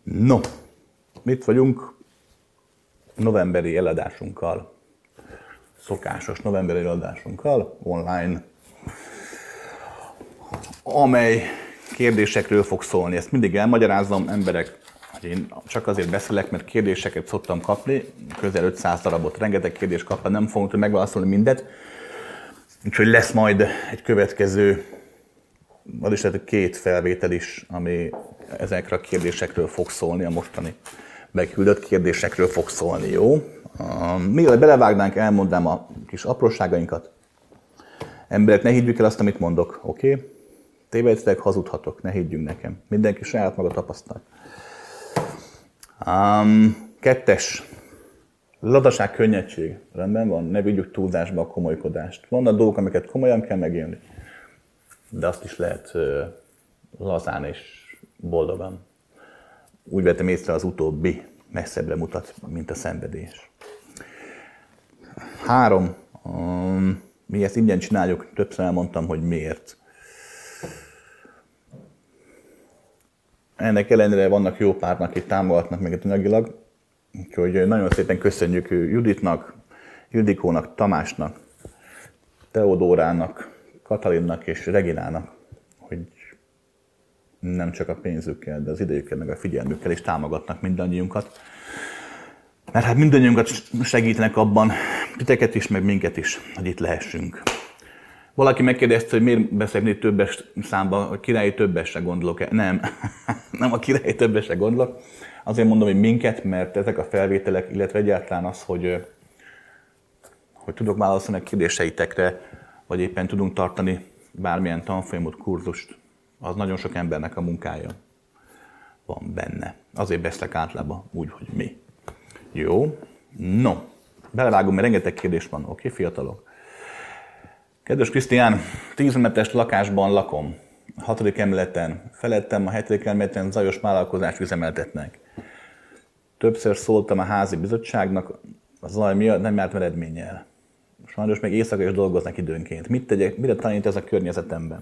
No, itt vagyunk novemberi eladásunkkal, szokásos novemberi eladásunkkal online, amely kérdésekről fog szólni. Ezt mindig elmagyarázom, emberek, hogy én csak azért beszélek, mert kérdéseket szoktam kapni, közel 500 darabot, rengeteg kérdést kapva, nem fogunk tudni megválaszolni mindet. Úgyhogy lesz majd egy következő, vagyis lehet két felvétel is, ami ezekre a kérdésekről fog szólni, a mostani beküldött kérdésekről fog szólni, jó? Mielőtt belevágnánk, elmondám a kis apróságainkat. Emberek, ne higgyük el azt, amit mondok, oké? Tévedtek, hazudhatok, ne higgyünk nekem. Mindenki saját maga tapasztal. 2. Ladaság, könnyedség. Rendben van? Ne vigyük túlzásba a komolykodást. Vannak dolgok, amiket komolyan kell megélni, de azt is lehet lazán és boldogan. Úgy vettem észre, az utóbbi messzebbre mutat, mint a szenvedés. 3. Mi ezt ingyen csináljuk, többször elmondtam, hogy miért. Ennek ellenére vannak jó párnak, akik támogatnak meg anyagilag, úgyhogy nagyon szépen köszönjük Juditnak, Ildikónak, Tamásnak, Teodórának, Katalinnak és Reginának, hogy nem csak a pénzükkel, de az idejükkel, meg a figyelmükkel is támogatnak mindannyiunkat. Mert hát mindannyiunkat segítenek abban, titeket is, meg minket is, hogy itt lehessünk. Valaki megkérdezte, hogy miért beszélni többes számba, a királyi többesre gondolok-e? Nem, nem a királyi többesre gondolok. Azért mondom, hogy minket, mert ezek a felvételek, illetve egyáltalán az, hogy tudok válaszolni a kérdéseitekre, vagy éppen tudunk tartani bármilyen tanfolyamot, kurzust, az nagyon sok embernek a munkája van benne. Azért beszélek általában úgy, hogy mi. Jó? No, belevágom, mert rengeteg kérdés van, oké, fiatalok? Kedves Krisztián, 10 emeletes lakásban lakom, 6. emeleten, felettem a 7. emeleten zajos vállalkozást üzemeltetnek. Többször szóltam a házi bizottságnak, a zaj miatt nem járt eredménnyel. Sajnos még éjszaka is dolgoznak időnként. Mit tegyek, mire tanít ez a környezetemben?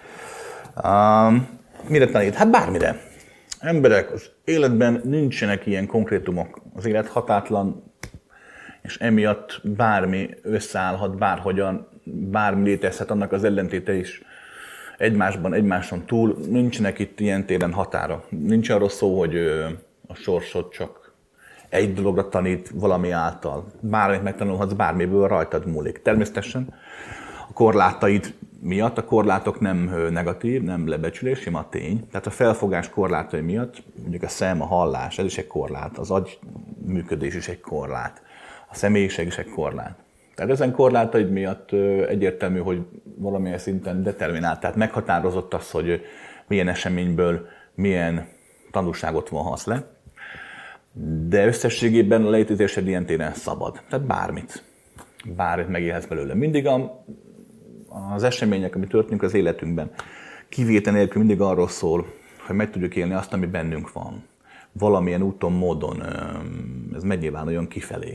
Mire tanít? Hát bármire. Emberek, az életben nincsenek ilyen konkrétumok. Az élet határtlan, és emiatt bármi összeállhat, bárhogyan, bármi létezhet, annak az ellentéte is egymáson túl. Nincsenek itt ilyen téren határa. Nincs arról szó, hogy a sorsod csak egy dologra tanít valami által. Bármit megtanulhatsz, bármiből rajtad múlik. Természetesen a korlátaid miatt, a korlátok nem negatív, nem lebecsülés, sima tény. Tehát a felfogás korlátai miatt, mondjuk a szem, a hallás, ez is egy korlát, az agy működés is egy korlát, a személyiség is egy korlát. Tehát ezen korlátaid miatt egyértelmű, hogy valamilyen szinten determinált, tehát meghatározott az, hogy milyen eseményből milyen tanulságot vonhatsz le, de összességében a létezésed ilyen téren szabad. Tehát bármit megélhetsz belőle. Mindig az események, ami történik az életünkben, kivétel nélkül mindig arról szól, hogy meg tudjuk élni azt, ami bennünk van. Valamilyen úton, módon ez megnyilvánuljon kifelé.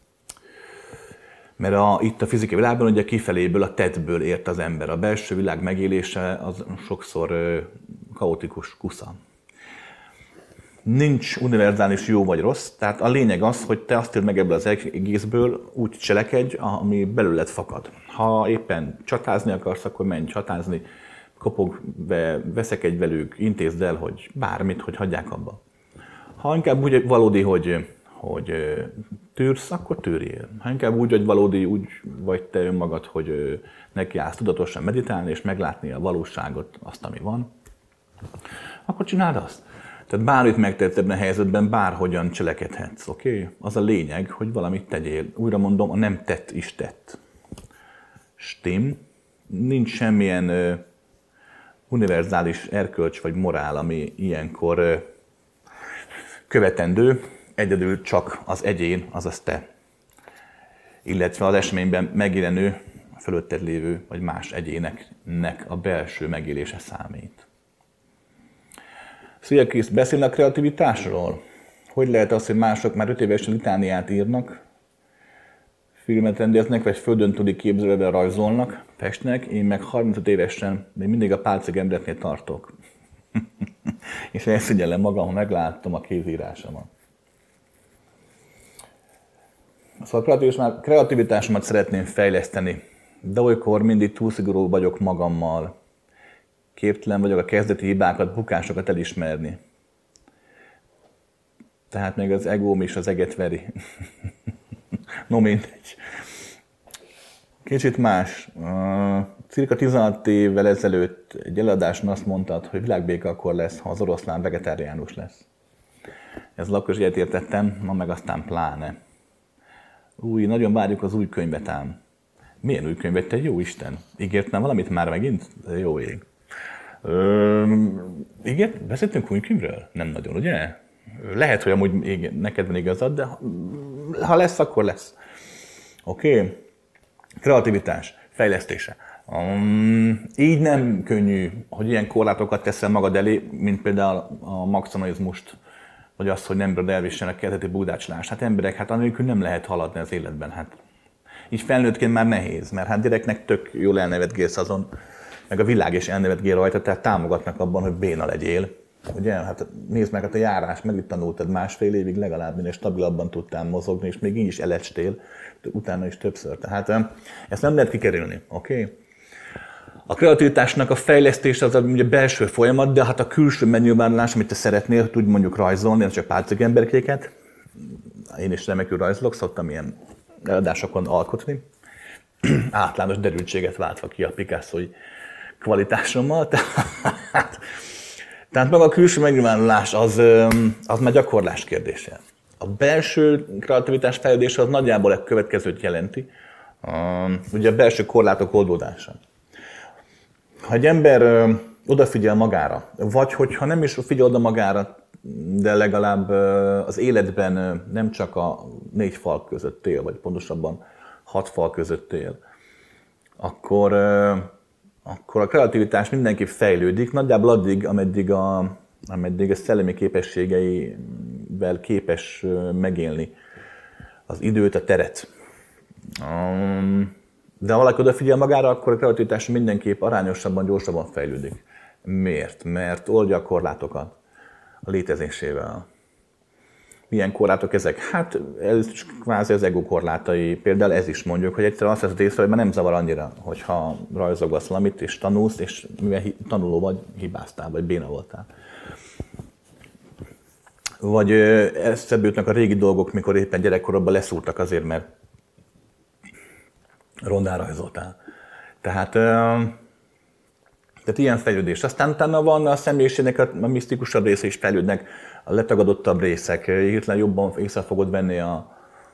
Mert itt a fizikai világban ugye kifeléből, a tettből ért az ember. A belső világ megélése az sokszor kaotikus kusza. Nincs univerzális jó vagy rossz, tehát a lényeg az, hogy te azt írd meg ebből az egészből, úgy cselekedj, ami belőled fakad. Ha éppen csatázni akarsz, akkor menj csatázni, kopogj be, veszekedj velük, intézd el, hogy bármit, hogy hagyják abba. Ha inkább úgy valódi, hogy tűrsz, akkor tűrjél. Ha inkább úgy vagy valódi, úgy vagy te önmagad, hogy nekiállsz tudatosan meditálni és meglátni a valóságot, azt, ami van, akkor csináld azt. Tehát bármit megtehetsz ebben a helyzetben, bárhogyan cselekedhetsz, oké? Az a lényeg, hogy valamit tegyél. Újra mondom, a nem tett is tett. Stim. Nincs semmilyen univerzális erkölcs vagy morál, ami ilyenkor követendő, egyedül csak az egyén, azaz te. Illetve az eseményben megjelenő, fölötted lévő vagy más egyéneknek a belső megélése számít. Szia Krisz, beszélni a kreativitásról? Hogy lehet az, hogy mások már 5 évesen litániát írnak, filmet rendeznek, vagy földön túli képzelővel rajzolnak, festnek, én meg 35 évesen még mindig a pálcig embereknél tartok. és elszégyellem magam, ha megláttam a kézírásomat. Szóval a kreativitásomat szeretném fejleszteni, de olykor mindig túl szigorú vagyok magammal. Képtelen vagyok a kezdeti hibákat, bukásokat elismerni. Tehát még az egóm is az eget veri. No mindegy. Kicsit más. Cirka 16 évvel ezelőtt egy előadáson azt mondtad, hogy világbéke akkor lesz, ha az oroszlán vegetáriánus lesz. Ez akkor is ilyet értettem, ma meg aztán pláne. Nagyon várjuk az új könyvet ám. Milyen új könyvet, te jó Isten? Ígértem valamit már megint? Jó ég. Igen, beszéltünk új könyvről? Nem nagyon, ugye? Lehet, hogy amúgy neked van igazad, de ha lesz, akkor lesz. Oké. Kreativitás, fejlesztése. Így nem könnyű, hogy ilyen korlátokat teszel magad elé, mint például a maximalizmust, vagy azt, hogy nem bírod elviselni a kezdeti búdácsolást. Hát emberek, anélkül nem lehet haladni az életben. Hát. Így felnőttként már nehéz, mert hát gyereknek tök jól elnevetgélsz azon, meg a világ is elnevetgél rajta, tehát támogatnak abban, hogy béna legyél. Ugye? Hát nézd meg, hát a járás, meg itt tanultad másfél évig legalább, minél stabilabban tudtál mozogni, és még így is elecstél, utána is többször. Tehát ezt nem lehet kikerülni, oké? A kreativitásnak a fejlesztése az ugye belső folyamat, de hát a külső megnyilvánulás, amit te szeretnél, tudj mondjuk rajzolni, ez csak pálcik emberkéket. Én is remekül rajzolok, szoktam ilyen előadásokon alkotni. Általános derültséget váltva ki a Picasso-i kvalitásommal. Tehát maga a külső megnyilvánulás az már gyakorlás kérdése. A belső kreativitás fejlődése az nagyjából a következőt jelenti. Ugye a belső korlátok oldódása. Ha egy ember odafigyel magára, vagy hogyha nem is figyel oda magára, de legalább az életben nem csak a 4 fal között él, vagy pontosabban 6 fal között él, akkor a kreativitás mindenképp fejlődik, nagyjából addig, ameddig a szellemi képességeivel képes megélni az időt, a teret. De ha valaki odafigyel magára, akkor a kreativitás mindenképp arányosabban, gyorsabban fejlődik. Miért? Mert oldja a korlátokat a létezésével. Milyen korlátok ezek? Hát ez kvázi az ego korlátai. Például ez is mondjuk, hogy egyszerűen azt veszed észre, hogy már nem zavar annyira, hogyha rajzolgatsz valamit és tanulsz, és mivel tanuló vagy, hibáztál, vagy béna voltál. Vagy eszembe jutnak a régi dolgok, mikor éppen gyerekkorodban leszúrtak azért, mert rondán rajzoltál. Tehát ilyen fejlődés. Aztán utána van a személyiségnek a misztikusabb része is fejlődnek, a letagadottabb részek, hirtelen jobban észre fogod venni a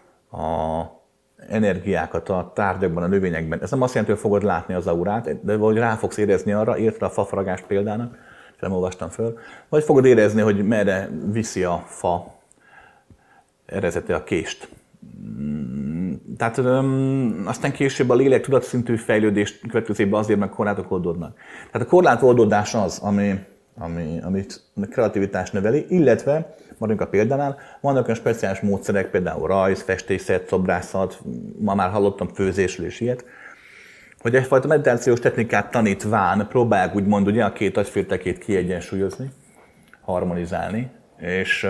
energiákat a tárgyakban, a növényekben. Ez nem azt jelenti, hogy fogod látni az aurát, de vagy rá fogsz érezni arra, értve a fafaragás példának, nem olvastam föl, vagy fogod érezni, hogy merre viszi a fa erezete a kést. Tehát aztán később a lélek tudatszintű fejlődés következében azért meg korlátok oldódnak. Tehát a korlátoldódás az, amit a kreativitás növeli, illetve, maradjunk a példánál, vannak olyan speciális módszerek, például rajz, festészet, szobrászat, ma már hallottam főzésről és ilyet, hogy egyfajta meditációs technikát tanítván próbálják úgymond ugye, a két agyféltekét kiegyensúlyozni, harmonizálni, és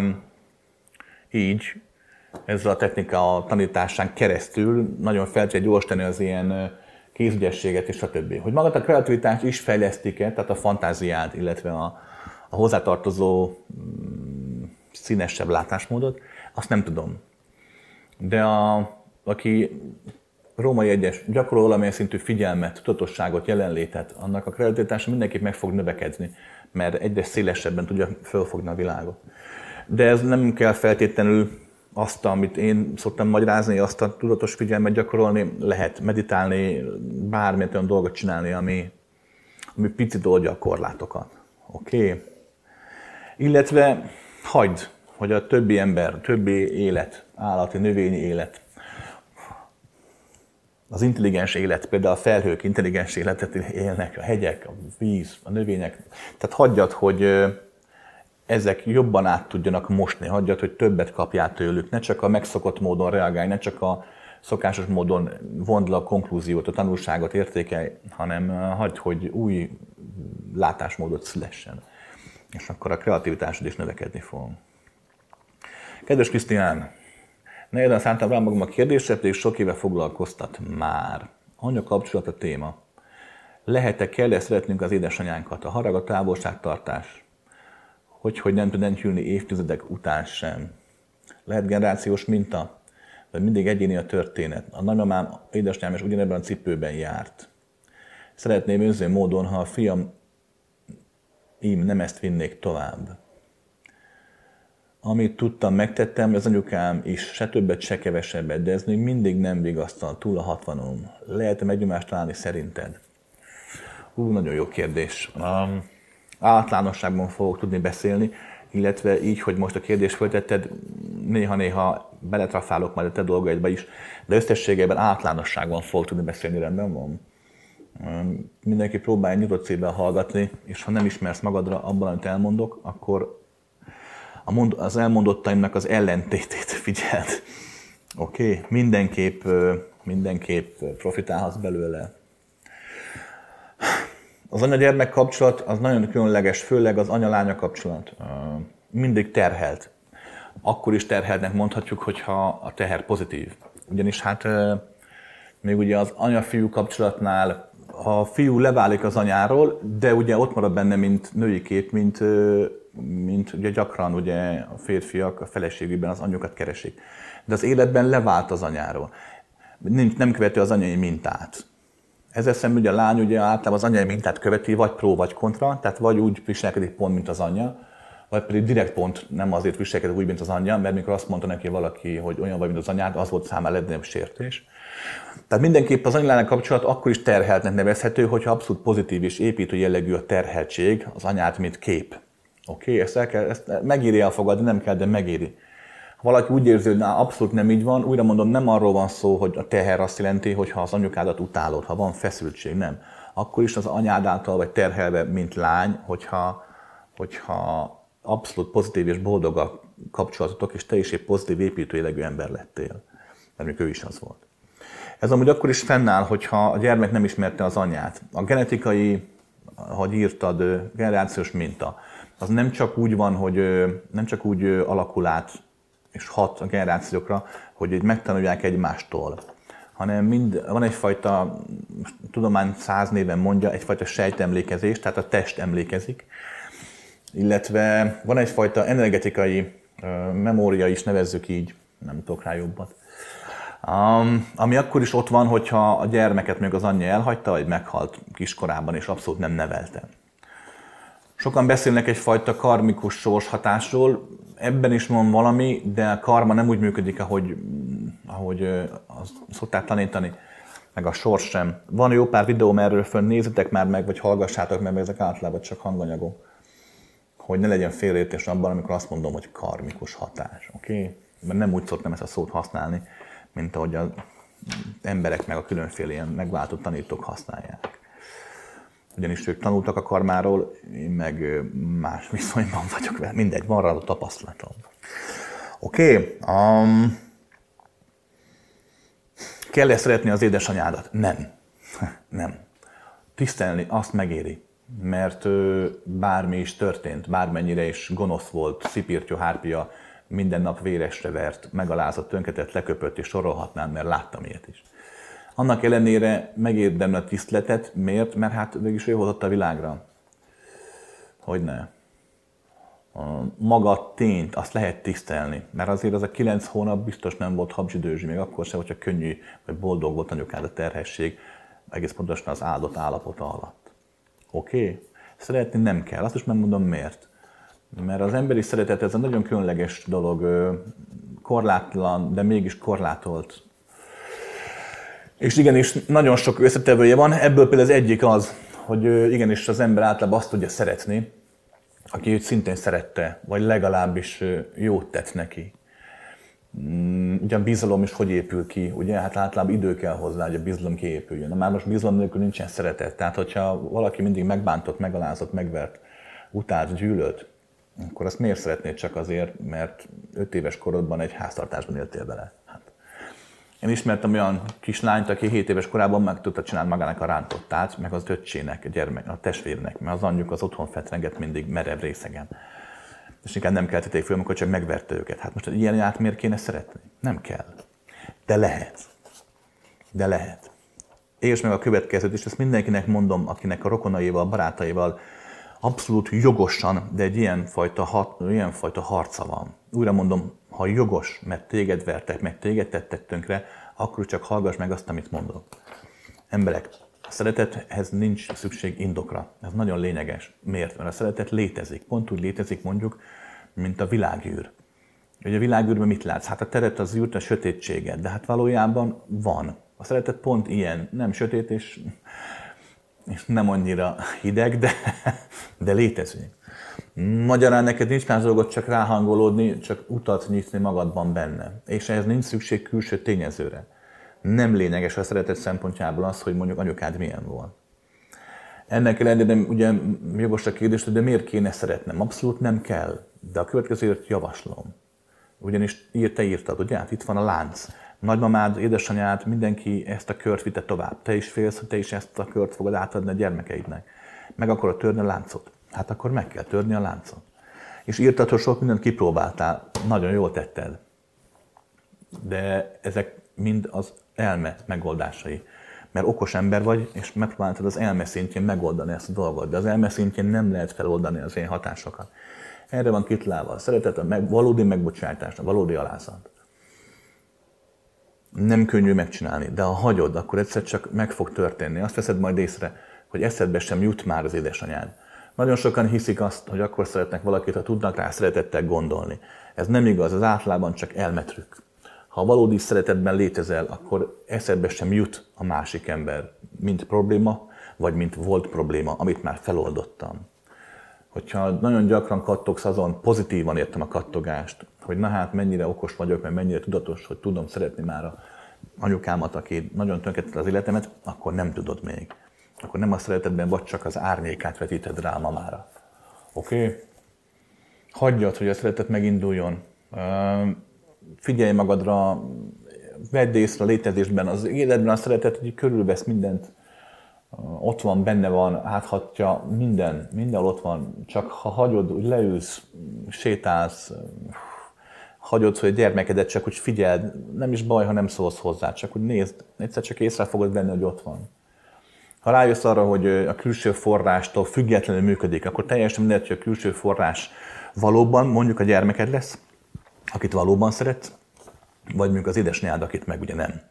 így ezzel a technika a tanításán keresztül nagyon fel tudja gyorsítani az ilyen kézügyességet és a többi. Hogy magát a kreativitást is fejlesztik-e, tehát a fantáziát, illetve a hozzátartozó színesebb látásmódot, azt nem tudom. De aki római egyes gyakorol valamilyen szintű figyelmet, tudatosságot, jelenlétet, annak a kreativitása mindenképp meg fog növekedni, mert egyre szélesebben tudja fölfogni a világot. De ez nem kell feltétlenül azt, amit én szoktam magyarázni, azt a tudatos figyelmet gyakorolni, lehet meditálni, bármilyen olyan dolgot csinálni, ami picit oldja a korlátokat. Oké? Illetve hagyd, hogy a többi ember, többi élet, állati, növényi élet, az intelligens élet, például a felhők intelligens életet élnek, a hegyek, a víz, a növények. Tehát hagyjad, hogy ezek jobban át tudjanak mosni, hagyjad, hogy többet kapjál tőlük, ne csak a megszokott módon reagálj, ne csak a szokásos módon vond le a konklúziót, a tanulságot értékelj, hanem hagyd, hogy új látásmódot szülessen. és akkor a kreativitásod is növekedni fog. Kedves Krisztián, nehezen szántam rá magam a kérdésre, pedig sok éve foglalkoztat már. Anya kapcsolat a téma. Lehet-e, kell-e szeretnünk az édesanyánkat? A harag, a távolságtartás. Hogy nem tud enyhülni évtizedek után sem. Lehet generációs minta, vagy mindig egyéni a történet. A nagymamám, édesanyám is ugyanebben a cipőben járt. Szeretném önző módon, ha a fiam nem ezt vinnék tovább. Amit tudtam, megtettem, az anyukám is, se többet, se kevesebbet, de ez még mindig nem vigasztal, túl a 60-om. Lehet-e megnyomást találni szerinted? Nagyon jó kérdés. Általánosságban fogok tudni beszélni, illetve így, hogy most a kérdést föltetted, néha-néha beletrafálok majd a te dolgaidba is, de összességében általánosságban fogok tudni beszélni, rendben van. Mindenki próbálja nyitott szívvel hallgatni, és ha nem ismersz magadra abban, amit elmondok, akkor az elmondottaimnak az ellentétét figyeld. Oké? Mindenképp profitálhatsz belőle. Az anya-gyermek kapcsolat az nagyon különleges, főleg az anya-lánya kapcsolat. Mindig terhelt. Akkor is terheltnek mondhatjuk, hogyha a teher pozitív. Ugyanis még ugye az anya-fiú kapcsolatnál a fiú leválik az anyáról, de ugye ott marad benne, mint női kép, mint ugye gyakran ugye a férfiak a feleségükben az anyukat keresik. De az életben levált az anyáról. Nem követi az anyai mintát. Ezzel szemben ugye a lány ugye általában az anyai mintát követi, vagy pró, vagy kontra, tehát vagy úgy viselkedik pont, mint az anyja, vagy pedig direkt pont nem azért viselkedik úgy, mint az anyja, mert mikor azt mondta neki valaki, hogy olyan vagy, mint az anyád, az volt számára legnagyobb sértés. Tehát mindenképp az anya-lány kapcsolat akkor is terheltnek nevezhető, hogyha abszolút pozitív és építő jellegű a terheltség, az anyát, mint kép. Oké, ezt megéri elfogadni, nem kell, de megéri. Ha valaki úgy érzi, hogy abszolút nem így van, újra mondom, nem arról van szó, hogy a teher azt jelenti, hogy ha az anyukádat utálod, ha van feszültség, nem. Akkor is az anyád által vagy terhelve, mint lány, hogyha abszolút pozitív és boldog a kapcsolatotok, és te is egy pozitív építő jellegű ember lettél. Mert még ő is az volt. Ez amúgy akkor is fennáll, hogyha a gyermek nem ismerte az anyát. A genetikai, ahogy írtad, generációs minta, az nem csak úgy van, hogy nem csak úgy alakul át és hat a generációkra, hogy megtanulják egymástól, hanem van egyfajta, tudomány 100 néven mondja, egyfajta sejtemlékezés, tehát a test emlékezik, illetve van egyfajta energetikai memória is, nevezzük így, nem tudok rá jobbat, ami akkor is ott van, hogyha a gyermeket még az anyja elhagyta, vagy meghalt kiskorában, és abszolút nem nevelte. Sokan beszélnek egyfajta karmikus sorshatásról, ebben is van valami, de a karma nem úgy működik, ahogy azt szokták tanítani, meg a sors sem. Van jó pár videóm erről fönn, nézzetek már meg, vagy hallgassátok meg, mert ezek általában csak hanganyagok. Hogy ne legyen félreértés abban, amikor azt mondom, hogy karmikus hatás. Oké? Mert nem úgy szoktam ezt a szót használni, mint ahogy az emberek meg a különféle ilyen megváltott tanítók használják. Ugyanis ők tanultak a karmáról, én meg más viszonyban vagyok vele. Mindegy, van rá a tapasztalatom. Oké. Kell-e szeretni az édesanyádat? Nem. Nem. Tisztelni azt megéri. Mert bármi is történt, bármennyire is gonosz volt, szipirtyó, hárpia, minden nap véresre vert, megalázott, tönkretett, leköpött, és sorolhatnám, mert láttam ilyet is. Annak ellenére megérdemli a tiszteletet. Miért? Mert hát végülis ő hozott a világra. Hogyne. Maga a tényt, azt lehet tisztelni. Mert azért az a 9 hónap biztos nem volt habzsidőzsi, még akkor sem, hogyha könnyű vagy boldog volt anyukád a terhesség, egész pontosan az áldott állapota alatt. Oké? Szeretni nem kell. Azt is megmondom miért. Mert az emberi szeretet ez egy nagyon különleges dolog, korlátlan, de mégis korlátolt. És igenis nagyon sok összetevője van, ebből például az egyik az, hogy igenis az ember általában azt tudja szeretni, aki őt szintén szerette, vagy legalábbis jót tett neki. Ugye a bizalom is hogy épül ki, ugye? Hát általában idő kell hozzá, hogy a bizalom kiépüljön. Már most bizalom nélkül nincsen szeretet. Tehát, hogyha valaki mindig megbántott, megalázott, megvert, utált, gyűlölt, akkor azt miért szeretnéd csak azért, mert 5 éves korodban egy háztartásban éltél vele? Hát. Én ismertem olyan kislányt, aki 7 éves korában meg tudta csinálni magának a rántottát, meg az öccsének, a testvérnek, mert az anyjuk az otthon fetrengett mindig merev részegen. És inkább nem keltették föl, amikor csak megverte őket. Hát most ilyen át miért kéne szeretni? Nem kell. De lehet. De lehet. És meg a következőt is, ezt mindenkinek mondom, akinek a rokonaival, barátaival abszolút jogosan, de egy ilyenfajta harca van. Újra mondom, ha jogos, mert téged vertek, meg téged tettek tönkre, akkor csak hallgass meg azt, amit mondok. Emberek, a szeretethez nincs szükség indokra. Ez nagyon lényeges. Miért? Mert a szeretet létezik. Pont úgy létezik mondjuk, mint a világűr. Ugye a világűrben mit látsz? Hát a teret, az űrt, a sötétséget, de hát valójában van. A szeretet pont ilyen, nem sötét és nem annyira hideg, de létezik. Magyarán neked nincs más dolgot csak ráhangolódni, csak utat nyitni magadban benne. És ehhez nincs szükség külső tényezőre. Nem lényeges a szeretet szempontjából az, hogy mondjuk anyukád milyen volt. Ennek ellenére ugye jogos a kérdés, de miért kéne szeretnem? Abszolút nem kell, de a következőt javaslom. Ugyanis te írtad, ugye? Hát itt van a lánc. Nagymamád, édesanyád, mindenki ezt a kört vitte tovább. Te is félsz, hogy te is ezt a kört fogod átadni a gyermekeidnek. Meg akarod törni a láncot. Hát akkor meg kell törni a láncot. És írtad, hogy sok mindent kipróbáltál. Nagyon jól tetted. De ezek mind az elme megoldásai. Mert okos ember vagy, és megpróbáltad az elme szintjén megoldani ezt a dolgot. De az elme szintjén nem lehet feloldani az én hatásokat. Erre van kitalálva a szeretet, a valódi megbocsátás, a valódi alázat. Nem könnyű megcsinálni, de ha hagyod, akkor egyszer csak meg fog történni. Azt veszed majd észre, hogy eszedbe sem jut már az édesanyád. Nagyon sokan hiszik azt, hogy akkor szeretnek valakit, ha tudnak rá szeretettel gondolni. Ez nem igaz, az általában csak elmetrük. Ha valódi szeretetben létezel, akkor eszedbe sem jut a másik ember, mint probléma, vagy mint volt probléma, amit már feloldottam. Hogyha nagyon gyakran kattogsz azon, pozitívan értem a kattogást, hogy na hát mennyire okos vagyok, mert mennyire tudatos, hogy tudom szeretni már a anyukámat, aki nagyon tönkretette az életemet, akkor nem tudod még. Akkor nem a szeretetben vagy, csak az árnyékát vetíted rá a mamára. Oké? Hagyjad, hogy a szeretet meginduljon. Figyelj magadra, vedd észre a létezésben, az életben a szeretet, hogy körülvesz mindent. Ott van, benne van, áthatja, mindenhol ott van. Csak ha hagyod, úgy leülsz, sétálsz, hagyod, hogy a gyermekedet csak úgy figyeld, nem is baj, ha nem szólsz hozzá, csak úgy nézd, egyszer csak észre fogod venni, hogy ott van. Ha rájössz arra, hogy a külső forrástól függetlenül működik, akkor teljesen mindegy, hogy a külső forrás valóban mondjuk a gyermeked lesz, akit valóban szeretsz, vagy mondjuk az édesanyád, akit meg ugye nem.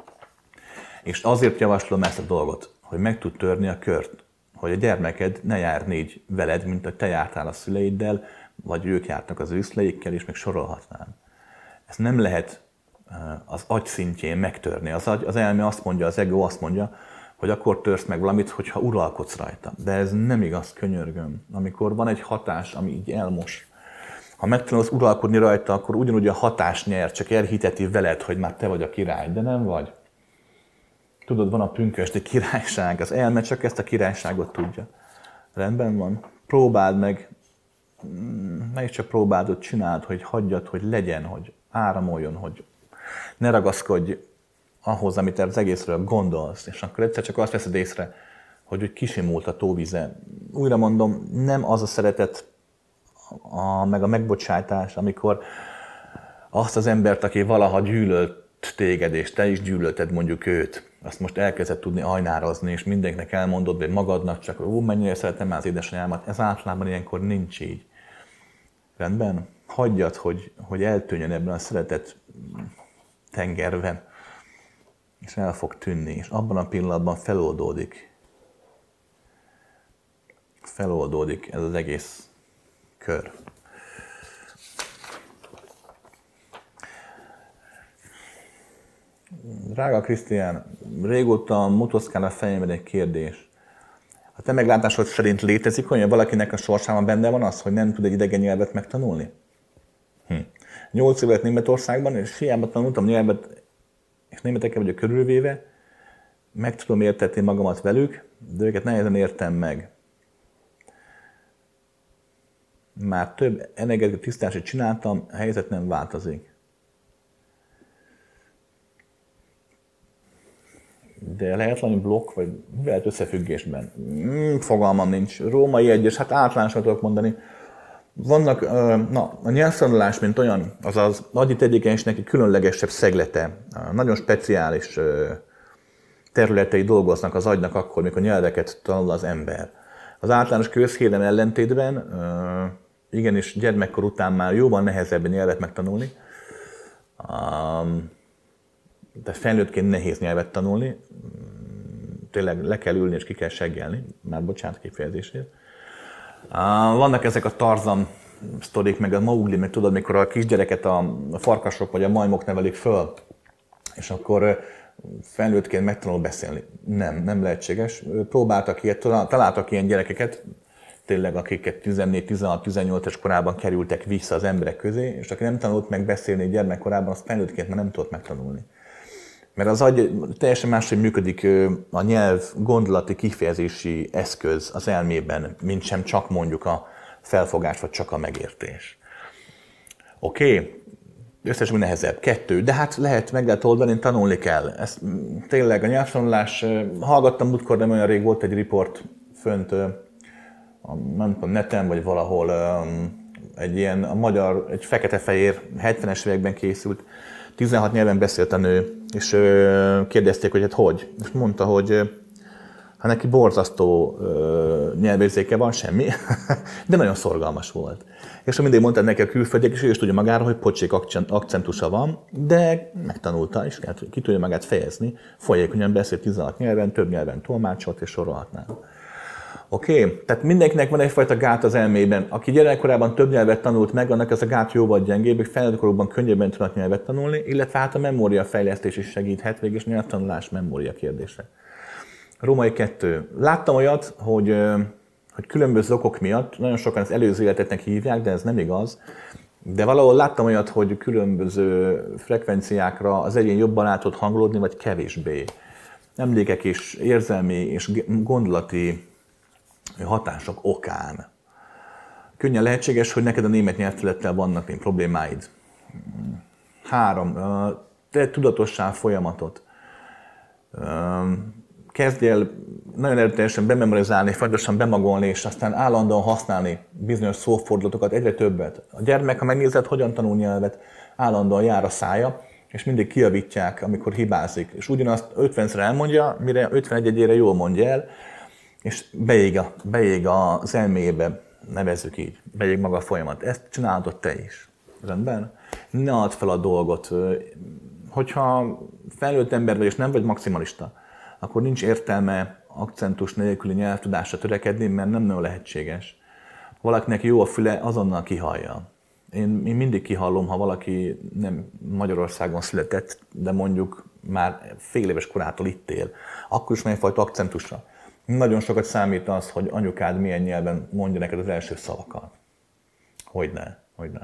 És azért javaslom ezt a dolgot, hogy meg tud törni a kört, hogy a gyermeked ne járni így veled, mint hogy te jártál a szüleiddel, vagy ők jártak az ő szüleikkel, és még sorolhatnám. Ezt nem lehet az agy szintjén megtörni. Az elme azt mondja, az ego azt mondja, hogy akkor törsz meg valamit, hogyha uralkodsz rajta. De ez nem igaz, könyörgöm. Amikor van egy hatás, ami így elmos, ha megtanulsz uralkodni rajta, akkor ugyanúgy a hatás nyer, csak elhiteti veled, hogy már te vagy a király, de nem vagy. Tudod, van a pünkösdi királyság, az elme csak ezt a királyságot tudja. Rendben van. Próbáld meg csak próbáld, hogy csináld, hogy hagyjad, hogy legyen, hogy áramoljon, hogy ne ragaszkodj ahhoz, amit az egészről gondolsz, és akkor egyszer csak azt veszed észre, hogy kisimult a tóvize. Újra mondom, nem az a szeretet, meg a megbocsátás, amikor azt az embert, aki valaha gyűlölt téged, és te is gyűlölted mondjuk őt, azt most elkezded tudni ajnározni, és mindenkinek elmondod, vagy magadnak csak, hogy mennyire szeretem már az édesanyámat. Ez általában ilyenkor nincs így. Rendben? Hagyjad, hogy eltűnjön ebben a szeretet tengerben, és el fog tűnni, és abban a pillanatban feloldódik ez az egész kör. Drága Krisztián, régóta motoszkál a fejemben egy kérdés. A te meglátásod szerint létezik olyan, valakinek a sorsában benne van az, hogy nem tud egy idegen nyelvet megtanulni? 8 évet Németországban, és hiába tanultam nyelvet, és németekkel vagyok körülvéve, meg tudom értetni magamat velük, de őket nehezen értem meg. Már több energetikai tisztást csináltam, a helyzet nem változik. De lehet valami blokk, vagy lehet összefüggésben? Fogalmam nincs. Római egyes, hát általánosan tudok mondani. Vannak, a nyelvtanulás, mint olyan, azaz agyi tevékenységnek egy különlegesebb szeglete, nagyon speciális területei dolgoznak az agynak akkor, mikor nyelveket tanul az ember. Az általános közhírem ellentétben, igenis gyermekkor után már jóval nehezebb nyelvet megtanulni, de felnőttként nehéz nyelvet tanulni, tényleg le kell ülni és ki kell seggelni, már bocsánat kifejezésért. Vannak ezek a Tarzan sztorik, meg a Mowgli, meg tudod, mikor a kisgyereket a farkasok vagy a majmok nevelik föl, és akkor felnőttként megtanul beszélni. Nem lehetséges. Próbáltak ilyet, találtak ilyen gyerekeket, tényleg akiket 14, 16, 18 es korában kerültek vissza az emberek közé, és aki nem tanult meg beszélni gyermekkorában, azt felnőttként már nem tudott megtanulni. Mert az agy teljesen máshogy működik a nyelv gondolati kifejezési eszköz az elmében, mint sem csak mondjuk a felfogás, vagy csak a megértés. Oké? Összesen nehezebb. 2. De hát meg lehet oldani, tanulni kell. Ezt tényleg a nyelvtanulás, hallgattam múltkor, nem olyan rég volt egy riport fönt, nem tudom, neten, vagy valahol egy ilyen, a magyar, egy fekete-fehér, 70-es években készült, 16 nyelven beszélt a nő, és kérdezték, hogy hát hogy. És mondta, hogy ha neki borzasztó nyelvérzéke van, semmi, de nagyon szorgalmas volt. És mindig mondta neki a külföldiek, és ő is tudja magára, hogy pocsék akcentusa van, de megtanulta, és ki tudja magát fejezni. Folyékonyan beszél 16 nyelven, több nyelven tolmácsolt, és sorolhatnám. Oké? Tehát mindenkinek van egyfajta gát az elmében. Aki gyerekkorában több nyelvet tanult meg, annak ez a gát jóval gyengébb, és felnőttkorukban könnyebben tudnak nyelvet tanulni, illetve hát a memóriafejlesztés is segíthet, végülis nyelvtanulás memória kérdése. Római 2. Láttam olyat, hogy különböző okok miatt, nagyon sokan az előző életetnek hívják, de ez nem igaz, de valahol láttam olyat, hogy különböző frekvenciákra az egyén jobban át tud hangolódni, vagy kevésbé. Emlékek és érzelmi és gondolati hatások okán. Könnyen lehetséges, hogy neked a német nyelvterülettel vannak még problémáid. 3. Te tudatossá folyamatot. Kezdj el nagyon erőteljesen bememorizálni, folyamatosan bemagolni, és aztán állandóan használni bizonyos szófordulatokat, egyre többet. A gyermek, ha megnézed, hogyan tanul nyelvet, állandóan jár a szája, és mindig kijavítják, amikor hibázik. És ugyanazt 50-szer elmondja, mire 51-ére jól mondja el, és beég az elméjébe, nevezzük így, beég maga a folyamat. Ezt csinálod te is. Rendben? Ne add fel a dolgot. Hogyha felnőtt ember vagy, és nem vagy maximalista, akkor nincs értelme akcentus nélküli nyelvtudásra törekedni, mert nem nagyon lehetséges. Ha valakinek jó a füle, azonnal kihallja. Én mindig kihallom, ha valaki nem Magyarországon született, de mondjuk már fél éves korától itt él, akkor is van egyfajta akcentusra. Nagyon sokat számít az, hogy anyukád milyen nyelven mondja neked az első szavakat. Hogyne.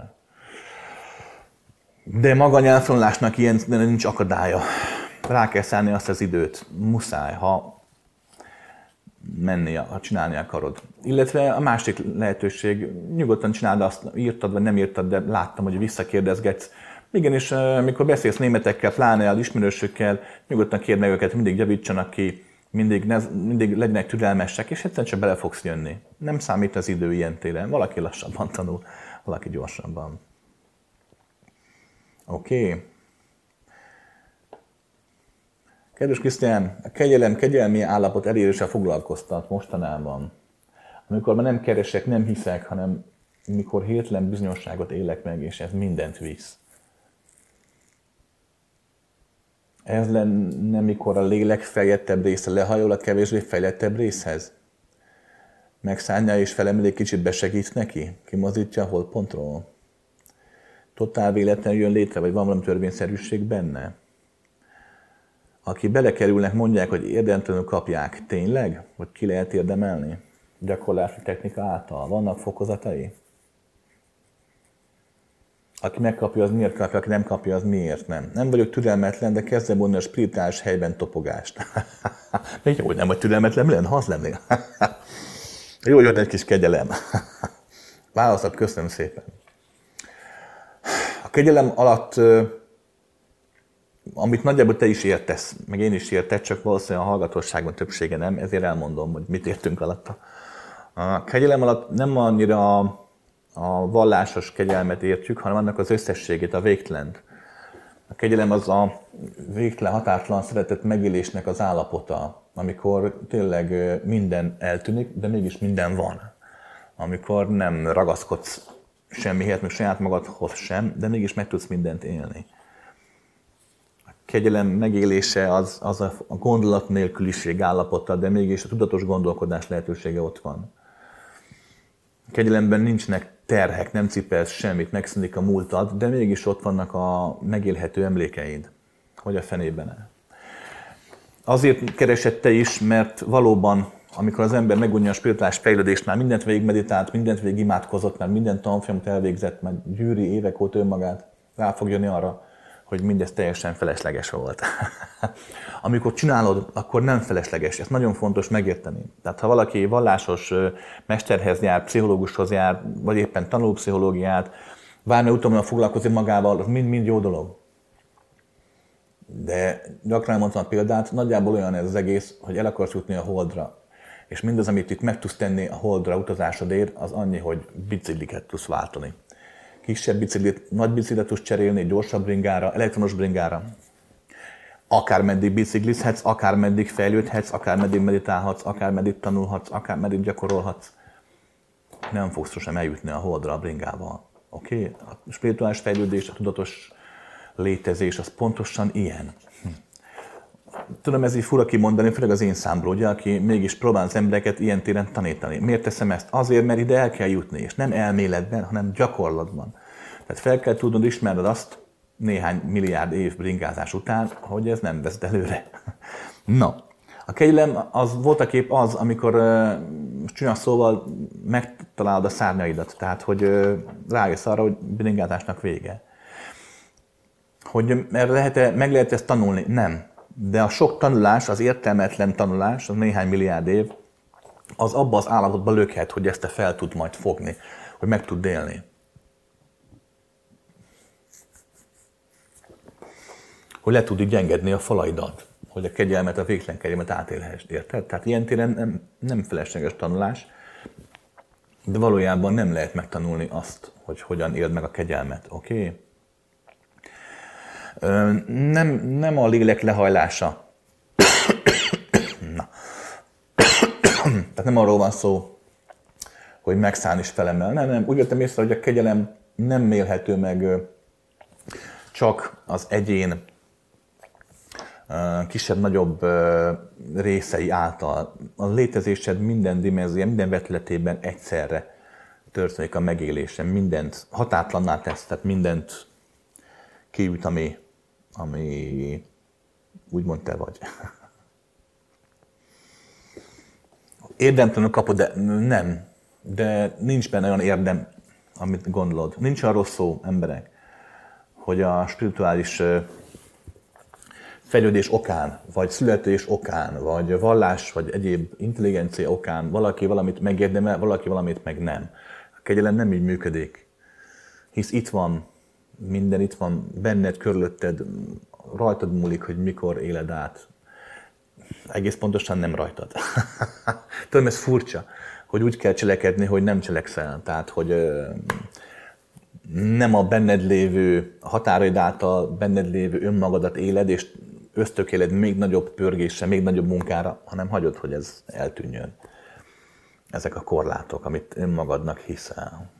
De maga a nyelvtanulásnak ilyen nincs akadálya. Rá kell szállni azt az időt. Muszáj, ha ha csinálni akarod. Illetve a másik lehetőség, nyugodtan csináld azt, írtad vagy nem írtad, de láttam, hogy visszakérdezgetsz. Igenis, mikor beszélsz németekkel, pláne az ismerősökkel, nyugodtan kérd meg őket, mindig javítsanak ki, mindig legyenek türelmesek, és egyszerűen csak bele fogsz jönni. Nem számít az idő ilyen téren. Valaki lassabban tanul, valaki gyorsabban. Oké. Kedves Krisztián, a kegyelmi állapot elérése foglalkoztat mostanában. Amikor már nem keresek, nem hiszek, hanem mikor hirtelen bizonyosságot élek meg, és ez mindent visz. Ez lenne, mikor a lélek fejlettebb része lehajol a kevésbé fejlettebb részhez. Megszállja és felemeli, kicsit besegít neki, kimozdítja a holtpontról. Totál véletlenül jön létre, vagy van valami törvényszerűség benne? Aki belekerülnek, mondják, hogy érdemtelenül kapják. Tényleg? Vagy ki lehet érdemelni? Gyakorlási technika által. Vannak fokozatai? Aki megkapja, az miért kapja, aki nem kapja, az miért nem. Nem vagyok türelmetlen, de kezdem mondani a spirituális helyben topogást. Még jó, hogy nem vagy türelmetlen, mi lenne, ha az lennél? Jó, hogy egy kis kegyelem. Válaszat, köszönöm szépen. A kegyelem alatt amit nagyjából te is értesz, meg én is értek, csak valószínűleg a hallgatóságban többsége nem, ezért elmondom, hogy mit értünk alatta. A kegyelem alatt nem annyira a vallásos kegyelmet értjük, hanem annak az összességét, a végtelent. A kegyelem az a végtelen, határtalan szeretet megélésnek az állapota, amikor tényleg minden eltűnik, de mégis minden van. Amikor nem ragaszkodsz semmihez, még saját magadhoz sem, de mégis meg tudsz mindent élni. A kegyelem megélése az a gondolat nélküliség állapota, de mégis a tudatos gondolkodás lehetősége ott van. A kegyelemben nincsenek terhek, nem cipelsz semmit, megszűnik a múltad, de mégis ott vannak a megélhető emlékeid. Hogy a fenében. Azért keresett te is, mert valóban, amikor az ember megunja a spirituális fejlődést, már mindent végig meditált, mindent végig imádkozott, már minden tanfolyamot elvégzett, már gyűri évek óta önmagát, rá fog jönni arra, hogy mindez teljesen felesleges volt. Amikor csinálod, akkor nem felesleges. Ezt nagyon fontos megérteni. Tehát ha valaki vallásos mesterhez jár, pszichológushoz jár, vagy éppen tanul pszichológiát, bármely úton foglalkozik magával, az mind-mind jó dolog. De gyakran mondtam a példát, nagyjából olyan ez az egész, hogy el akarsz jutni a Holdra. És mindaz, amit itt meg tudsz tenni a Holdra utazásodért, az annyi, hogy bicikliket tudsz váltani. Kisebb biciklit, nagy biciklit tudsz cserélni, gyorsabb bringára, elektromos bringára. Akármeddig biciklizhetsz, akármeddig fejlődhetsz, akármeddig meditálhatsz, akármeddig tanulhatsz, akármeddig gyakorolhatsz. Nem fogsz sosem eljutni a Holdra a bringával. Oké? A spirituális fejlődés, a tudatos létezés, az pontosan ilyen. Tudom, ez így fura kimondani, főleg az én számból, ugye, aki mégis próbál az embereket ilyen téren tanítani. Miért teszem ezt? Azért, mert ide el kell jutni, és nem elméletben, hanem gyakorlatban. Tehát fel kell tudnod, ismerned azt néhány milliárd év bringázás után, hogy ez nem vezet előre. Na, a kegyelem az voltaképp az, amikor csúnyos szóval megtalálod a szárnyaidat, tehát hogy rájössz arra, hogy bringázásnak vége. Hogy meg lehet ezt tanulni? Nem. De a sok tanulás, az értelmetlen tanulás, az néhány milliárd év, az abba az állapotba lökhet, hogy ezt te fel tud majd fogni, hogy meg tud élni. Hogy le tud így engedni a falaidat, hogy a kegyelmet, a végtelen kegyelmet átélhess, érted? Tehát ilyen téren nem felesleges tanulás, de valójában nem lehet megtanulni azt, hogy hogyan éld meg a kegyelmet, oké? Nem a lélek lehajlása. Na. Tehát nem arról van szó, hogy megszáll és felemel. Nem. Úgy vettem észre, hogy a kegyelem nem mérhető meg csak az egyén kisebb-nagyobb részei által. A létezésed minden dimenzió, minden vetületében egyszerre történik a megélése. Mindent határtlanná tesz, tehát mindent kiüt, ami úgymond te vagy. Érdemtelenül kapod, de nem. De nincs benne olyan érdem, amit gondolod. Nincs arról szó, emberek, hogy a spirituális fejlődés okán, vagy születés okán, vagy vallás, vagy egyéb intelligencia okán valaki valamit megérdemel, valaki valamit meg nem. A kegyelem nem így működik. Hisz itt van, minden itt van benned, körülötted, rajtad múlik, hogy mikor éled át. Egész pontosan nem rajtad. Tudom, ez furcsa, hogy úgy kell cselekedni, hogy nem cselekszel. Tehát, hogy nem a benned lévő határaid által benned lévő önmagadat éled, és ösztökéled még nagyobb pörgésre, még nagyobb munkára, hanem hagyod, hogy ez eltűnjön. Ezek a korlátok, amit önmagadnak hiszel.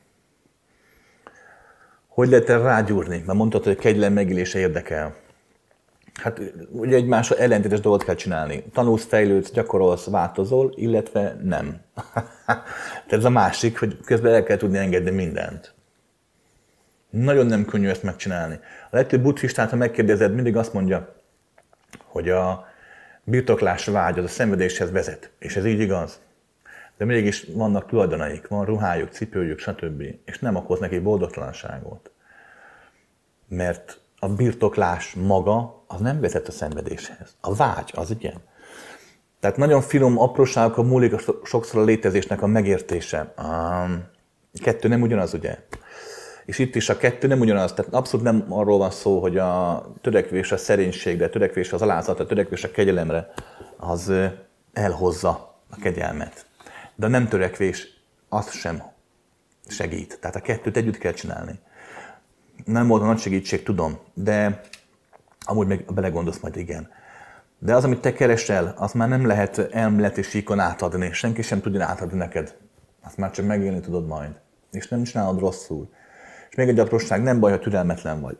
Hogy lehet erre rágyúrni? Mert mondtad, hogy a kegyelem megélése érdekel. Hát ugye egymással ellentétes dolgot kell csinálni. Tanulsz, fejlődsz, gyakorolsz, változol, illetve nem. Tehát ez a másik, hogy közben el kell tudni engedni mindent. Nagyon nem könnyű ezt megcsinálni. A legtöbb buddhistát, ha megkérdezed, mindig azt mondja, hogy a birtoklás vágy az a szenvedéshez vezet. És ez így igaz. De mégis vannak tulajdonaik, van ruhájuk, cipőjük, stb. És nem okoz neki boldogtalanságot. Mert a birtoklás maga, az nem vezet a szenvedéshez. A vágy, az igen. Tehát nagyon finom apróságokon múlik sokszor a létezésnek a megértése. Kettő nem ugyanaz, ugye? És itt is a kettő nem ugyanaz, tehát abszolút nem arról van szó, hogy a törekvés a szerénységre, a törekvés az alázatra, a törekvés a kegyelemre, az elhozza a kegyelmet. De a nem törekvés az sem segít. Tehát a kettőt együtt kell csinálni. Nem volt a nagy segítség, tudom, de amúgy meg belegondolsz majd, igen. De az, amit te keresel, az már nem lehet elméleti síkon átadni. Senki sem tudja átadni neked. Azt már csak megélni tudod majd. És nem csinálod rosszul. És még egy apróság, nem baj, ha türelmetlen vagy.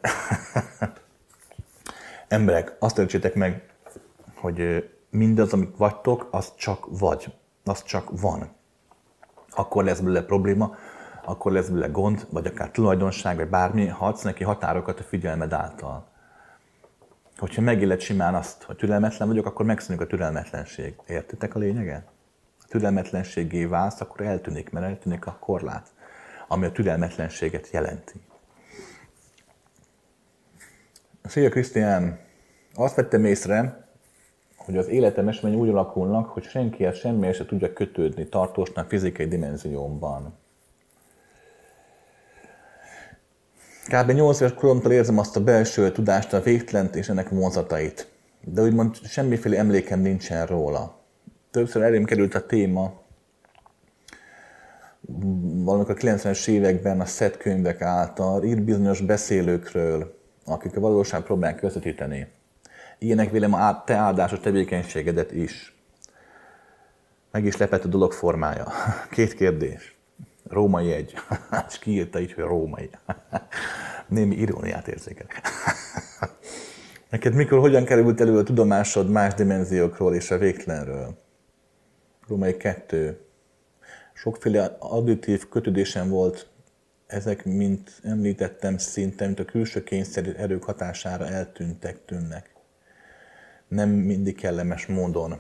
Emberek, azt értsétek meg, hogy mindaz, amit vagytok, az csak vagy. Az csak van. Akkor lesz belőle probléma, akkor lesz belőle gond, vagy akár tulajdonság, vagy bármi, ha adsz neki határokat a figyelmed által. Hogyha megéled simán azt, hogy türelmetlen vagyok, akkor megszűnik a türelmetlenség. Értitek a lényeget? A türelmetlenségé válsz, akkor eltűnik, mert eltűnik a korlát, ami a türelmetlenséget jelenti. Szia Krisztián! Azt vettem észre, hogy az életem eseményei úgy alakulnak, hogy senkihez semmihez se tudja kötődni tartósan fizikai dimenziómban. Kb. 8 éves koromtól érzem azt a belső tudást, a végtelent és ennek vonzatait. De úgymond semmiféle emlékem nincsen róla. Többször elém került a téma, valamikor a 90-es években a SZED könyvek által írt bizonyos beszélőkről, akik a valóság próbálják közvetíteni. Ilyenek vélem a te áldásos tevékenységedet is. Meg is lepett a dolog formája. 2 kérdés. Római 1. És kiírta így, hogy római. Némi iróniát érzékelek. Neked mikor, hogyan került elő a tudomásod más dimenziókról és a végtelenről? Római 2. Sokféle additív kötődésem volt, ezek, mint említettem, szinte, mint a külső kényszerű erők hatására tűnnek. Nem mindig kellemes módon.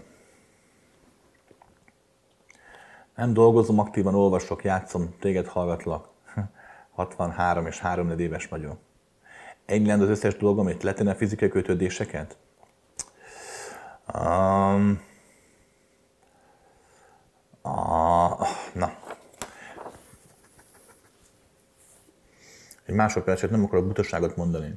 Nem dolgozom, aktívan olvasok, játszom, téged hallgatlak. 63 és 3 éves vagyok. Ennyi lenne az összes dolgom, amit letenne fizikai kötődéseket? Na. Egy másodpercet, nem akarok butaságot mondani.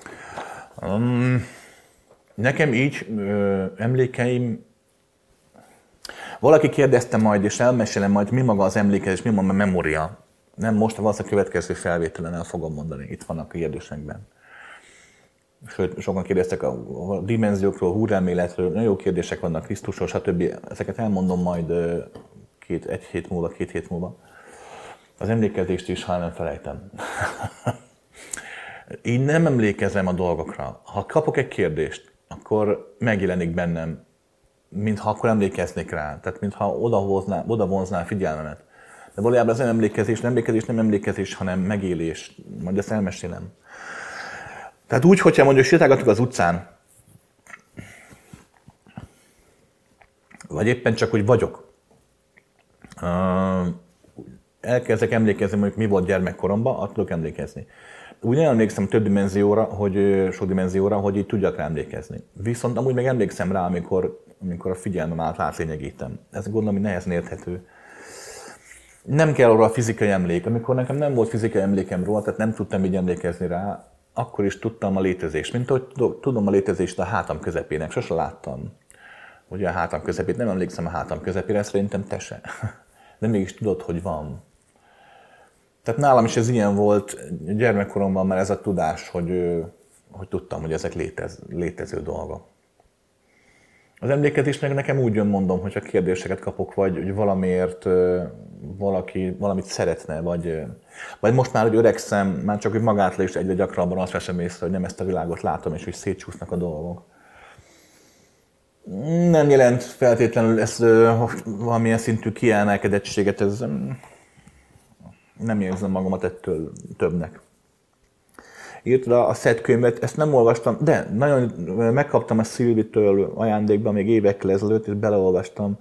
Nekem így emlékeim. Valaki kérdezte majd, és elmesélem majd, mi maga az emlékezés, mi maga a memória. Nem most, valószínűleg a következő felvételen el fogom mondani. Itt vannak a kérdésekben. Sőt, sokan kérdeztek a dimenziókról, húrelméletről, nagyon jó kérdések vannak, Krisztusról, stb. Ezeket elmondom majd 1 hét múlva, 2 hét múlva. Az emlékezést is, ha nem felejtem. Én nem emlékezem a dolgokra. Ha kapok egy kérdést, akkor megjelenik bennem, mintha akkor emlékeznék rá. Tehát mintha oda vonzná a figyelmemet. De valójában az nem emlékezés, hanem megélés. Majd ezt elmesélem. Tehát úgy, hogyha mondjuk sétálgatok az utcán, vagy éppen csak, hogy vagyok, elkezdek emlékezni, mondjuk mi volt gyermekkoromban, azt tudok emlékezni. Úgy nem emlékszem sok dimenzióra, hogy így tudjak rá emlékezni. Viszont amúgy meg emlékszem rá, amikor a figyelmem átlényegítem. Ez gondolom, hogy nehezen érthető. Nem kell arra a fizikai emlék. Amikor nekem nem volt fizikai emlékem róla, tehát nem tudtam így emlékezni rá, akkor is tudtam a létezést. Mint hogy tudom a létezést a hátam közepének, sose láttam. Ugye a hátam közepét, nem emlékszem a hátam közepére, szerintem te se. De mégis tudod, hogy van. Tehát nálam is ez ilyen volt, gyermekkoromban már ez a tudás, hogy tudtam, hogy ezek létező dolgok. Az emlékezés meg nekem úgy jön, mondom, hogyha kérdéseket kapok, vagy hogy valamiért valaki valamit szeretne, vagy most már, hogy öregszem, már csak hogy magától is egyre gyakrabban azt veszem észre, hogy nem ezt a világot látom, és hogy szétcsúsznak a dolgok. Nem jelent feltétlenül ezt valamilyen szintű kiemelkedettséget, ez nem érzem magamat ettől többnek. Írtad a SZED könyvet, ezt nem olvastam, de nagyon megkaptam a Szilvitől ajándékban még évekkel ezelőtt, és beleolvastam.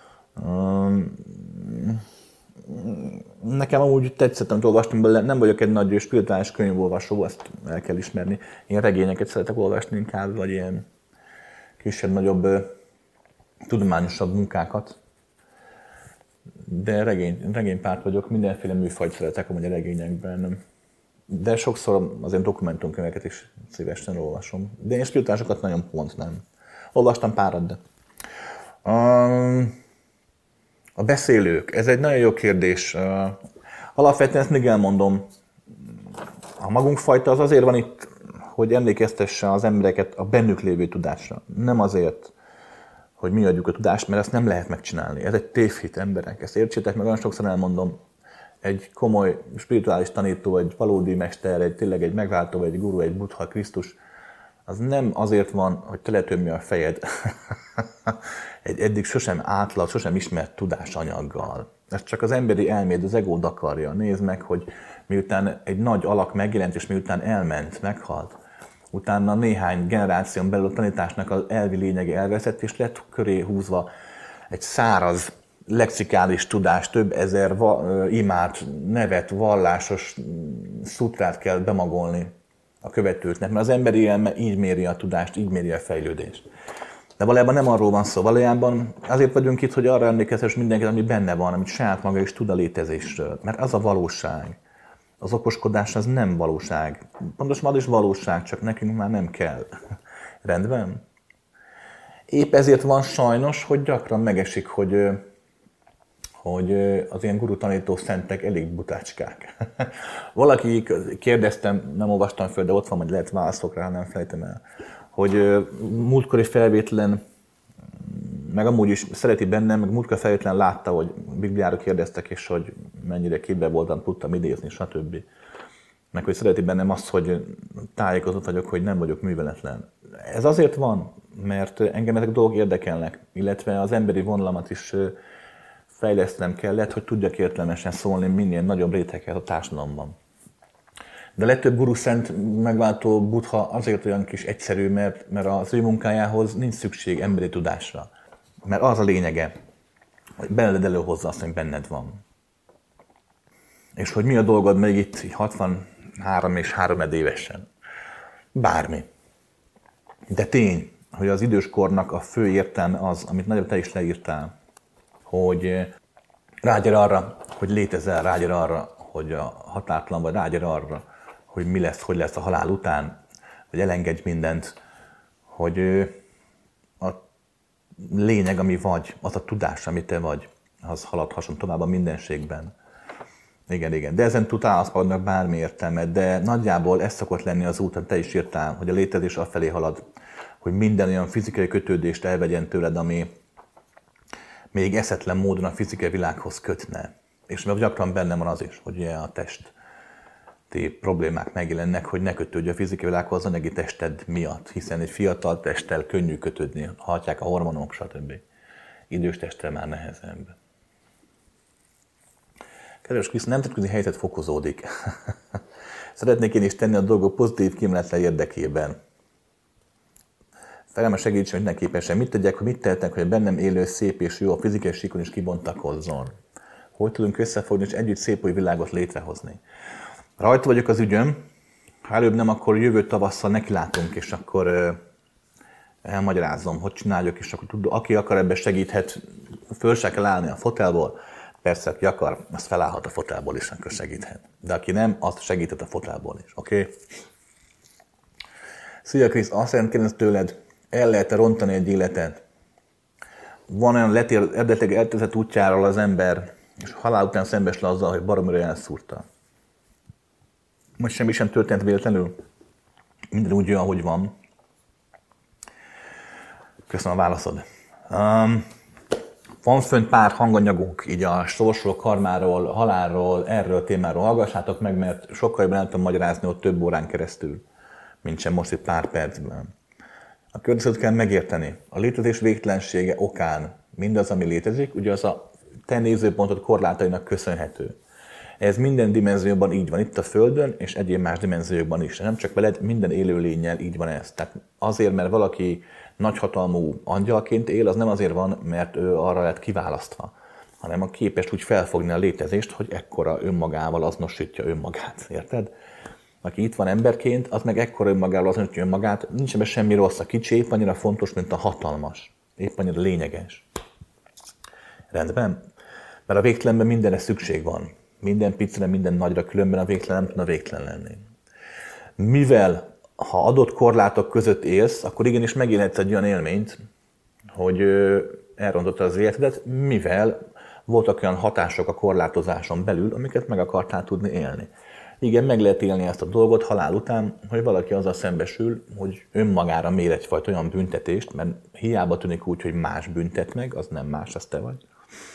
Nekem amúgy tetszett, amit olvastam belőle, nem vagyok egy nagy spirituális könyvolvasó, ezt el kell ismerni. Én regényeket szeretek olvasni inkább, vagy ilyen kisebb-nagyobb tudományosabb munkákat. De regénypárt vagyok, mindenféle műfajt szeretek amúgy a regényekben. de sokszor az én dokumentumkönyveket is szívesen olvasom. De én spirituálisokat nagyon pont nem. Olvastam párat, de... A beszélők, ez egy nagyon jó kérdés. Alapvetően ezt még elmondom. A magunk fajta az azért van itt, hogy emlékeztesse az embereket a bennük lévő tudásra. Nem azért, hogy mi adjuk a tudást, mert ezt nem lehet megcsinálni. Ez egy tévhit, emberek. Ezt értsétek meg, olyan sokszor elmondom. Egy komoly spirituális tanító, egy valódi mester, tényleg egy megváltó, egy guru, egy Buddha, Krisztus, az nem azért van, hogy teletömje a fejed egy eddig sosem átlag, sosem ismert tudásanyaggal. Ez csak az emberi elméd, az egód akarja. Nézd meg, hogy miután egy nagy alak megjelent, és miután elment, meghalt, utána néhány generáción belül a tanításnak az elvi lényege elveszett, és lett köré húzva egy száraz, lexikális tudás, több ezer imárt, nevet, vallásos szutrát kell bemagolni a követőknek, mert az emberi elme így méri a tudást, így méri a fejlődést. De valójában nem arról van szó, valójában azért vagyunk itt, hogy arra emlékeztes mindenkit, ami benne van, amit saját maga is tud a létezésről. Mert az a valóság. Az okoskodás az nem valóság. Pontosan az is valóság, csak nekünk már nem kell. Rendben? Épp ezért van sajnos, hogy gyakran megesik, hogy az ilyen guru tanító szentek elég butácskák. Valaki kérdeztem, nem olvastam föl, de ott van, hogy lehet válaszok rá, nem felejtem el, hogy múltkori felvétlen, meg amúgy is szereti bennem, meg múltkori felvétlen látta, hogy Bibliára kérdeztek, és hogy mennyire képbe voltam, tudtam idézni, stb. Meg hogy szereti bennem azt, hogy tájékozott vagyok, hogy nem vagyok műveletlen. Ez azért van, mert engem ezek a dolgok érdekelnek, illetve az emberi vonalamat is fejlesztenem kellett, hogy tudjak értelmesen szólni minél nagyobb réteghez a társadalomban. De a legtöbb guru szent megváltó Buddha azért olyan kis egyszerű, mert az ő munkájához nincs szükség emberi tudásra. Mert az a lényege, hogy beled előhozza azt, ami benned van. És hogy mi a dolgod még itt 63 és 3 évesen. Bármi. De tény, hogy az időskornak a fő értelme az, amit nagyon te is leírtál, hogy rágyere arra, hogy létezel, rágyere arra, hogy a határtalan vagy, rágyere arra, hogy mi lesz, hogy lesz a halál után, hogy elengedj mindent, hogy a lényeg, ami vagy, az a tudás, ami te vagy, az haladhasson tovább a mindenségben. Igen. De ezen tud támaszkodnak bármi értelmet, de nagyjából ez szokott lenni az út, amit te is írtál, hogy a létezés afelé halad, hogy minden olyan fizikai kötődést elvegyen tőled, ami még eszetlen módon a fizikai világhoz kötne. És meg gyakran bennem van az is, hogy ugye a testi problémák megjelennek, hogy ne kötődj a fizikai világhoz az anyagi tested miatt, hiszen egy fiatal testtel könnyű kötődni, hatják a hormonok, stb. Idős testtel már nehezebb. Kedves Krisz, nemzetközi helyzet fokozódik. Szeretnék én is tenni a dolgok pozitív kimenetle érdekében. Felem segítsen, hogy mindenképpen mit tegyek, hogy mit tehetek, hogy a bennem élő szép és jó a fizikai síkon is kibontakozzon. Hogy tudunk összefogni és együtt szép új világot létrehozni. Rajta vagyok az ügyöm, ha előbb nem, akkor jövő tavasszal nekilátunk, és akkor elmagyarázom, hogy csináljuk, és akkor aki akar, ebben segíthet, föl se kell állni a fotelból. Persze, aki akar, az felállhat a fotelból is, akkor segíthet. De aki nem, azt segíthet a fotelból is, oké? Szia Krisz, azt kérdezem tőled, el lehet-e rontani egy életet? Van olyan eredetileg eltözött útjáról az ember, és halál után szembesül azzal, hogy baromira elszúrta. Most semmi sem történt véletlenül? Minden úgy jön, ahogy van. Köszönöm a válaszod. Van fönt pár hanganyagunk, így a sorsról, karmáról, halálról, erről a témáról. Hallgassátok meg, mert sokkal jobban el tudom magyarázni ott több órán keresztül, mint sem most itt pár percben. A környezetet kell megérteni. A létezés végtelensége okán mindaz, ami létezik, ugye az a te nézőpontod korlátainak köszönhető. Ez minden dimenzióban így van, itt a Földön, és egyéb más dimenziókban is. Nem csak veled, minden élőlénnyel így van ez. Tehát azért, mert valaki nagyhatalmú angyalként él, az nem azért van, mert ő arra lett kiválasztva, hanem a képes úgy felfogni a létezést, hogy ekkora önmagával azonosítja önmagát. Érted? Aki itt van emberként, az meg ekkora önmagával azonosítja önmagát, nincs ebben semmi rossz. A kicsi épp annyira fontos, mint a hatalmas. Épp annyira lényeges. Rendben? Mert a végtelenben mindenre szükség van. minden picire, minden nagyra, különben a végtelen nem tudna végtelen lenni. Mivel, ha adott korlátok között élsz, akkor igenis megélhetsz egy olyan élményt, hogy elrontotta az életedet, mivel voltak olyan hatások a korlátozáson belül, amiket meg akartál tudni élni. Igen, meg lehet élni ezt a dolgot halál után, hogy valaki azzal szembesül, hogy önmagára mér egyfajta olyan büntetést, mert hiába tűnik úgy, hogy más büntet meg, az nem más, az te vagy.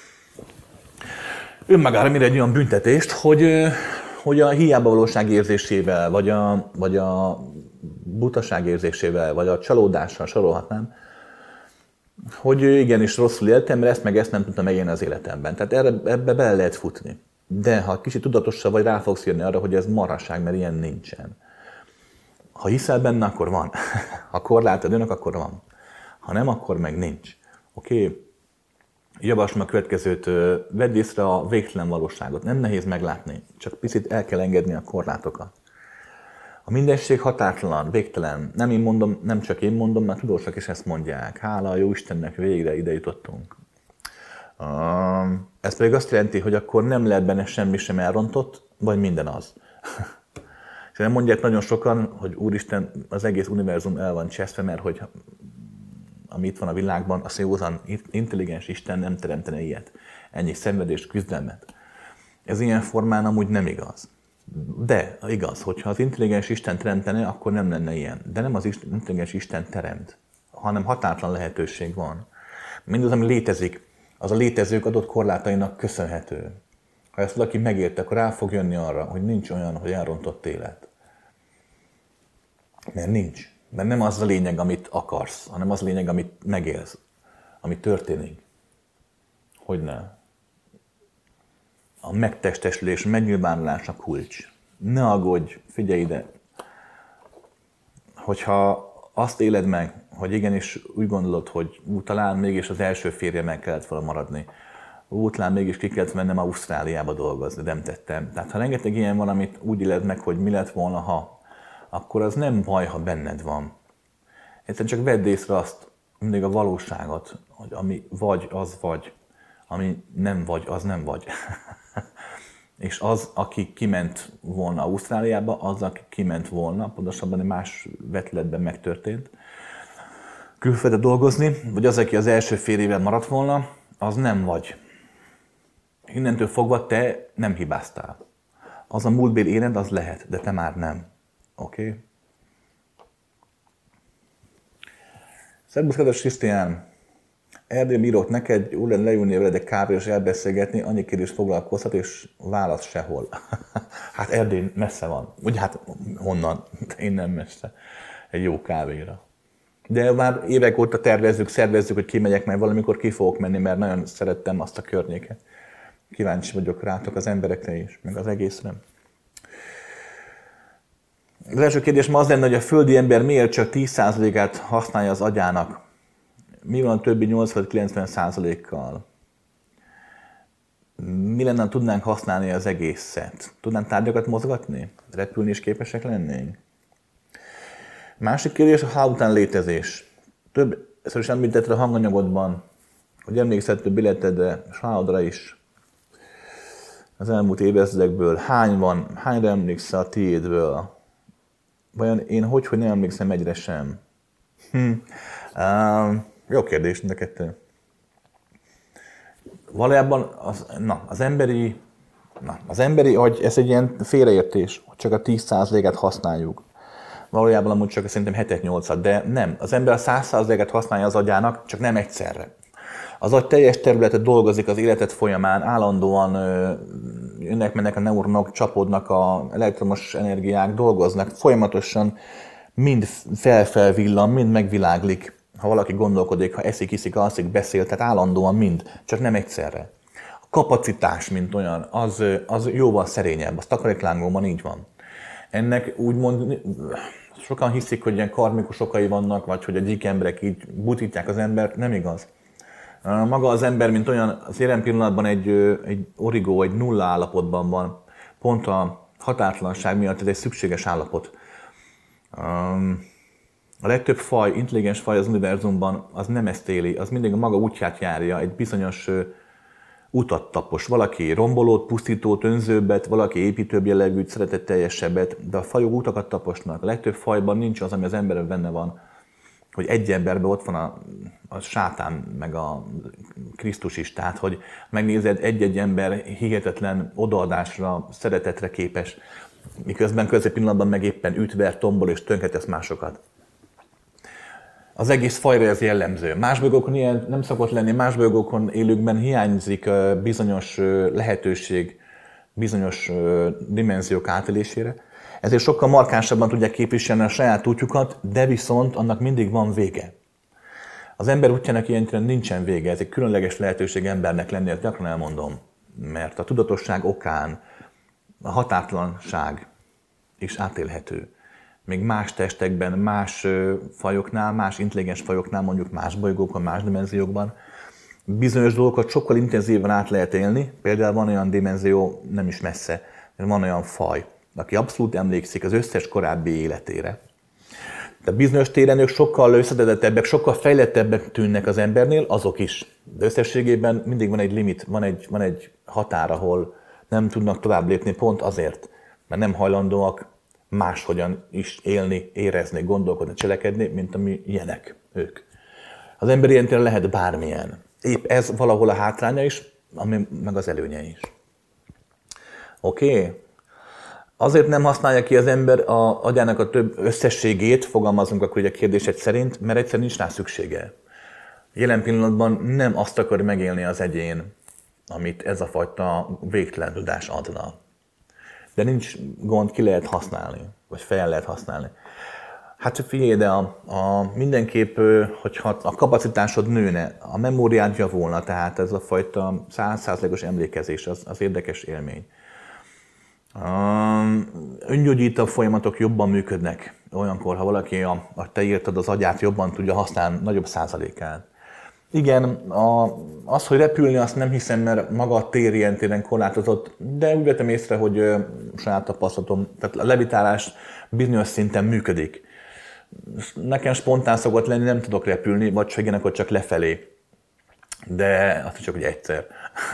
Önmagára mér egy olyan büntetést, hogy a hiába valóság érzésével, vagy a butaság érzésével, vagy a csalódással sorolhatnám, hogy igenis rosszul éltem, mert ezt nem tudtam megélni az életemben. Tehát ebbe bele lehet futni. De ha kicsit tudatosabb vagy, rá fogsz jönni arra, hogy ez marhaság, mert ilyen nincsen. Ha hiszel benne, akkor van. Ha korlátod önök, akkor van. Ha nem, akkor meg nincs. Oké? Javaslom a következőt, vedd észre a végtelen valóságot. Nem nehéz meglátni, csak picit el kell engedni a korlátokat. A mindenség határtalan, végtelen. Nem én mondom, nem csak én mondom, mert tudósok is ezt mondják. Hála a jó Istennek, végre ide jutottunk. Ez pedig azt jelenti, hogy akkor nem lehet benne semmi sem elrontott, vagy minden az. És nem mondják nagyon sokan, hogy Úristen, az egész univerzum el van cseszve, mert hogy ami itt van a világban, az józan, intelligens Isten nem teremtene ilyet. Ennyi szenvedést, küzdelmet. Ez ilyen formán amúgy nem igaz. De igaz, hogyha az intelligens Isten teremtene, akkor nem lenne ilyen. De nem az intelligens Isten teremt, hanem határtalan lehetőség van. Mindaz, ami létezik, az a létezők adott korlátainak köszönhető. Ha ezt valaki megérte, akkor rá fog jönni arra, hogy nincs olyan, hogy elrontott élet. Mert nincs. Mert nem az a lényeg, amit akarsz, hanem az a lényeg, amit megélsz, ami történik. Hogyne? A megtestesülés, megnyilvánulás a kulcs. Ne aggódj, figyelj ide. Hogyha azt éled meg, hogy igenis úgy gondolod, hogy talán mégis az első férjemmel kellett volna maradni. Talán mégis ki kellett mennem Ausztráliába dolgozni, de nem tettem. Tehát ha rengeteg ilyen van, amit úgy éled meg, hogy mi lett volna, ha, akkor az nem baj, ha benned van. Egyszerűen csak vedd észre azt, mindig a valóságot, hogy ami vagy, az vagy. Ami nem vagy, az nem vagy. És az, aki kiment volna Ausztráliába, az, aki kiment volna, pontosabban egy más vetületben megtörtént, külföldre dolgozni, vagy az, aki az első fél évvel maradt volna, az nem vagy. Innentől fogva te nem hibáztál. Az a múltbéli élet, az lehet, de te már nem. Oké? Szerbusz, kedves Krisztián! Erdélyben írok neked, úgy lenne leülni veled egy kávéra és elbeszélgetni, annyi kérdés foglalkozhat, és válasz sehol. Hát Erdély messze van. Ugye hát honnan? Én nem messze. Egy jó kávéra. De már évek óta szervezzük, hogy kimegyek, mert valamikor ki fogok menni, mert nagyon szerettem azt a környéket. Kíváncsi vagyok rátok, az emberekre is, meg az egészre. Az első kérdés ma az lenne, hogy a földi ember miért csak 10%-át használja az agyának. Mi van a többi 80-90%-kal? Mi lenne, ha tudnánk használni az egészet? Tudnánk tárgyakat mozgatni? Repülni is képesek lennénk? Másik kérdés a halál után létezés. Többször is említetted a hanganyagodban, hogy emlékszel több életedre, és halálodra is. Az elmúlt évezredekből hány van, hányra emlékszel a tiédből? Vajon én hogy nem emlékszem egyre sem? Jó kérdés, mind a kettő. Valójában az emberi agy, ez egy ilyen félreértés, hogy csak a 10%-át használjuk. Valójában amúgy csak szerintem 7-8-at, de nem. Az ember a 100%-át használja az agyának, csak nem egyszerre. Az agy teljes területet dolgozik az életed folyamán, állandóan jönnek-mennek a neuronok, csapódnak az elektromos energiák, dolgoznak, folyamatosan mind felvillan, mind megviláglik. Ha valaki gondolkodik, ha eszik, iszik, alszik, beszél, tehát állandóan mind, csak nem egyszerre. A kapacitás, mint olyan, az jóval szerényebb, az takaréklángóban így van. Ennek úgymond sokan hiszik, hogy ilyen karmikus okai vannak, vagy hogy a gyík emberek így butítják az embert, nem igaz. Maga az ember, mint olyan, az jelen pillanatban egy origó, egy nulla állapotban van. Pont a határtalanság miatt ez egy szükséges állapot. A legtöbb faj, intelligens faj az univerzumban, az nem ezt éli, az mindig a maga útját járja, egy bizonyos utat tapos. Valaki rombolót, pusztítót, önzőbbet, valaki építőbb jellegűt, szeretetteljesebbet, de a fajok utakat taposnak. A legtöbb fajban nincs az, ami az emberben benne van, hogy egy emberben ott van a sátán, meg a Krisztus is. Tehát, hogy megnézed, egy-egy ember hihetetlen odaadásra, szeretetre képes, miközben középpillanatban meg éppen ütver, tombol és tönkretesz másokat. Az egész fajra ez jellemző. Más bolygókon ilyen nem szokott lenni, más bolygókon élőkben hiányzik bizonyos lehetőség, bizonyos dimenziók átélésére. Ezért sokkal markánsabban tudják képviselni a saját útjukat, de viszont annak mindig van vége. Az ember útjának ilyen nincsen vége, ez egy különleges lehetőség embernek lenni, ezt gyakran elmondom. Mert a tudatosság okán a határtalanság is átélhető. Még más testekben, más fajoknál, más intelligens fajoknál, mondjuk más bolygókon, más dimenziókban bizonyos dolgokat sokkal intenzíven át lehet élni. Például van olyan dimenzió, nem is messze, van olyan faj, aki abszolút emlékszik az összes korábbi életére. De bizonyos téren ők sokkal összetettebbek, sokkal fejlettebbek tűnnek az embernél, azok is. De összességében mindig van egy limit, van egy határ, ahol nem tudnak tovább lépni pont azért, mert nem hajlandóak máshogyan is élni, érezni, gondolkodni, cselekedni, mint ami ilyenek ők. Az ember ilyen tényleg lehet bármilyen. Épp ez valahol a hátránya is, ami meg az előnye is. Oké? Azért nem használja ki az ember az agyának a több összességét, fogalmazunk akkor ugye a kérdésed szerint, mert egyszerűen nincs rá szüksége. Jelen pillanatban nem azt akar megélni az egyén, amit ez a fajta végtelen tudás adna. De nincs gond, ki lehet használni, vagy fel lehet használni. Hát figyelj, de mindenképp, hogyha a kapacitásod nőne, a memóriád javulna, tehát ez a fajta 100%-os emlékezés, az érdekes élmény. Öngyógyító folyamatok jobban működnek olyankor, ha valaki te írtad az agyát jobban tudja használni nagyobb százalékát. Igen, az, hogy repülni, azt nem hiszem, mert maga a tér ilyen téren korlátozott, de úgy vettem észre, hogy saját tapasztalatom, tehát a levitálás bizonyos szinten működik. Nekem spontán szokott lenni, nem tudok repülni, vagy ha igen, akkor csak lefelé. De azt csak, hogy egyszer.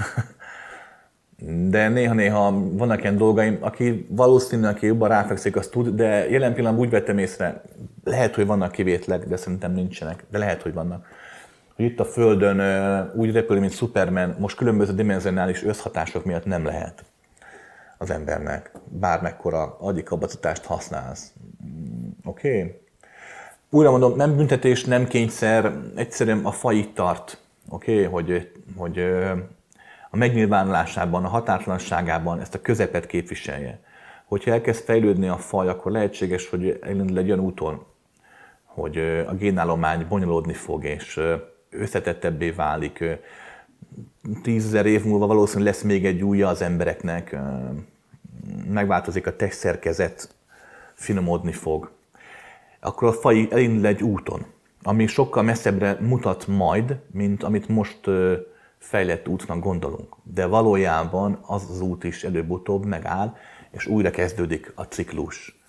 De néha-néha vannak ilyen dolgaim, aki valószínűleg, aki jobban ráfekszik, azt tud, de jelen pillanatban úgy vettem észre, lehet, hogy vannak kivétlek, de szerintem nincsenek, de lehet, hogy vannak. Hogy itt a Földön úgy repül, mint Superman, most különböző dimenzionális összhatások miatt nem lehet az embernek. Bármekkora agyi kapacitást használsz. Oké? Újra mondom, nem büntetés, nem kényszer, egyszerűen a faj itt tart. Oké? Hogy a megnyilvánulásában, a határtalanságában ezt a közepet képviselje. Hogyha elkezd fejlődni a faj, akkor lehetséges, hogy elindul egy olyan úton, hogy a génállomány bonyolódni fog, és összetettebbé válik. 10 000 év múlva valószínűleg lesz még egy ujja az embereknek, megváltozik a testszerkezet, finomodni fog. Akkor a faj elindul egy úton, ami sokkal messzebbre mutat majd, mint amit most fejlett útnak gondolunk. De valójában az út is előbb-utóbb megáll, és újra kezdődik a ciklus.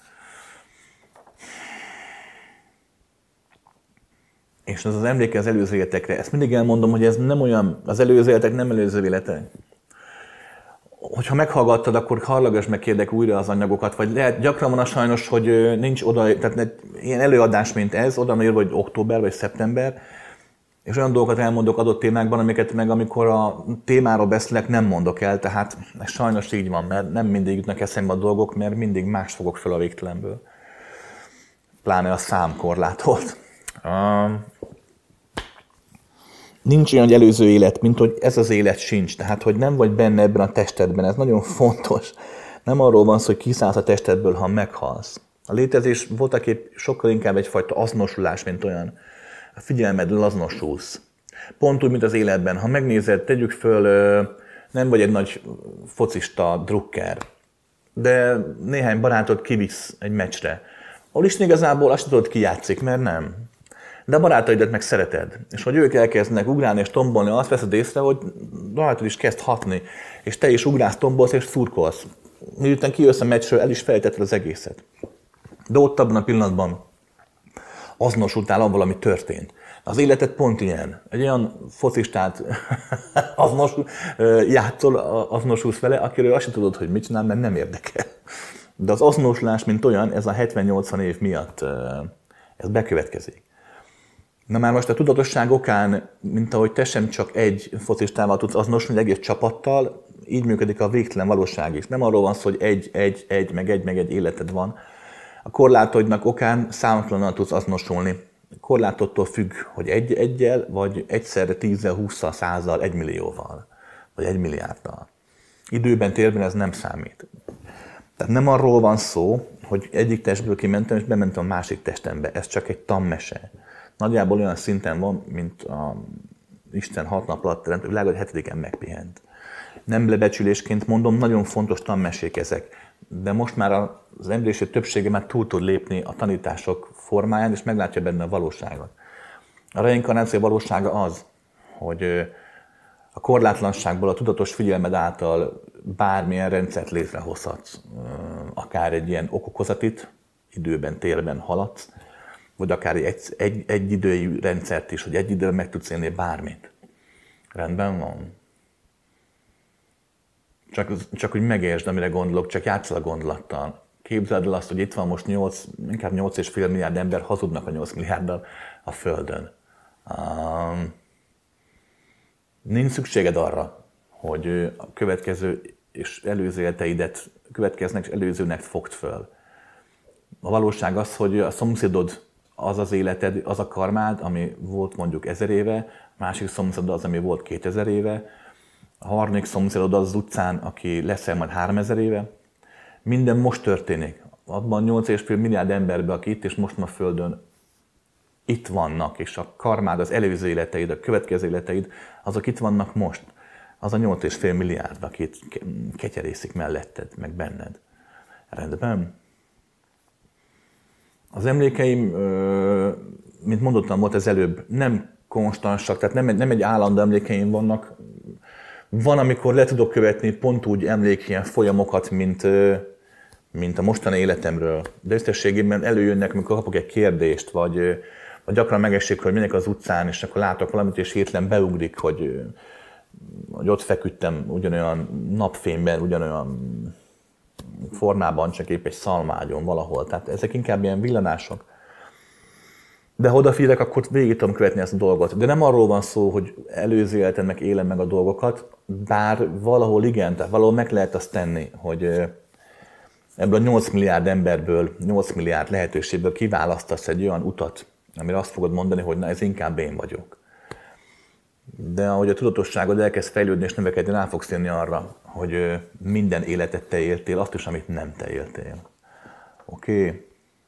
És az emléke az előző életekre. Ezt mindig elmondom, hogy ez nem olyan, az előző életek nem előző életek. Hogyha meghallgattad, akkor hallgass meg, kérdek újra az anyagokat, vagy lehet, gyakran van a sajnos, hogy nincs oda, tehát ilyen előadás, mint ez, oda írva, hogy október vagy szeptember, és olyan dolgokat elmondok adott témákban, amiket meg amikor a témáról beszélek, nem mondok el, tehát ez sajnos így van, mert nem mindig jutnak eszembe a dolgok, mert mindig más fogok fel a végtelenből. Pláne a számkorlátolt. Nincs olyan előző élet, mint hogy ez az élet sincs. Tehát, hogy nem vagy benne ebben a testedben, ez nagyon fontos. Nem arról van szó, hogy kiszállsz a testedből, ha meghalsz. A létezés voltaképp sokkal inkább egyfajta azonosulás, mint olyan. A figyelmeddel azonosulsz. Pont úgy, mint az életben. Ha megnézed, tegyük föl, nem vagy egy nagy focista drukker, de néhány barátod kivisz egy meccsre. Ahol is igazából azt tudod, ki játszik, mert nem. De a barátaidat meg szereted. És hogy ők elkezdenek ugrálni és tombolni, azt veszed észre, hogy rajtad is kezd hatni. És te is ugrálsz, tombolsz és szurkolsz. Miután kijössz a meccsről, el is felejtetted az egészet. De ott abban a pillanatban azonosultál avval, ami történt. Az életed pont ilyen. Egy olyan focistát azonosulsz vele, akiről azt sem tudod, hogy mit csinál, mert nem érdekel. De az azonosulás, mint olyan, ez a 70-80 év miatt ez bekövetkezik. Na már most a tudatosság okán, mint ahogy te sem csak egy focistával tudsz azonosulni, egész csapattal, így működik a végtelen valóság is. Nem arról van szó, hogy egy életed van. A korlátoidnak okán számtalanul tudsz azonosulni. Korlátottól függ, hogy egyel, vagy egyszerre 10-el, 20-szal, 100-zal, 1 millióval, vagy 1 milliárddal. Időben, térben ez nem számít. Tehát nem arról van szó, hogy egyik testből kimentem, és bementem a másik testembe. Ez csak egy tanmese. Nagyjából olyan szinten van, mint a Isten 6 nap alatt teremt, a világ, hogy 7-en megpihent. Nem lebecsülésként mondom, nagyon fontos tanmesék ezek. De most már az emberiség többsége már túl tud lépni a tanítások formáján, és meglátja benne a valóságot. A reinkarnáció valósága az, hogy a korlátlanságból, a tudatos figyelmed által bármilyen rendszert létrehozhatsz. Akár egy ilyen okokozatit, időben, térben haladsz, vagy akár egy idői rendszert is, hogy egy időben meg tudsz élni bármit. Rendben van? Csak hogy megértsd, amire gondolok, csak játsszal a gondolattal. Képzeld el azt, hogy itt van most inkább 8,5 milliárd ember, hazudnak a 8 milliárddal a Földön. Nincs szükséged arra, hogy a következő és előző életeidet következnek és előzőnek fogd föl. A valóság az, hogy a szomszédod az az életed, az a karmád, ami volt mondjuk 1000 éve, a másik szomszédod az, ami volt 2000 éve, a harmadik szomszédod az utcán, aki leszel majd 3000 éve. Minden most történik. Abban 8,5 milliárd emberben, aki itt és most a Földön itt vannak, és a karmád, az előző életeid, a következő életeid, azok itt vannak most. Az a 8,5 milliárd, aki itt ketyerészik melletted, meg benned. Rendben? Az emlékeim, mint mondottam, volt ez előbb, nem konstansak, tehát nem egy állandó emlékeim vannak. Van, amikor le tudok követni pont úgy emlékilyen folyamokat, mint a mostani életemről. De összességében előjönnek, amikor kapok egy kérdést, vagy gyakran megesik, hogy megyek az utcán, és akkor látok valamit, és hirtelen beugrik, hogy ott feküdtem ugyanolyan napfényben, ugyanolyan formában, csak épp egy szalmágyon valahol. Tehát ezek inkább ilyen villanások. De ha odafigyelek, akkor végig tudom követni ezt a dolgot. De nem arról van szó, hogy előző életemnek élem meg a dolgokat, bár valahol igen, tehát valahol meg lehet azt tenni, hogy ebből a 8 milliárd emberből, 8 milliárd lehetőségből kiválasztasz egy olyan utat, amire azt fogod mondani, hogy na ez inkább én vagyok. De ahogy a tudatosságod elkezd fejlődni és növekedni, rá fogsz jönni arra, hogy minden életet te éltél, azt is, amit nem te éltél. Oké?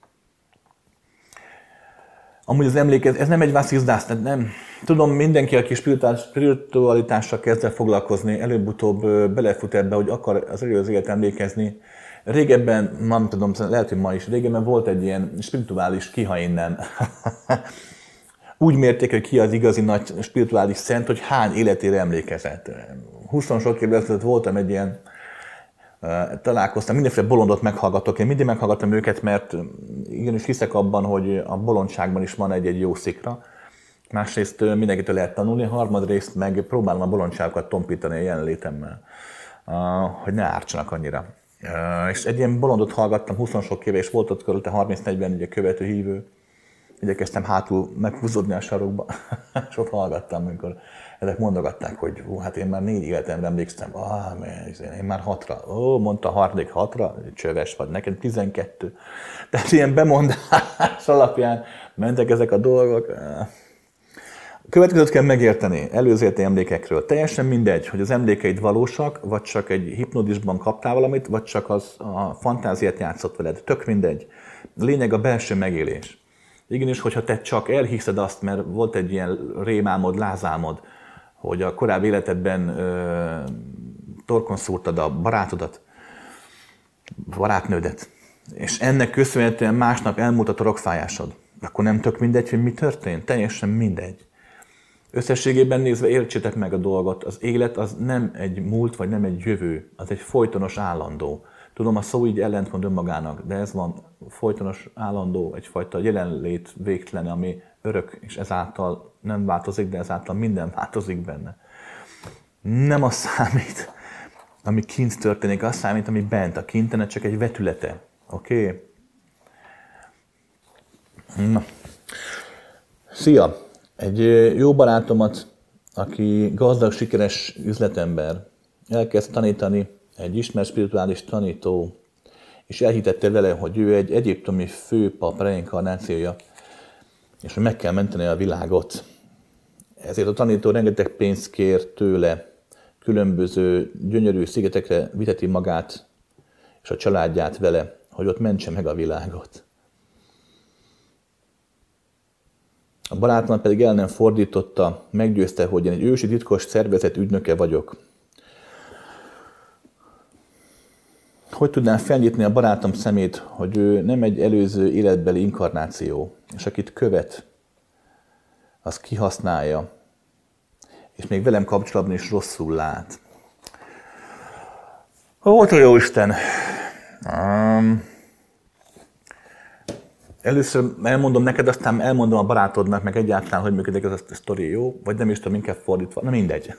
Amúgy az emlékez, ez nem egy vasszizdász, nem. Tudom, mindenki, aki spiritualitással kezd el foglalkozni, előbb-utóbb belefut ebbe, hogy akar az előző élet emlékezni. Régebben, nem tudom, lehet, hogy ma is, régebben volt egy ilyen spirituális ki, ha innen. Úgy mérték, hogy ki az igazi nagy spirituális szent, hogy hány életére emlékezett. 20 sok évvel ezelőtt voltam egy ilyen, találkoztam, mindenféle bolondot meghallgatok. Én mindig meghallgattam őket, mert igenis hiszek abban, hogy a bolondságban is van egy jó szikra. Másrészt mindenkitől lehet tanulni, harmadrészt meg próbálom a bolondságokat tompítani a jelenlétemmel, hogy ne ártsanak annyira. És egy ilyen bolondot hallgattam 20 sok éve, és volt ott körülte 30-40 ugye követő hívő. Igyekeztem hátul meghúzódni a sarokba, és ott hallgattam, amikor ezek mondogatták, hogy hát én már 4 életemre emlékszem, én már 6-ra. Mondta a harmadik 6-ra, csöves vagy, neked 12. Tehát ilyen bemondás alapján mentek ezek a dolgok. Következőt kell megérteni előző életi emlékekről. Teljesen mindegy, hogy az emlékeid valósak, vagy csak egy hipnózisban kaptál valamit, vagy csak a fantáziát játszott veled. Tök mindegy. Lényeg a belső megélés. Igenis, hogyha te csak elhiszed azt, mert volt egy ilyen rémálmod, lázálmod, hogy a korábbi életedben torkon szúrtad a barátodat, barátnődet, és ennek köszönhetően másnap elmúlt a torokfájásod, akkor nem tök mindegy, hogy mi történt? Teljesen mindegy. Összességében nézve értsétek meg a dolgot, az élet az nem egy múlt, vagy nem egy jövő, az egy folytonos állandó. Tudom, a szó így ellentmond önmagának, de ez van folytonos, állandó, egyfajta jelenlét végtelen, ami örök, és ezáltal nem változik, de ezáltal minden változik benne. Nem az számít, ami kint történik, az számít, ami bent. A kintenet csak egy vetülete. Oké? Na. Szia! Egy jó barátomat, aki gazdag, sikeres üzletember, elkezd tanítani, egy ismert spirituális tanító, és elhitette vele, hogy ő egy egyiptomi főpap reinkarnációja, és hogy meg kell menteni a világot. Ezért a tanító rengeteg pénzt kér tőle, különböző gyönyörű szigetekre viteti magát és a családját vele, hogy ott mentse meg a világot. A barátomat pedig el nem fordította, meggyőzte, hogy én egy ősi titkos szervezet ügynöke vagyok. Hogy tudnám felnyitni a barátom szemét, hogy ő nem egy előző életbeli inkarnáció, és akit követ, az kihasználja, és még velem kapcsolatban is rosszul lát. Ó, jó Isten! Először elmondom neked, aztán elmondom a barátodnak, meg egyáltalán, hogy működik ez a sztori, jó? Vagy nem is tudom, inkább fordítva. Na mindegy.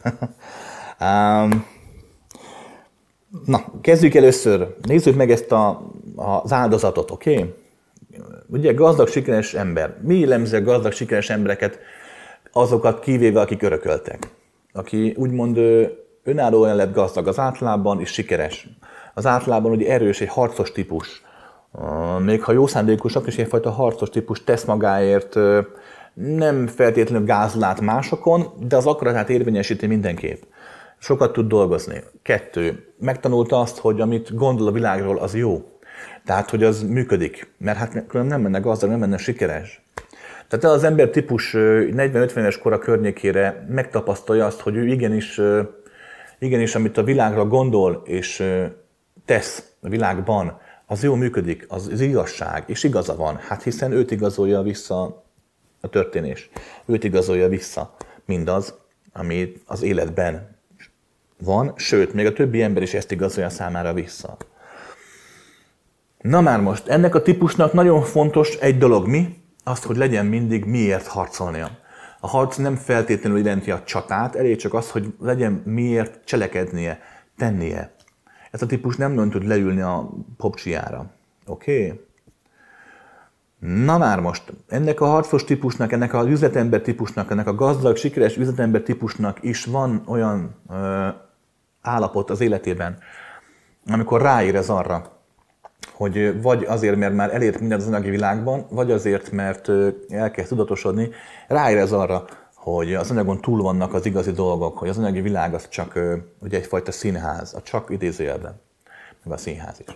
Na, kezdjük először. Nézzük meg ezt az áldozatot, oké? Ugye gazdag, sikeres ember. Mi jellemzi a gazdag, sikeres embereket? Azokat kivéve, akik örököltek. Aki úgymond önállóan lett gazdag az általában, és sikeres. Az általában ugye erős, egy harcos típus. Még ha jó szándékosak, és egyfajta harcos típus tesz magáért, nem feltétlenül gázol át másokon, de az akaratát érvényesíti mindenképp. Sokat tud dolgozni. 2. Megtanulta azt, hogy amit gondol a világról, az jó. Tehát, hogy az működik. Mert hát nem menne gazdag, nem menne sikeres. Tehát az ember típus 40-50 éves kora környékére megtapasztalja azt, hogy ő igenis, amit a világra gondol és tesz a világban, az jól működik, az igazság, és igaza van. Hát hiszen őt igazolja vissza a történés. Őt igazolja vissza mindaz, ami az életben van, sőt, még a többi ember is ezt igazolja számára vissza. Na már most, ennek a típusnak nagyon fontos egy dolog, mi? Azt, hogy legyen mindig miért harcolnia. A harc nem feltétlenül jelenti a csatát, elég csak az, hogy legyen miért cselekednie, tennie. Ez a típus nem tud leülni a popcsiára. Oké? Na már most, ennek a harcos típusnak, ennek az üzletember típusnak, ennek a gazdag, sikeres üzletember típusnak is van olyan állapot az életében, amikor ráérez arra, hogy vagy azért, mert már elért minden az anyagi világban, vagy azért, mert elkezd tudatosodni, ráérez arra, hogy az anyagon túl vannak az igazi dolgok, hogy az anyagi világ az csak ugye egyfajta színház, a csak idézőjelben, meg a színház is.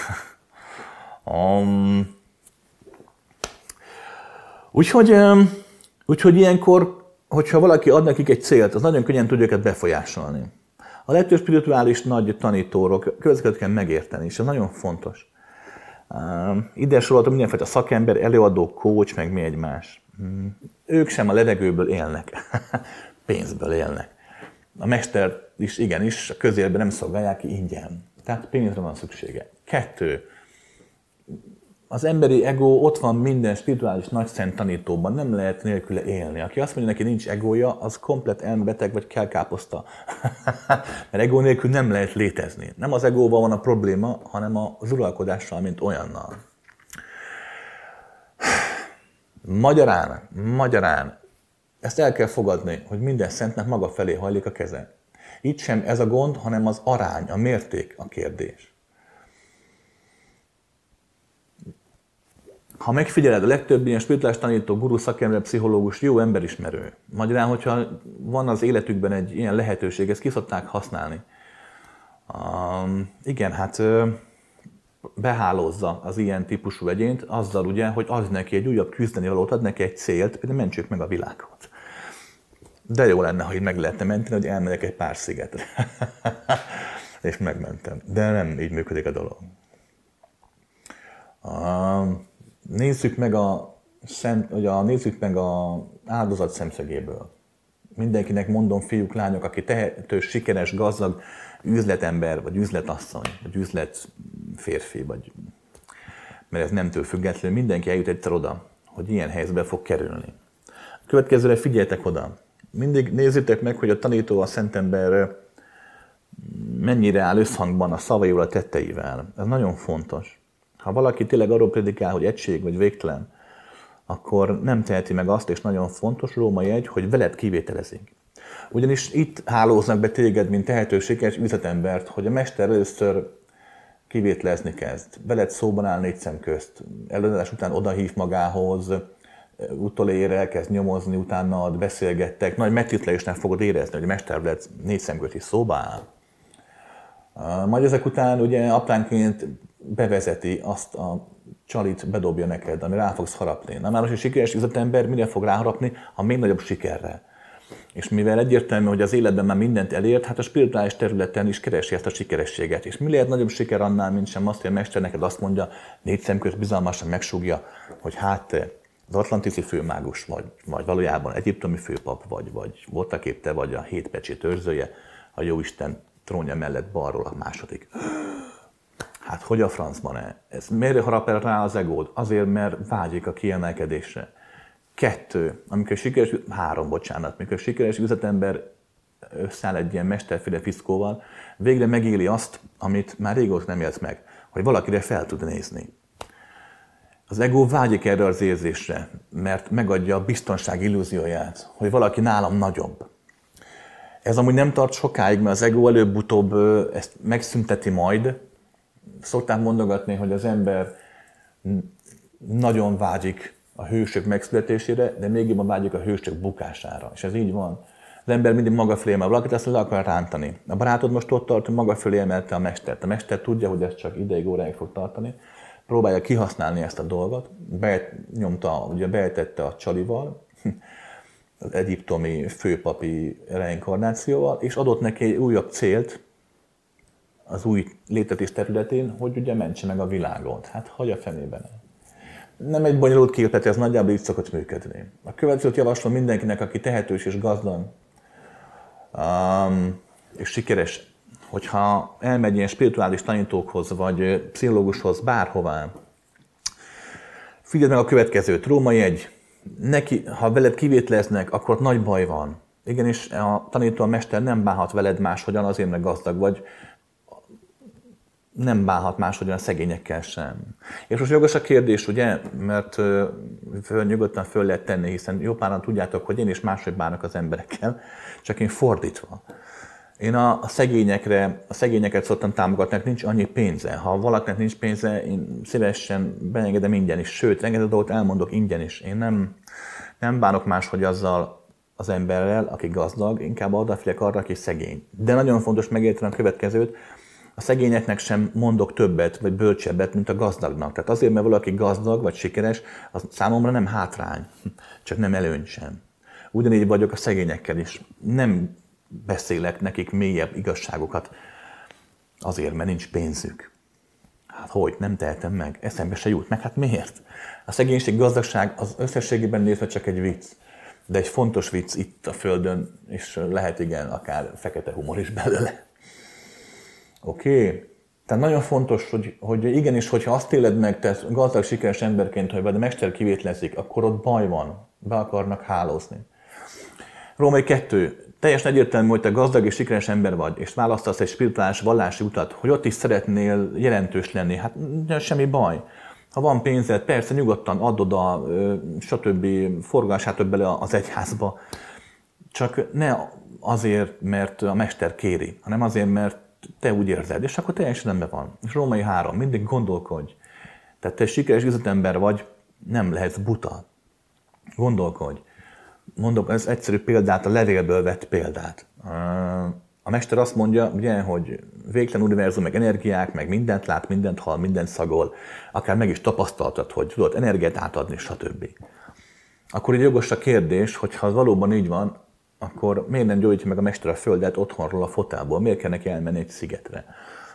Úgyhogy ilyenkor, hogyha valaki ad nekik egy célt, az nagyon könnyen tudja őket befolyásolni. A legtöbb spirituális nagy tanítóról következőt kell megérteni, és ez nagyon fontos. Ide soroltam mindenfajta szakember, előadó, coach, meg mi egymás. Ők sem a levegőből élnek, pénzből élnek. A mester is igenis, a közérben nem szolgálják ki ingyen. Tehát pénzre van szüksége. 2. Az emberi ego ott van minden spirituális nagyszent tanítóban, nem lehet nélküle élni. Aki azt mondja, neki nincs egója, az komplet elmebeteg vagy kelkáposzta. Mert ego nélkül nem lehet létezni. Nem az egóval van a probléma, hanem az uralkodással, mint olyannal. Magyarán, ezt el kell fogadni, hogy minden szentnek maga felé hajlik a keze. Itt sem ez a gond, hanem az arány, a mérték a kérdés. Ha megfigyeled, a legtöbb ilyen spirituális tanító, guru, szakember, pszichológus, jó emberismerő. Magyarán, hogyha van az életükben egy ilyen lehetőség, ezt ki szokták használni. Igen, hát behálózza az ilyen típusú egyént azzal ugye, hogy az neki egy újabb küzdeni valót, ad neki egy célt, például mentsük meg a világot. De jó lenne, ha így meg lehetne menteni, hogy elmegyek egy pár szigetre. És megmentem. De nem így működik a dolog. Nézzük meg a áldozat szemszögéből. Mindenkinek mondom, fiúk, lányok, aki tehetős, sikeres, gazdag üzletember, vagy üzletasszony, vagy üzletférfi, vagy mert ez nemtől függetlenül mindenki eljut egyszer oda, hogy ilyen helyzetbe fog kerülni. A következőre figyeljetek oda. Mindig nézzétek meg, hogy a tanító, a szentember mennyire áll összhangban a szavaival, a tetteivel. Ez nagyon fontos. Ha valaki tényleg arról prédikál, hogy egység vagy végtelen, akkor nem teheti meg azt, és nagyon fontos, római 1, hogy veled kivételezik. Ugyanis itt hálóznak be téged, mint tehetőséges üzletembert, hogy a mester először kivételezni kezd. Veled szóban áll 4 szem közt. Előadás után odahív magához, utolér, elkezd nyomozni, utána beszélgettek. Nagy megtisztelésnek fogod érezni, hogy a mester veled 4 szem közt is szóba áll. Majd ezek után ugye apránként bevezeti azt a csalit, bedobja neked, ami rá fogsz harapni. Na már most egy sikeres üzletember mire fog ráharapni? A még nagyobb sikerre. És mivel egyértelmű, hogy az életben már mindent elért, hát a spirituális területen is keresi ezt a sikerességet. És mi lehet nagyobb siker annál, mint sem azt, hogy a mester neked azt mondja, 4 szem közt bizalmasan megsúgja, hogy hát te az atlantiszi főmágus vagy valójában egyiptomi főpap vagy voltaképp te vagy a 7 pecsét őrzője, a Jóisten trónja mellett balról a második. Hát hogy a francban-e? Ez miért harap el rá az egód? Azért, mert vágyik a kiemelkedésre. 2, amikor sikeres üzletember összeáll egy ilyen mesterféle fiszkóval, végre megéli azt, amit már régóta nem élt meg, hogy valakire fel tud nézni. Az ego vágyik erre az érzésre, mert megadja a biztonság illúzióját, hogy valaki nálam nagyobb. Ez amúgy nem tart sokáig, mert az ego előbb-utóbb ezt megszünteti majd. Szokták mondogatni, hogy az ember nagyon vágyik a hősök megszületésére, de még jobban vágyik a hősök bukására. És ez így van. Az ember mindig maga fölé emel valakit, azt le akar rántani. A barátod most ott tart, hogy maga fölé emelte a mestert. A mester tudja, hogy ez csak ideig, óráig fog tartani. Próbálja kihasználni ezt a dolgot. Beejtette a csalival, az egyiptomi főpapi reinkarnációval, és adott neki egy újabb célt az új létetés területén, hogy ugye mentse meg a világot. Hát hogy a fenében? Nem egy bonyolult képlet, ez nagyjából így szokott működni. A következőt javaslom mindenkinek, aki tehetős és gazdag, és sikeres, hogyha elmegy ilyen spirituális tanítókhoz, vagy pszichológushoz, bárhová, figyeld meg a következőt, Római 1. Neki, ha veled kivételeznek, akkor nagy baj van. Igenis, a tanító, a mester nem bánhat veled máshogyan, azért, mert gazdag vagy, nem bánhat máshogyan a szegényekkel sem. És most jogos a kérdés, ugye, mert nyugodtan föl lehet tenni, hiszen jó páran tudjátok, hogy én is máshogy bánok az emberekkel, csak én fordítva. Én a szegényeket szoktam támogatni, nincs annyi pénze. Ha valakinek nincs pénze, én szívesen beengedem ingyen is. Sőt, rengeteg dolgot elmondok ingyen is. Én nem bánok máshogy azzal az emberrel, aki gazdag, inkább odafigyelek arra, aki szegény. De nagyon fontos megérteni a következőt, a szegényeknek sem mondok többet, vagy bölcsebbet, mint a gazdagnak. Tehát azért, mert valaki gazdag, vagy sikeres, az számomra nem hátrány, csak nem előny sem. Ugyanígy vagyok a szegényekkel is. Nem beszélek nekik mélyebb igazságokat azért, mert nincs pénzük. Hát hogy? Nem tehetem meg. Eszembe se jut meg. Hát miért? A szegénység, gazdagság az összességében nézve csak egy vicc. De egy fontos vicc itt a Földön, és lehet igen, akár fekete humor is belőle. Oké? Tehát nagyon fontos, hogy igenis, hogyha azt éled meg, te gazdag, sikeres emberként, hogy vagy a mester kivételezik, akkor ott baj van. Be akarnak hálózni. Római 2. Teljesen egyértelmű, hogy te gazdag és sikeres ember vagy, és választasz egy spirituális vallási utat, hogy ott is szeretnél jelentős lenni. Hát semmi baj. Ha van pénzed, persze nyugodtan add oda, stb. Forgassátok bele az egyházba. Csak ne azért, mert a mester kéri, hanem azért, mert te úgy érzed, és akkor teljesen rendben van. És Római 3. Mindig gondolkodj. Tehát te sikeres üzletember vagy, nem lehetsz buta. Gondolkodj. Mondok ez egyszerű példát, a levélből vett példát. A mester azt mondja, ugye, hogy végtelen univerzum, meg energiák, meg mindent lát, mindent hall, mindent szagol, akár meg is tapasztaltad, hogy tudod energiát átadni, stb. Akkor így jogos a kérdés, hogy ha valóban így van, akkor miért nem gyógyítja meg a mester a földet otthonról, a fotelból? Miért kell neki elmenni egy szigetre?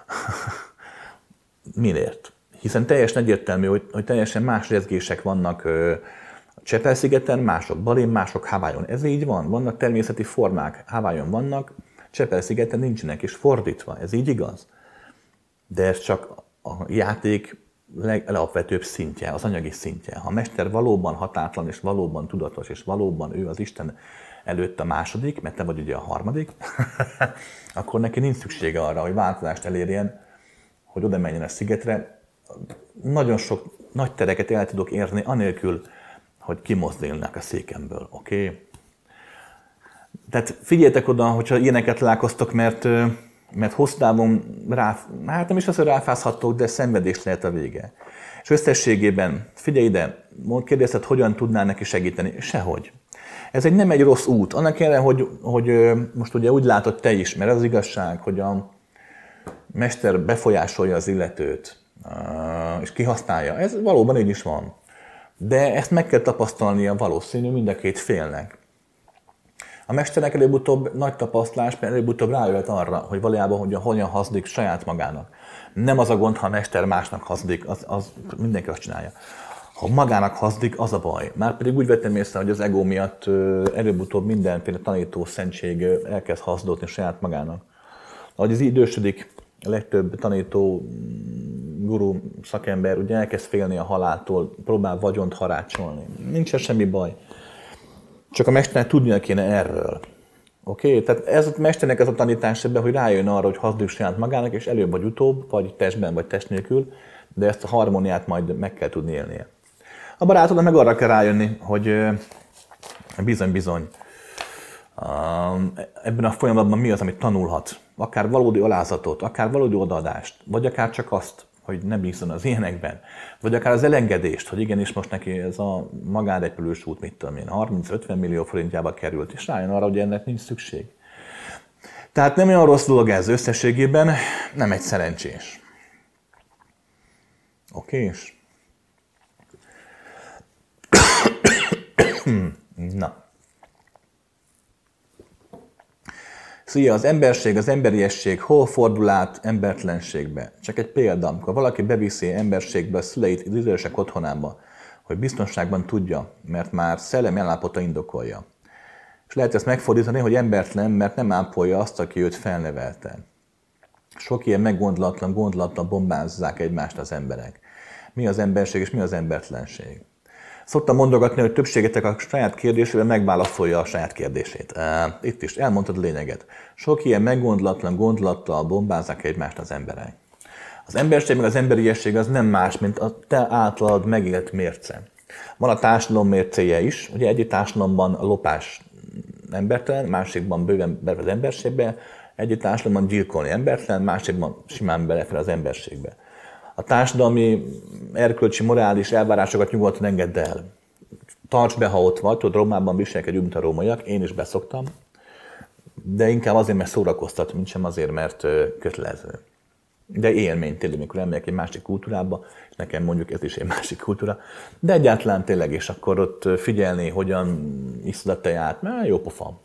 Miért? Hiszen teljesen egyértelmű, hogy teljesen más rezgések vannak Csepel-szigeten, mások Balin, mások Hawaiion. Ez így van. Vannak természeti formák, Hawaiion vannak, Csepel-szigeten nincsenek, és fordítva. Ez így igaz. De ez csak a játék legalapvetőbb szintje, az anyagi szintje. Ha a mester valóban hatátlan, és valóban tudatos, és valóban ő az Isten előtt a második, mert te vagy ugye a harmadik, akkor neki nincs szüksége arra, hogy változást elérjen, hogy oda menjen a szigetre. Nagyon sok nagy tereket el tudok érni, anélkül, hogy kimozdulnak a székemből, oké? Okay? Tehát figyeljetek oda, hogyha ilyeneket találkoztok, mert hosszú távon hát nem is az, hogy ráfázhattok, de szenvedés lehet a vége. És összességében, figyelj ide, kérdezted, hogyan tudnál neki segíteni? Sehogy. Ez nem egy rossz út. Annak ellenére, hogy most ugye úgy látod te is, mert az igazság, hogy a mester befolyásolja az illetőt, és kihasználja. Ez valóban így is van. De ezt meg kell tapasztalnia valószínű mind a két félnek. A mesternek előbb-utóbb nagy tapasztalás, mert előbb-utóbb rájöhet arra, hogy valójában hogyan hazdik saját magának. Nem az a gond, ha a mester másnak hazdik, az mindenki azt csinálja. Ha magának hazdik, az a baj. Márpedig úgy vettem észre, hogy az ego miatt előbb-utóbb mindenféle tanító szentség elkezd hazdolni saját magának. Ahogy az idősödik, a legtöbb tanító, guru, szakember ugye elkezd félni a haláltól, próbál vagyont harácsolni. Nincs semmi baj. Csak a mesternek tudnia kéne erről. Oké? Tehát ez a mesternek ez a tanítás ebben, hogy rájön arra, hogy hazdik saját magának, és előbb vagy utóbb, vagy testben, vagy test nélkül, de ezt a harmóniát majd meg kell tudni élnie. A barátodnak meg arra kell rájönni, hogy bizony-bizony ebben a folyamatban mi az, amit tanulhat. Akár valódi alázatot, akár valódi odaadást, vagy akár csak azt, hogy ne bízzon az ilyenekben, vagy akár az elengedést, hogy igenis most neki ez a magánrepülős út, mit tudom én, 30-50 millió forintjába került, és rájön arra, hogy ennek nincs szükség. Tehát nem olyan rossz dolog ez összességében, nem egy szerencsés. Okés? Na. Szia, az emberség, az emberiesség hol fordul át embertelenségbe? Csak egy példa, amikor valaki beviszi emberségbe a szüleit az idősek otthonába, hogy biztonságban tudja, mert már szellemi állapota indokolja. És lehet ezt megfordítani, hogy embertelen, mert nem ápolja azt, aki őt felnevelte. Sok ilyen meggondolatlan bombázzák egymást az emberek. Mi az emberség és mi az embertelenség? Szoktam mondogatni, hogy többségetek a saját kérdésével megválaszolja a saját kérdését. Itt is elmondtad a lényeget. Sok ilyen meggondolattal bombázzák egymást az emberek. Az emberség meg az emberiesség az nem más, mint a te általad megélt mérce. Van a társadalom mércéje is. Ugye egyik társadalomban a lopás embertelen, másikban bőven belefér az emberségbe, egyik társadalomban gyilkolni embertelen, másikban simán belefér az emberségbe. A társadalmi, erkölcsi, morális elvárásokat nyugodtan engedd el. Tarts be, ha ott vagy, tudod, Rómában viselkedj úgy, mint a rómaiak, én is beszoktam, de inkább azért, mert szórakoztat, mint sem azért, mert kötelező. De élmény tényleg, amikor elmegyek egy másik kultúrába, és nekem mondjuk ez is egy másik kultúra, de egyáltalán tényleg, és akkor ott figyelni, hogyan iszod a teját, mert jó pofa.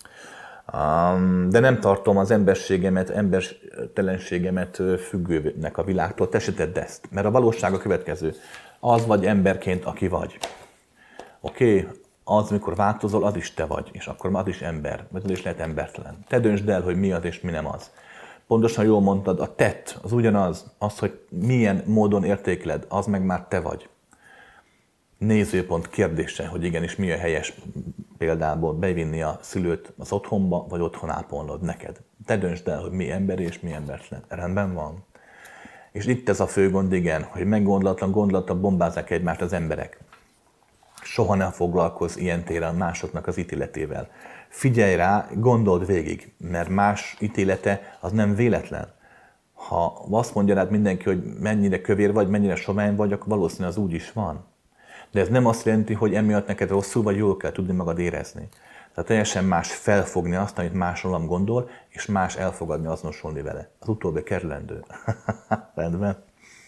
De nem tartom az emberségemet, embertelenségemet függőnek a világtól, te se tedd ezt. Mert a valóság a következő. Az vagy emberként, aki vagy. Oké? Az, mikor változol, az is te vagy, és akkor az is ember, vagy az is lehet embertelen. Te döntsd el, hogy mi az és mi nem az. Pontosan jól mondtad, a tett az ugyanaz, az, hogy milyen módon értékeled, az meg már te vagy. Nézőpont kérdése, hogy igenis mi a helyes példából bevinni a szülőt az otthonba, vagy otthon ápolnod neked. Te döntsd el, hogy mi emberi és mi embertelen. Rendben van. És itt ez a fő gond, igen, hogy meggondolatlan bombázzák egymást az emberek. Soha nem foglalkozz ilyen téren másoknak az ítéletével. Figyelj rá, gondold végig, mert más ítélete az nem véletlen. Ha azt mondja rád mindenki, hogy mennyire kövér vagy, mennyire sovány vagy, akkor valószínűleg az úgy is van. De ez nem azt jelenti, hogy emiatt neked rosszul vagy jól kell tudni magad érezni. Tehát teljesen más felfogni azt, amit más rólam gondol, és más elfogadni, azonosulni vele. Az utóbbi kerülendő. Rendben.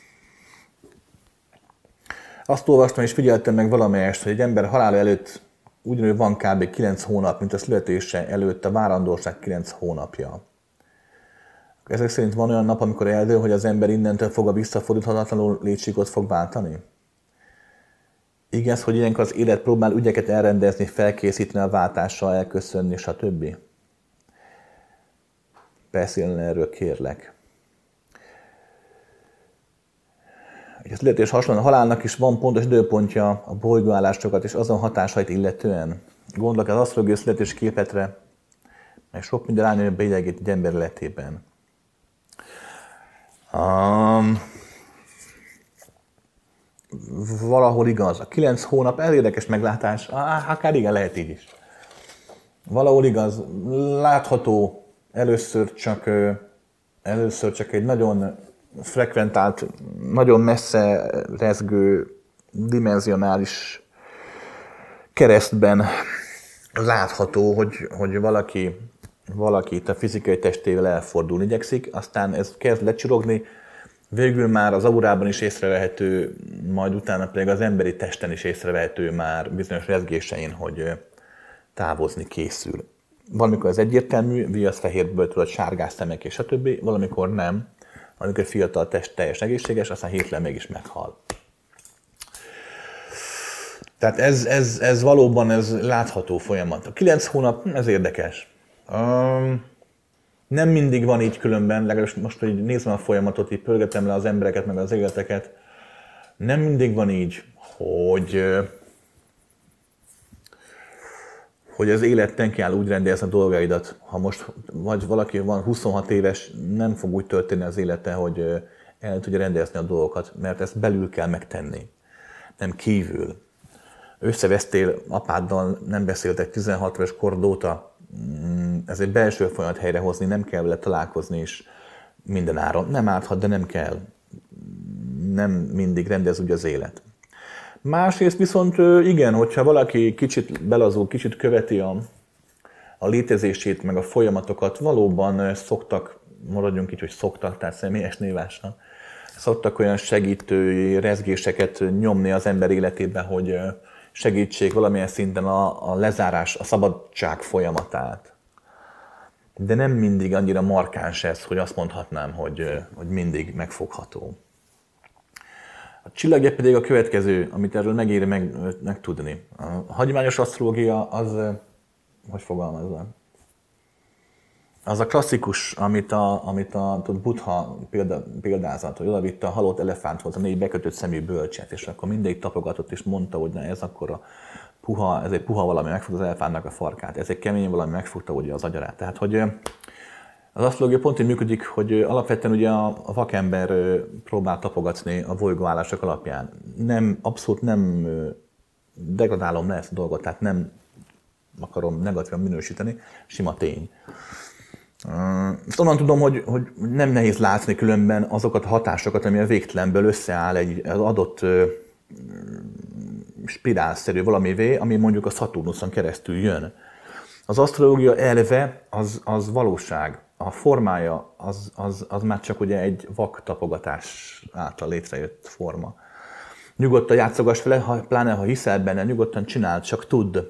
Azt olvastam és figyeltem meg valamelyest, hogy egy ember halála előtt ugyanúgy van kb. 9 hónap, mint a születése előtt a várandóság 9 hónapja. Ezek szerint van olyan nap, amikor eldől, hogy az ember innentől fogva visszafordíthatatlanul létségot fog váltani? Igaz, hogy ilyenkor az élet próbál ügyeket elrendezni, felkészíteni a váltással, elköszönni, stb. Beszélni erről, kérlek. A születés hasonlóan a halálnak is van pontos időpontja a bolygóállásokat és azon hatásait illetően. Gondolok az asztrológiai születés képetre, meg sok minden rányom beidegít egy ember életében. Valahol igaz. A 9 hónap érdekes meglátás, akár igen, lehet így is. Valahol igaz, látható először csak egy nagyon frekventált, nagyon messze rezgő, dimenzionális keresztben látható, hogy valaki itt a fizikai testével elfordulni igyekszik, aztán ez kezd lecsurogni, végül már az aurában is észrevehető, majd utána pedig az emberi testen is észrevehető már bizonyos rezgésein, hogy távozni készül. Valamikor ez egyértelmű, viasz-fehérből tudod, sárgás szemek és stb. Valamikor nem, amikor fiatal test teljes egészséges, aztán hirtelen mégis meghal. Tehát ez valóban ez látható folyamat. A 9 hónap, ez érdekes. Nem mindig van így különben, legalábbis most, hogy nézem a folyamatot, így pörgetem le az embereket, meg az életeket, nem mindig van így, hogy az életten kell úgy rendezni a dolgaidat. Ha most vagy valaki van 26 éves, nem fog úgy történni az élete, hogy el tudja rendezni a dolgokat, mert ezt belül kell megtenni, nem kívül. Összevesztél apáddal, nem beszéltek 16 éves korod óta, ez egy belső folyamat helyrehozni, nem kell vele találkozni is minden áron. Nem árthat, de nem kell. Nem mindig rendez úgy az élet. Másrészt viszont igen, hogyha valaki kicsit belazul, kicsit követi a létezését, meg a folyamatokat, valóban szoktak, maradjunk így, hogy szoktak, tehát személyes névással, szoktak olyan segítő rezgéseket nyomni az ember életében, hogy segítsék valamilyen szinten a lezárás, a szabadság folyamatát. De nem mindig annyira markáns ez, hogy azt mondhatnám, hogy mindig megfogható. A csillagjegy pedig a következő, amit erről megéri megtudni. A hagyományos asztrológia az, hogy fogalmazzam? Az a klasszikus, amit a Buddha példázat, hogy oda vitte a halott elefánthoz a 4 bekötött szemű bölcset, és akkor mindegyik tapogatott és mondta, hogy na, ez egy puha valami megfogta az elefántnak a farkát, ez egy kemény valami megfogta ugye az agyarát. Tehát, hogy az asztrológia pont így működik, hogy alapvetően ugye a vakember próbál tapogatni a bolygóállások alapján. Abszolút nem degradálom le ezt a dolgot, tehát nem akarom negatívan minősíteni, sima tény. Ezt onnan tudom, hogy nem nehéz látni különben azokat a hatásokat, ami a végtelenből összeáll az adott spirálszerű valamivé, ami mondjuk a Szaturnuszon keresztül jön. Az asztrológia elve az valóság. A formája az már csak ugye egy vak tapogatás által létrejött forma. Nyugodtan játszogass vele, pláne ha hiszel benne, nyugodtan csináld, csak tudd,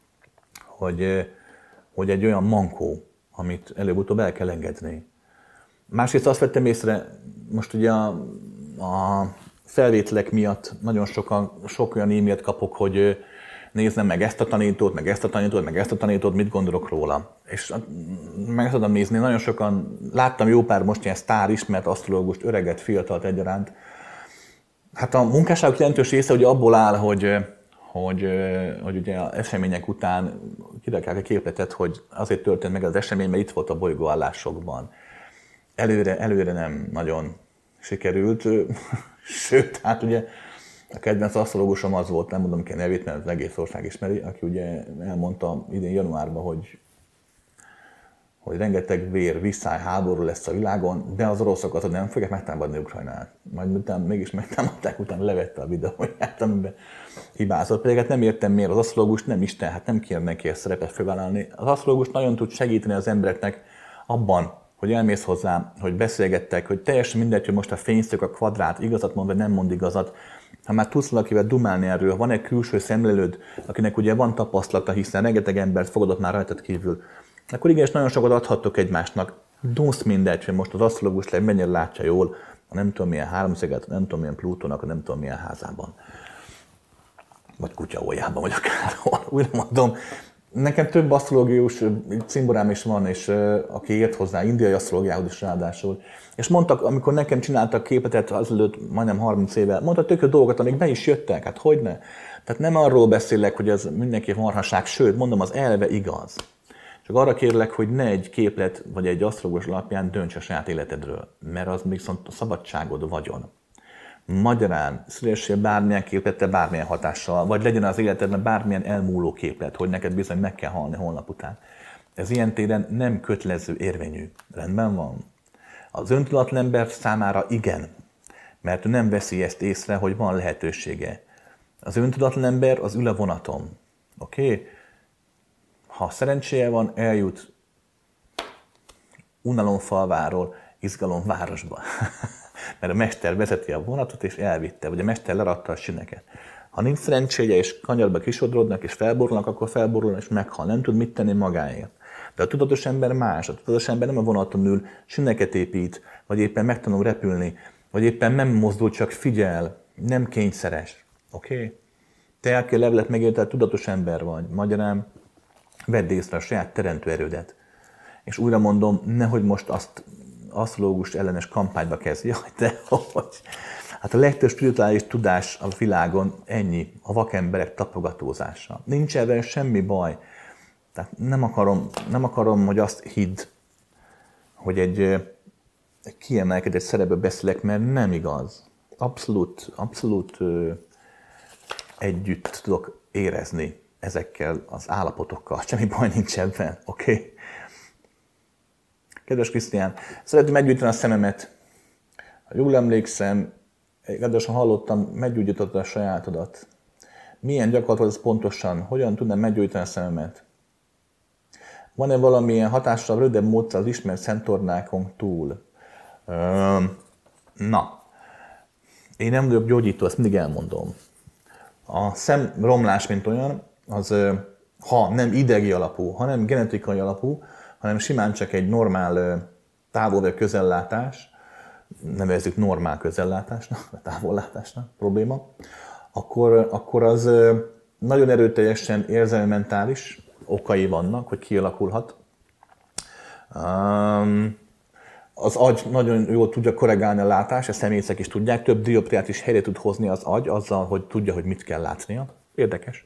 hogy egy olyan mankó, amit előbb-utóbb el kell engedni. Másrészt azt vettem észre, most ugye a felvételek miatt nagyon sok olyan e-mailt kapok, hogy néznem meg ezt a tanítót, meg ezt a tanítót, meg ezt a tanítót, mit gondolok róla. És meg tudom nézni, nagyon sokan, láttam jó pár most ilyen sztár ismert asztrológust, öreget, fiatalt egyaránt. Hát a munkásságok jelentős része ugye abból áll, hogy ugye az események után kirakják a képletet, hogy azért történt meg az esemény, mert itt volt a bolygóállásokban. Előre nem nagyon sikerült, sőt, hát ugye a kedvenc asztrológusom az volt, nem mondom ki a nevét, mert az egész ország ismeri, aki ugye elmondta idén januárban, hogy rengeteg vér, visszáj, háború lesz a világon, de az oroszokat nem fogják megtámadni Ukrajnát. Majd utána mégis megtámadták, utána levette a videóját, amiben hibázott. Pedig hát nem értem miért, az asztrológus nem Isten, hát nem kér neki ezt szerepet felvállalni. Az asztrológus nagyon tud segíteni az embereknek abban, hogy elmész hozzá, hogy beszélgettek, hogy teljesen mindegy, hogy most a fényszög, a kvadrát igazat mond, vagy nem mond igazat. Ha már tudsz valakivel dumálni erről, ha van egy külső szemlélőd, akinek ugye van tapasztalata, hiszen rengeteg embert fogadott már rajtad kívül, akkor igenis nagyon sokat adhattok egymásnak. Dusz mindegy, hogy most az asztrológus mennyire látja jól a nem tudom milyen háromszöget, nem tudom milyen Plutónak, a nem tudom milyen házában. Vagy kutyaójában, vagy akárhol. Úgy mondom, Nekem több asztrológius cimborám is van, és aki ért hozzá, indiai asztrológiához is ráadásul. És mondtak, amikor nekem csináltak képletet azelőtt majdnem 30 éve, mondtak tök jó dolgokat, amik be is jöttek, hát hogyne. Tehát nem arról beszélek, hogy ez mindenki marhaság, sőt, mondom, az elve igaz. Csak arra kérlek, hogy ne egy képlet vagy egy asztrológus alapján dönts a saját életedről, mert az viszont a szabadságod vagyon. Magyarán szülessél bármilyen képlettel, bármilyen hatással, vagy legyen az életedben bármilyen elmúló képlet, hogy neked bizony meg kell halni holnap után. Ez ilyen téren nem kötelező érvényű. Rendben van? Az öntudatlan ember számára igen, mert ő nem veszi ezt észre, hogy van lehetősége. Az öntudatlan ember az ül a vonaton. Oké? Ha szerencséje van, eljut unalomfalváról izgalomvárosba. Mert a mester vezeti a vonatot és elvitte, vagy a mester lerakta a sineket. Ha nincs szerencséje és kanyarba kisodródnak és felborulnak, akkor felborulnak és meghal. Nem tud mit tenni magáért. De a tudatos ember más. A tudatos ember nem a vonaton ül, sineket épít, vagy éppen megtanul repülni, vagy éppen nem mozdul, csak figyel, nem kényszeres. Oké? Te elkél levelet megérted, tudatos ember vagy. Magyarán vedd észre a saját teremtő erődet. És újra mondom, nehogy most azt asztrológus ellenes kampányba kezd. Jaj, de hogy? Hát a legtöbb spirituális tudás a világon ennyi, a vakemberek tapogatózása. Nincs ebben semmi baj. Tehát nem akarom, hogy azt hidd, hogy egy kiemelkedett szerepből beszélek, mert nem igaz. Abszolút együtt tudok érezni ezekkel az állapotokkal. Semmi baj nincs ebben, oké? Kedves Krisztián, szeretném meggyújtani a szememet. Ha jól emlékszem, ráadásul hallottam, meggyógyítottad a sajátodat. Milyen gyakorlat ez pontosan? Hogyan tudnám meggyógyítani a szememet? Van-e valamilyen hatással rövidebb módszer az ismert szentornákon túl? Én nem vagyok gyógyító, ezt mindig elmondom. A szemromlás, mint olyan, az ha nem idegi alapú, hanem genetikai alapú, hanem simán csak egy normál távol- vagy közellátás, nevezzük normál közellátásnak, vagy távollátásnak probléma, akkor az nagyon erőteljesen érzelmi-mentális okai vannak, hogy kialakulhat. Az agy nagyon jól tudja korrigálni a látást, a szemészek is tudják, több dioptriát is helyre tud hozni az agy, azzal, hogy tudja, hogy mit kell látnia. Érdekes.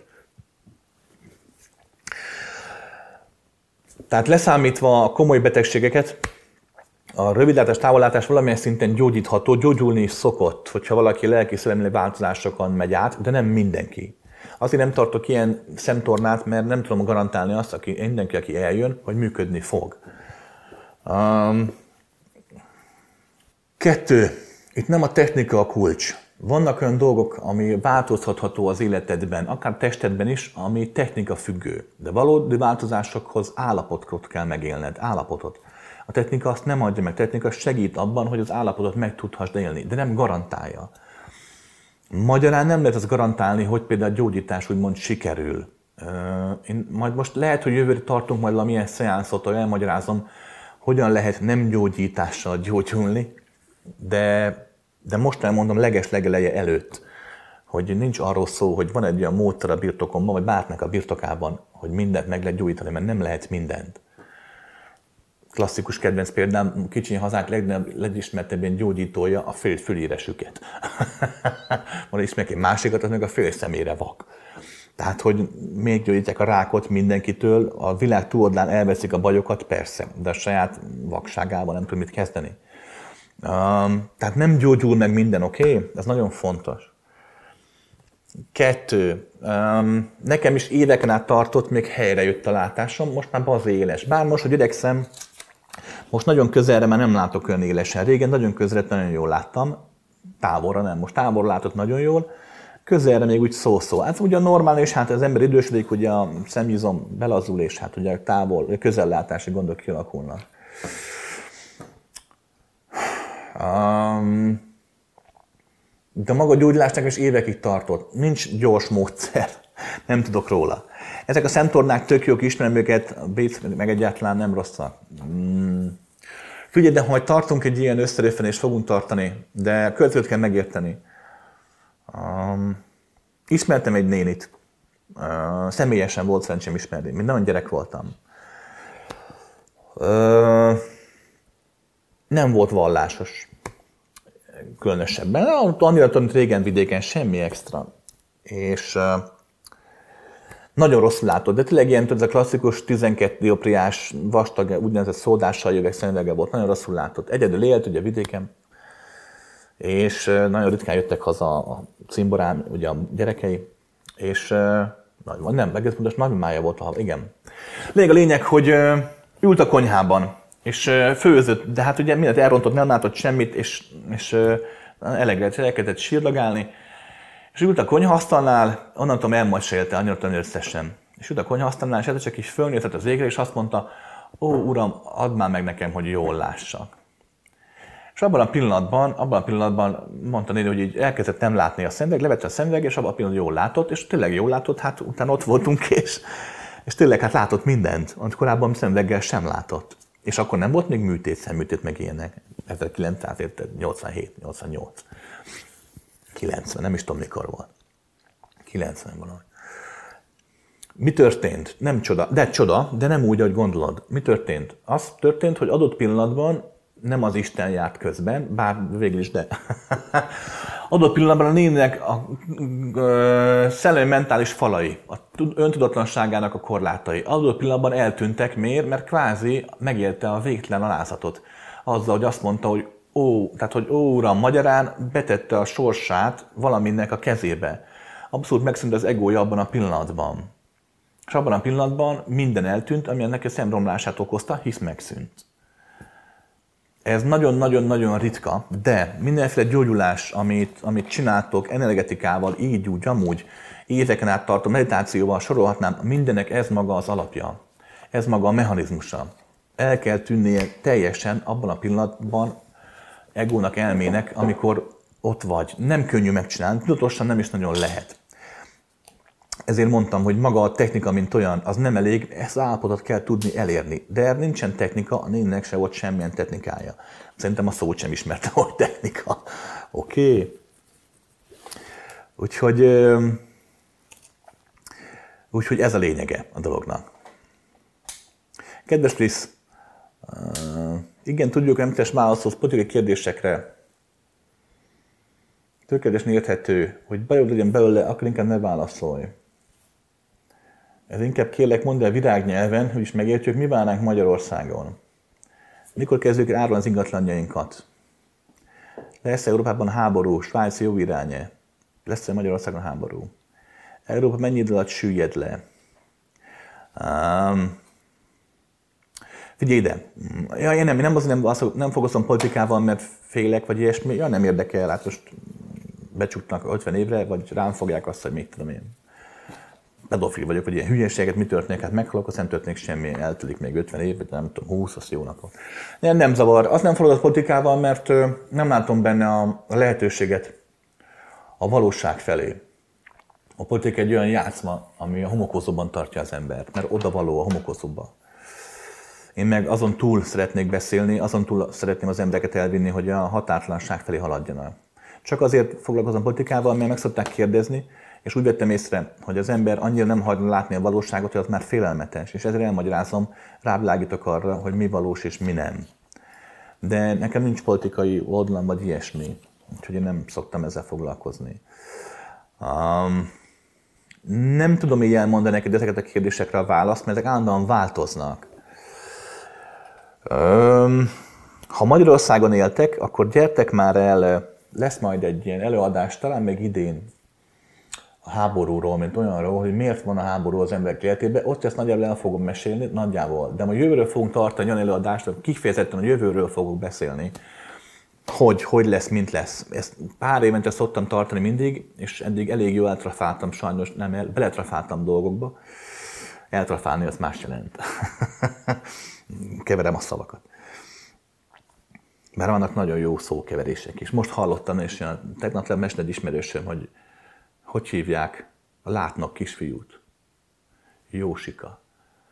Tehát leszámítva a komoly betegségeket, a rövidlátás, távollátás valamilyen szinten gyógyítható, gyógyulni is szokott, hogyha valaki lelki-szellemi változásokon megy át, de nem mindenki. Azért nem tartok ilyen szemtornát, mert nem tudom garantálni azt, mindenki, aki eljön, hogy működni fog. 2. Itt nem a technika a kulcs. Vannak olyan dolgok, ami változható az életedben, akár testedben is, ami technika függő. De valódi változásokhoz állapotot kell megélned, állapotot. A technika azt nem adja meg, a technika segít abban, hogy az állapotot meg tudhass élni, de nem garantálja. Magyarán nem lehet azt garantálni, hogy például a gyógyítás úgymond sikerül. Majd most lehet, hogy jövőre tartunk majd valamilyen szeánszot, ahol elmagyarázom, hogyan lehet nem gyógyítással gyógyulni, de most elmondom legeslegeleje előtt, hogy nincs arról szó, hogy van egy olyan módszer a birtokomban, vagy bárkinek a birtokában, hogy mindent meg lehet gyógyítani, mert nem lehet mindent. Klasszikus kedvenc példám, kicsi hazánk legismertebb ilyen gyógyítója a füléresüket. Van ismerek egy másikat, az meg a fél szemére vak. Tehát, hogy még gyógyítják a rákot mindenkitől, a világ túloldalán elveszik a bajokat, persze, de a saját vakságával nem tud mit kezdeni. Tehát nem gyógyul meg minden, oké? Ez nagyon fontos. 2. Nekem is éveken át tartott, még helyre jött a látásom, most már bazi éles. Bár most, hogy idegszem, most nagyon közelre már nem látok olyan élesen. Régen nagyon közelre nagyon jól láttam, távolra nem. Most távolra látok nagyon jól, közelre még úgy szó-szó. Ez ugye normális, hát az ember idősödik, ugye a szemizom belazul, és hát ugye a közellátási gondok kialakulnak. De maga a gyógyulásnak is évekig tartott. Nincs gyors módszer, nem tudok róla. Ezek a szemtornák tök jók, ismerem őket, a Béc meg egyáltalán nem rosszak. Figyelj, de ha tartunk egy ilyen összerőfenést fogunk tartani, de a következőt kell megérteni. Ismertem egy nénit, Személyesen volt szerencsém ismerni, mint nagyon gyerek voltam. Nem volt vallásos. Különösebben. Annyira tanult régen vidéken, semmi extra. És nagyon rosszul látott, de tényleg ilyen, ez a klasszikus 12 dioptriás, vastag, úgynevezett szódással jöveg szemüvege volt, nagyon rosszul látott. Egyedül élt ugye vidéken, és nagyon ritkán jöttek haza a cimborám, ugye a gyerekei, és nem, egész pontos nagymamája volt, igen. A lényeg, hogy ült a konyhában, és főzött, de hát ugye mindent elrontott, nem látott semmit, és elkezdett sírlagálni, és ült a konyhaasztalnál, onnantól elmesélte, annyira összesen. És ült a konyhaasztalnál, és ez csak is fölnézett az égre, és azt mondta, ó, uram, add már meg nekem, hogy jól lássak. És abban a pillanatban mondta néni, hogy így elkezdett nem látni a szemüveg, levette a szemüveg, és abban a pillanatban jól látott, és tényleg jól látott, hát utána ott voltunk, és tényleg hát látott mindent, amit korábban szemüveggel sem látott. És akkor nem volt még műtét, szemműtét, meg ilyenek. 1987, 88. 90, nem is tudom mikor volt. 90 valahogy. Mi történt? Nem csoda, de nem úgy, ahogy gondolod. Mi történt? Az történt, hogy adott pillanatban nem az Isten járt közben, bár végül is, de adott pillanatban a néninek a szellemi mentális falai, a öntudatlanságának a korlátai adott pillanatban eltűntek. Miért? Mert kvázi megélte a végtelen alázatot. Azzal, hogy azt mondta, hogy ó, uram, magyarán betette a sorsát valaminek a kezébe. Abszolút megszűnt az egója abban a pillanatban. És abban a pillanatban minden eltűnt, ami ennek a szemromlását okozta, hisz megszűnt. Ez nagyon-nagyon-nagyon ritka, de mindenféle gyógyulás, amit csináltok energetikával, így úgy, amúgy, éveken át tartó meditációval sorolhatnám, mindenek ez maga az alapja. Ez maga a mechanizmusa. El kell tűnnie teljesen abban a pillanatban, egónak, elmének, amikor ott vagy. Nem könnyű megcsinálni, tudatosan nem is nagyon lehet. Ezért mondtam, hogy maga a technika, mint olyan, az nem elég, ezt az állapotot kell tudni elérni. De erre nincsen technika, a néninek se volt semmilyen technikája. Szerintem a szót sem ismerte, hogy technika. Oké? Úgyhogy ez a lényege a dolognak. Kedves Krisz, igen, tudjuk, hogy nem tesz válaszolsz politikai kérdésekre. Tökéletesen érthető, hogy bajod legyen belőle, akkor inkább ne válaszolj. Ez inkább kérlek, mondd el virágnyelven, hogy is megértjük, mi várnánk Magyarországon. Mikor kezdjük árulni az ingatlanjainkat? Lesz Európában háború, Svájc jó iránye. Lesz Magyarországon háború? Európa mennyi idő alatt süllyed le? Figyelj ide! Ja, én nem foglalkozom politikával, mert félek, vagy ilyesmi. Ja, nem érdekel, hát most becsuknak 50 évre, vagy rám fogják azt, hogy mit tudom én. Pedofil vagyok, vagy ilyen hülyeséget, mi történik, hát meghalok, azt nem történik semmi, eltelik még 50 év, vagy nem tudom, 20, az jó napot. Nem zavar. Azt nem foglalkozom politikával, mert nem látom benne a lehetőséget a valóság felé. A politika egy olyan játszma, ami a homokozóban tartja az embert, mert oda való a homokozóba. Én meg azon túl szeretnék beszélni, azon túl szeretném az embereket elvinni, hogy a határtlanság felé haladjanak. Csak azért foglalkozom politikával, mert meg szokták kérdezni, és úgy vettem észre, hogy az ember annyira nem hagyna látni a valóságot, hogy az már félelmetes. És ezért elmagyarázom, rávilágítok arra, hogy mi valós és mi nem. De nekem nincs politikai oldalam, vagy ilyesmi. Úgyhogy én nem szoktam ezzel foglalkozni. Nem tudom így elmondani neked ezeket a kérdésekre a választ, mert ezek állandóan változnak. Ha Magyarországon éltek, akkor gyertek már el, lesz majd egy ilyen előadás, talán még idén, a háborúról, mint olyanról, hogy miért van a háború az emberek életében. Ott ezt nagyjából el fogom mesélni, nagyjából. De a jövőről fogunk tartani olyan előadást, kifejezetten a jövőről fogok beszélni. Hogy lesz, mint lesz. Ezt pár évente szoktam tartani mindig, és eddig elég jól eltrafáltam, sajnos nem beletrafáltam dolgokba. Eltrafálni az más jelent. Keverem a szavakat. Mert vannak nagyon jó szókeverések is. Most hallottam, és tegnap meséled ismerősöm, hogy hívják a látnok kisfiút. Jósika.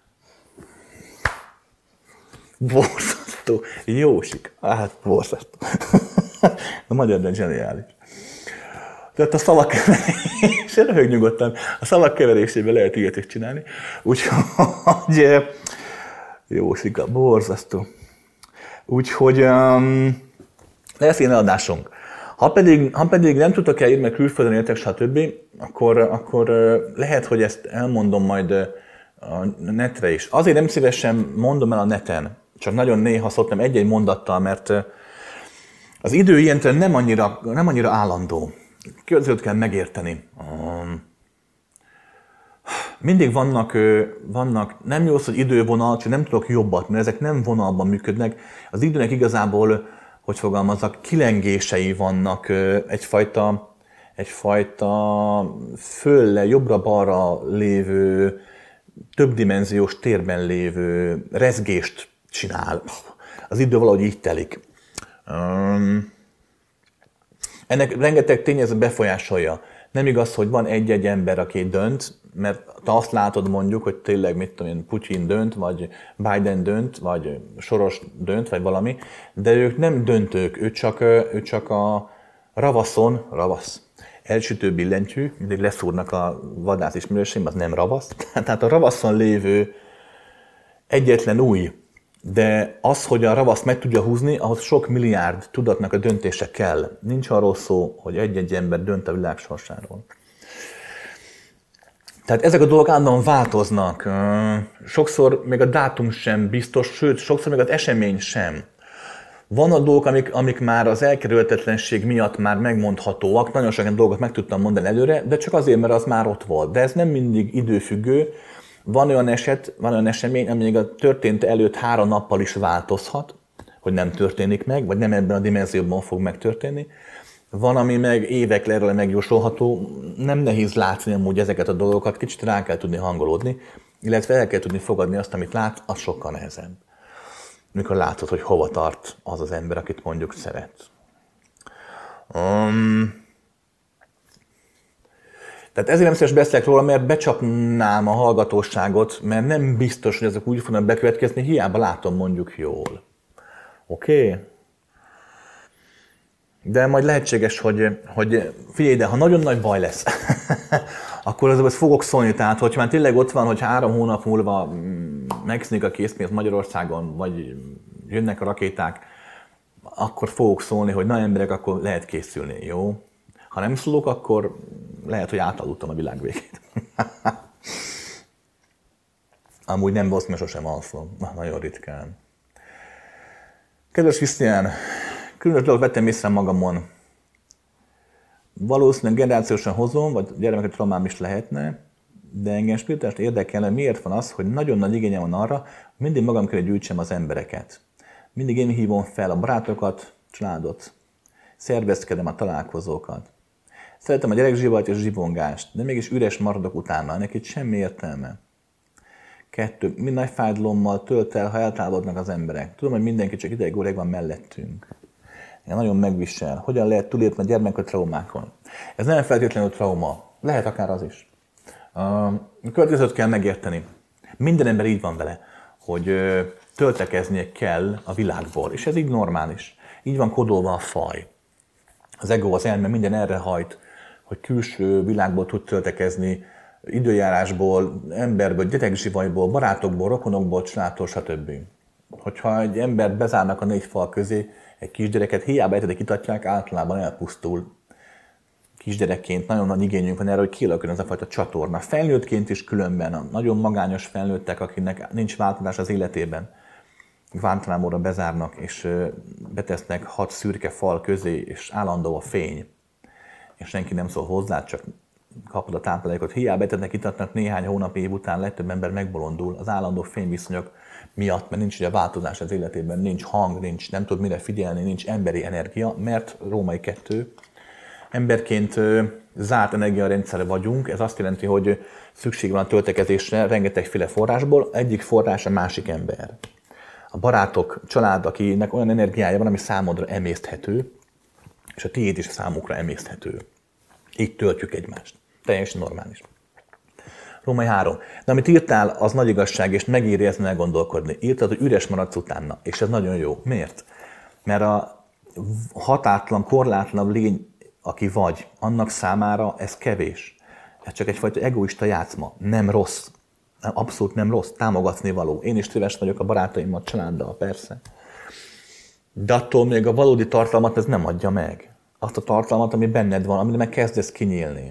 Borzasztó. Jósika. Hát borzasztó. A magyar, de zseniális. Tehát a szavak keverésében, röhög nyugodtan, a szavak keverésében lehet ilyet is csinálni. Úgyhogy, jó szika, borzasztó. Úgyhogy lesz ilyen eladásunk. Ha pedig nem tudok elírni, mert külföldön éltek, stb., akkor lehet, hogy ezt elmondom majd a netre is. Azért nem szívesen mondom el a neten, csak nagyon néha szoktam egy-egy mondattal, mert az idő ilyentől nem annyira állandó. Következőt kell megérteni. Mindig vannak, nem jó az, hogy idővonal, csak nem tudok jobbat, mert ezek nem vonalban működnek. Az időnek igazából, hogy fogalmazzak, kilengései vannak, egyfajta fölle, jobbra-balra lévő, többdimenziós térben lévő rezgést csinál. Az idő valahogy így telik. Ennek rengeteg tényező befolyásolja. Nem igaz, hogy van egy-egy ember, aki dönt, mert te azt látod mondjuk, hogy tényleg, mit tudom én, Putyin dönt, vagy Biden dönt, vagy Soros dönt, vagy valami, de ők nem döntők, ő csak a ravasz, elsütő billentyű, mindig leszúrnak a vadász ismerőseim, az nem ravasz. Tehát a ravaszon lévő egyetlen új, de az, hogy a ravaszt meg tudja húzni, ahhoz sok milliárd tudatnak a döntése kell. Nincs arról szó, hogy egy-egy ember dönt a világ sorsáról. Tehát ezek a dolgok állandóan változnak. Sokszor még a dátum sem biztos, sőt, sokszor még az esemény sem. Vannak dolgok, amik már az elkerülhetetlenség miatt már megmondhatóak. Nagyon sok dolgot meg tudtam mondani előre, de csak azért, mert az már ott volt. De ez nem mindig időfüggő. Van olyan esemény, ami még a történt előtt 3 nappal is változhat, hogy nem történik meg, vagy nem ebben a dimenzióban fog megtörténni. Van, ami meg évekre erre megjósolható, nem nehéz látni amúgy ezeket a dolgokat, kicsit rá kell tudni hangolódni, illetve el kell tudni fogadni azt, amit lát, az sokkal nehezebb. Mikor látod, hogy hova tart az az ember, akit mondjuk szeret. Tehát ezért nem szíves beszélek róla, mert becsapnám a hallgatóságot, mert nem biztos, hogy ezek úgy fognak bekövetkezni, hiába látom mondjuk jól. Oké? De majd lehetséges, hogy figyelj ide, ha nagyon nagy baj lesz, akkor azért fogok szólni. Tehát, hogyha már tényleg ott van, hogy 3 hónap múlva megszűnik a készpénz Magyarországon, vagy jönnek a rakéták, akkor fogok szólni, hogy na emberek, akkor lehet készülni, jó? Ha nem szólok, akkor lehet, hogy átaludtam a világ végét. Amúgy nem volt, mert sosem alszom. Nagyon ritkán. Kedves Krisztián, különös dolgot vettem észre magamon. Valószínűleg generációsan hozom, vagy gyermeket traumám is lehetne, de engem spirituálisan érdekelne, miért van az, hogy nagyon nagy igényem van arra, hogy mindig magam köré gyűjtsem az embereket. Mindig én hívom fel a barátokat, családot. Szervezkedem a találkozókat. Szeretem a gyerekzsivart és zsibongást, de mégis üres maradok utána, ennek itt semmi értelme. 2. Mind nagy fájdalommal tölt el, ha eltávolodnak az emberek. Tudom, hogy mindenki csak ideig óráig van mellettünk. Nagyon megvisel. Hogyan lehet túlélni a gyermek a traumákon? Ez nem feltétlenül trauma. Lehet akár az is. A következőt kell megérteni. Minden ember így van vele, hogy töltekeznie kell a világból. És ez így normális. Így van kódolva a faj. Az ego, az elme minden erre hajt, hogy külső világból tud töltekezni, időjárásból, emberből, gyerekzsivajból, barátokból, rokonokból, családtól, stb. Hogyha egy embert bezárnak a 4 fal közé, egy kisgyereket hiába etetek itatják, általában elpusztul. Kisgyerekként nagyon nagy igényünk van erre, hogy kialakuljon ez a fajta csatorna. Felnőttként is különben, a nagyon magányos felnőttek, akinek nincs változás az életében, Guantánamóra bezárnak, és betesznek 6 szürke fal közé, és állandó a fény. És senki nem szól hozzá, csak kapod a táplálékot. Hiába etetnek, itatnak, néhány hónap, év után legtöbb ember megbolondul az állandó fényviszonyok miatt, mert nincs ugye változás az életében, nincs hang, nincs, nem tud mire figyelni, nincs emberi energia, mert Római 2. Emberként zárt energiarendszerre vagyunk, ez azt jelenti, hogy szükség van a töltekezésre rengetegféle forrásból, egyik forrás a másik ember. A barátok, család, akinek olyan energiája van, ami számodra emészthető, és a tiéd is számukra emészthető. Így töltjük egymást. Teljesen normális. Római 3. De amit írtál, az nagy igazság, és megéri ezen elgondolkodni. Írtad, hogy üres maradsz utána, és ez nagyon jó. Miért? Mert a határtalan, korlátlanabb lény aki vagy, annak számára ez kevés. Ez csak egyfajta egoista játszma. Nem rossz. Abszolút nem rossz. Támogatni való. Én is szíves vagyok a barátaimmal, családdal, persze. De attól még a valódi tartalmat ez nem adja meg. Azt a tartalmat, ami benned van, amire meg kezdesz kinyílni.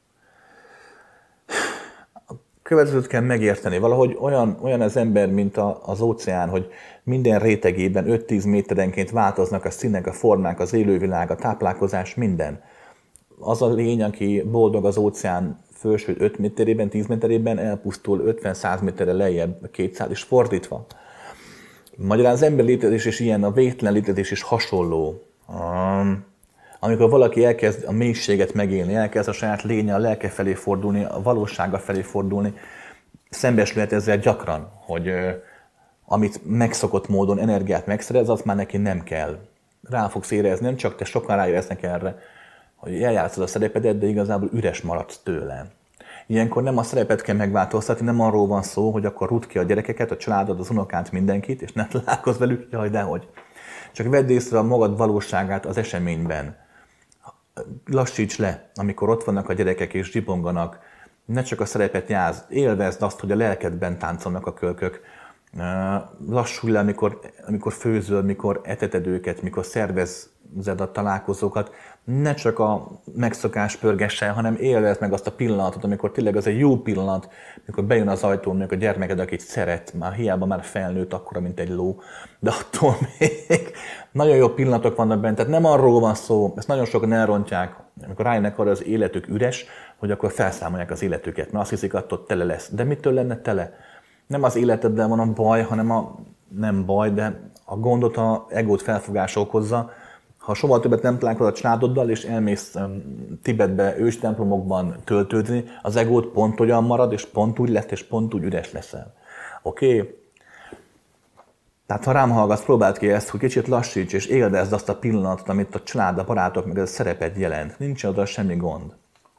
Következőt kell megérteni. Valahogy olyan az ember, mint az óceán, hogy minden rétegében 5-10 méterenként változnak a színek, a formák, az élővilág, a táplálkozás, minden. Az a lény, aki boldog az óceán felső 5 méterében, 10 méterében, elpusztul 50-100 méterre lejjebb, 200, és fordítva. Magyarán az ember létezés is ilyen, a végtelen létezés is hasonló. Amikor valaki elkezd a mélységet megélni, elkezd a saját lénye, a lelke felé fordulni, a valósága felé fordulni, szembesülhet ezzel gyakran, hogy amit megszokott módon energiát megszerez, az már neki nem kell. Rá fogsz érezni, nem csak te, sokan ráéreznek erre, hogy eljátszod a szerepedet, de igazából üres maradsz tőle. Ilyenkor nem a szerepet kell megváltoztatni, nem arról van szó, hogy akkor rúd ki a gyerekeket, a családod, az unokát, mindenkit, és ne találkozz velük, jaj, dehogy. Csak vedd észre a magad valóságát az eseményben. Lassíts le, amikor ott vannak a gyerekek és zsibonganak, ne csak a szerepet játszd, élvezd azt, hogy a lelkedben táncolnak a kölkök. Lassulj le, amikor főzöl, mikor eteted őket, mikor szervezed a találkozókat. Ne csak a megszokás pörgesse, hanem élvezd meg azt a pillanatot, amikor tényleg az egy jó pillanat, amikor bejön az ajtón, amikor a gyermeked, akit szeret, már hiába már felnőtt akkora, mint egy ló, de attól még nagyon jó pillanatok vannak benne. Tehát nem arról van szó, ezt nagyon sokan elrontják, amikor rájönnek arra, az életük üres, hogy akkor felszámolják az életüket, mert azt hiszik, attól tele lesz. De mitől lenne tele? Nem az életeddel van a baj, hanem nem baj, de a gondot, a egót felfogás okozza. Ha soha többet nem találkozol a családoddal, és elmész Tibetbe, ősi templomokban töltődni, az egót pont olyan marad, és pont úgy lesz, és pont úgy üres leszel. Oké? Tehát ha rám hallgatsz, próbáld ki ezt, hogy kicsit lassíts, és élvezd azt a pillanatot, amit a család, a barátok, meg ez a szerepet jelent. Nincs oda semmi gond.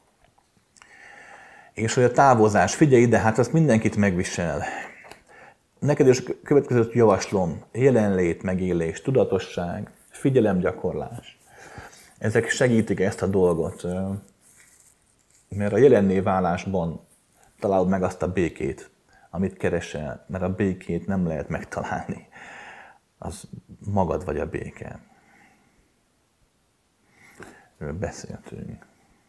És hogy a távozás, figyelj ide, hát azt mindenkit megvisel. Neked is következőt javaslom, jelenlét, megélés, tudatosság, figyelemgyakorlás. Ezek segítik ezt a dolgot, mert a jelenné válásban találod meg azt a békét, amit keresel, mert a békét nem lehet megtalálni. Az magad vagy a béke. Erről beszéltünk.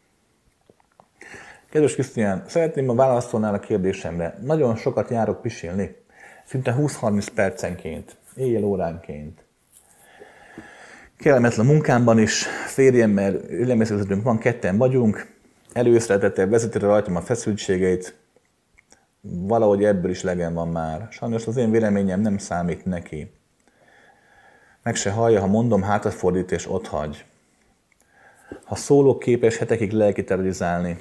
Kedves Krisztián, szeretném, ha válaszolnál a kérdésemre. Nagyon sokat járok pisilni, szinte 20-30 percenként, éjjel-óránként. Kellemetlen a munkámban is, férjemmel üllemezőzetünk van, ketten vagyunk, előszeretettel vezeti rajtam a feszültségeit, valahogy ebből is legem van már. Sajnos az én véleményem nem számít neki. Meg se hallja, ha mondom, hátat fordít és otthagy. Ha szólok, képes hetekig lelki terrorizálni.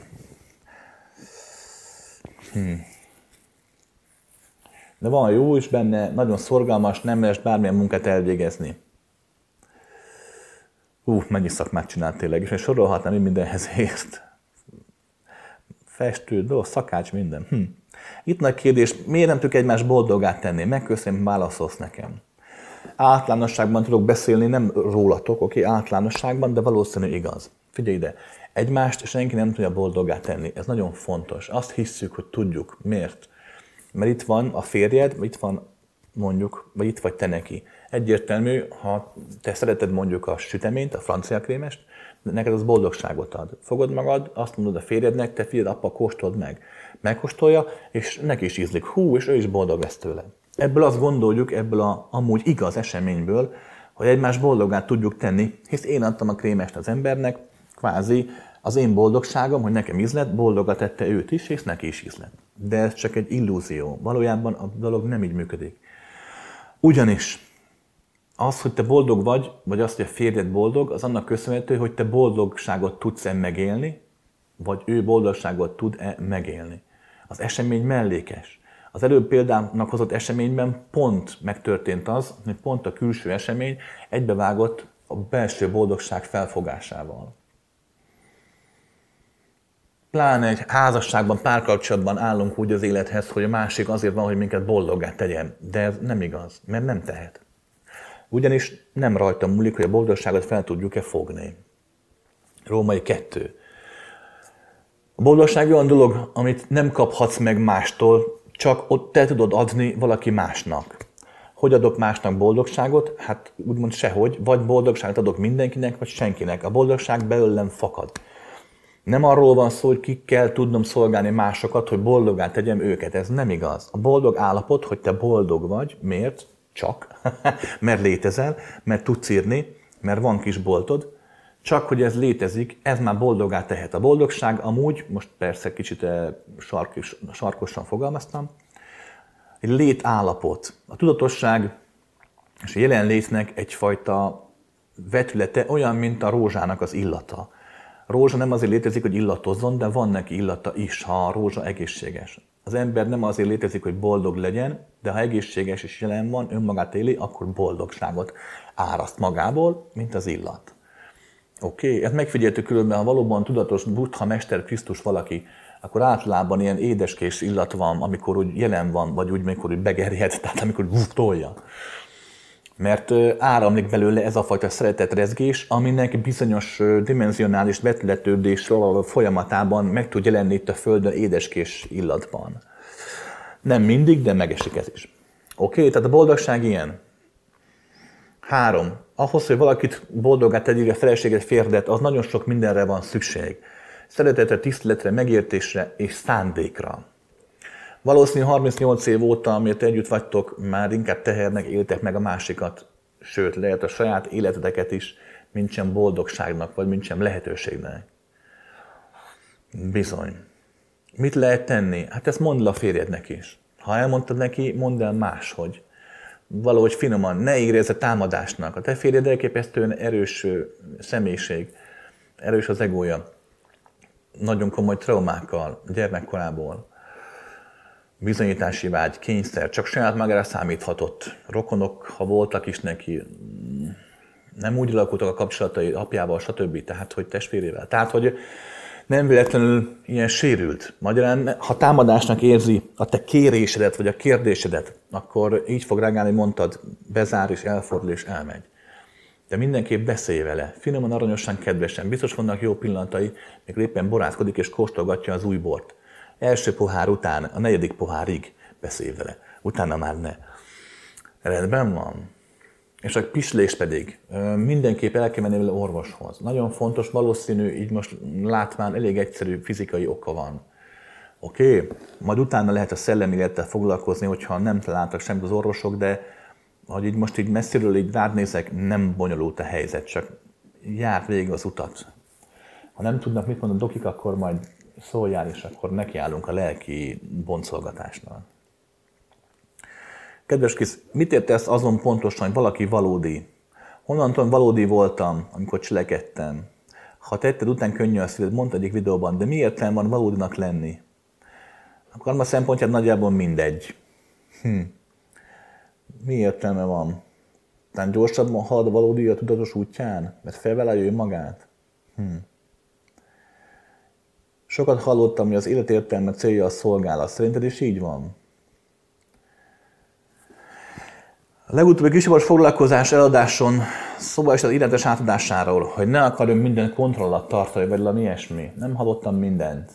De van jó is benne, nagyon szorgalmas, nem lesz bármilyen munkát elvégezni. Mennyi szakmát csinált tényleg, és sorolhatnám, hogy mindenhez ért. Festő, szakács, minden. Itt nagy kérdés, miért nem tudjuk egymást boldogát tenni? Megköszönöm, válaszolsz nekem. Általánosságban tudok beszélni, nem rólatok, oké, általánosságban, de valószínű igaz. Figyelj ide, egymást senki nem tudja boldogát tenni. Ez nagyon fontos. Azt hisszük, hogy tudjuk. Miért? Mert itt van a férjed, vagy itt van mondjuk, vagy itt vagy te neki. Egyértelmű, ha te szereted mondjuk a süteményt, a francia krémest, neked az boldogságot ad. Fogod magad, azt mondod a férjednek, te figyeld, apa, kóstold meg. Megkóstolja, és neki is ízlik. És ő is boldog lesz tőle. Ebből azt gondoljuk, ebből a amúgy igaz eseményből, hogy egymást boldogát tudjuk tenni, hisz én adtam a krémest az embernek, kvázi az én boldogságom, hogy nekem ízlet, boldogat tette őt is, és neki is ízlet. De ez csak egy illúzió. Valójában a dolog nem így működik. Ugyanis az, hogy te boldog vagy az, hogy a férjed boldog, az annak köszönhető, hogy te boldogságot tudsz-e megélni, vagy ő boldogságot tud-e megélni. Az esemény mellékes. Az előbb példának hozott eseményben pont megtörtént az, hogy pont a külső esemény egybevágott a belső boldogság felfogásával. Pláne egy házasságban, párkapcsolatban állunk úgy az élethez, hogy a másik azért van, hogy minket boldoggá tegyen. De ez nem igaz, mert nem tehet. Ugyanis nem rajtam múlik, hogy a boldogságot fel tudjuk-e fogni. Római 2. A boldogság olyan dolog, amit nem kaphatsz meg mástól, csak ott te tudod adni valaki másnak. Hogy adok másnak boldogságot? Hát úgymond sehogy, vagy boldogságot adok mindenkinek, vagy senkinek. A boldogság belőlem fakad. Nem arról van szó, hogy ki kell tudnom szolgálni másokat, hogy boldoggá tegyem őket. Ez nem igaz. A boldog állapot, hogy te boldog vagy. Miért? Csak. Mert létezel, mert tudsz írni, mert van kis boltod. Csak, hogy ez létezik, ez már boldoggá tehet. A boldogság amúgy, most persze kicsit sarkosan fogalmaztam, egy létállapot. A tudatosság és a jelenlétnek egyfajta vetülete olyan, mint a rózsának az illata. A rózsa nem azért létezik, hogy illatozzon, de van neki illata is, ha a rózsa egészséges. Az ember nem azért létezik, hogy boldog legyen, de ha egészséges és jelen van, önmagát éli, akkor boldogságot áraszt magából, mint az illat. Oké? Ezt megfigyeltük különben, ha valóban tudatos Buddha Mester Krisztus valaki, akkor általában ilyen édeskés illat van, amikor úgy jelen van, vagy úgy, amikor úgy begerjed, tehát amikor tolja. Mert áramlik belőle ez a fajta szeretetrezgés, aminek bizonyos dimenzionális vetületődés folyamatában meg tud jelenni itt a Földön édeskés illatban. Nem mindig, de megesik ez is. Oké, tehát a boldogság ilyen. 3. Ahhoz, hogy valakit boldoggá tegyél, a feleséget, férdet, az nagyon sok mindenre van szükség. Szeretetre, tiszteletre, megértésre és szándékra. Valószínű 38 év óta, amiért együtt vagytok, már inkább tehernek éltek meg a másikat, sőt, lehet a saját életeteket is, mint sem boldogságnak, vagy mint sem lehetőségnek. Bizony. Mit lehet tenni? Hát ezt mondd le a férjednek is. Ha elmondtad neki, mondd el máshogy. Valahogy finoman, ne érezze támadásnak. A te férjed elképesztően erős személyiség, erős az egója. Nagyon komoly traumákkal, gyermekkorából. Bizonyítási vágy, kényszer, csak saját magára számíthatott. Rokonok, ha voltak is neki, nem úgy alakultak a kapcsolatai apjával, stb. Tehát, hogy testvérével. Tehát, hogy nem véletlenül ilyen sérült. Magyarán, ha támadásnak érzi a te kérésedet, vagy a kérdésedet, akkor így fog reagálni, mondtad, bezár és elfordul és elmegy. De mindenképp beszélj vele, finoman, aranyosan, kedvesen. Biztos vannak jó pillanatai, mikor éppen borászkodik és kóstolgatja az új bort. Első pohár után, a 4. pohárig beszélj vele, utána már ne. Rendben van. És a pislés pedig mindenképp el kell menni vele orvoshoz. Nagyon fontos, valószínű, így most látván elég egyszerű fizikai oka van. Oké? Majd utána lehet a szellemi élettel foglalkozni, hogyha nem találtak semmit az orvosok, de hogy így most így messziről így rád nézek, nem bonyolult a helyzet, csak jár végig az utat. Ha nem tudnak mit mondani a dokik, akkor majd szóljál, és akkor nekiállunk a lelki boncolgatásnak. Kedves kis, mit értesz azon pontosan, hogy valaki valódi? Honnantól valódi voltam, amikor cselekedtem? Ha tetted után könnyű a szíved, mondta egyik videóban, de mi értelme van valódinak lenni? Akkor a szempontját nagyjából mindegy. Mi értelme van? Tehát gyorsabban halad a valódi a tudatos útján, mert felvállalja önmagát? Sokat hallottam, hogy az élet értelme célja a szolgálat. Szerinted is így van? A legutóbbi kisabas foglalkozás eladáson szóval is az életes átadásáról, hogy ne akarjunk mindent kontroll alatt tartani, vagy valami ilyesmi. Nem hallottam mindent.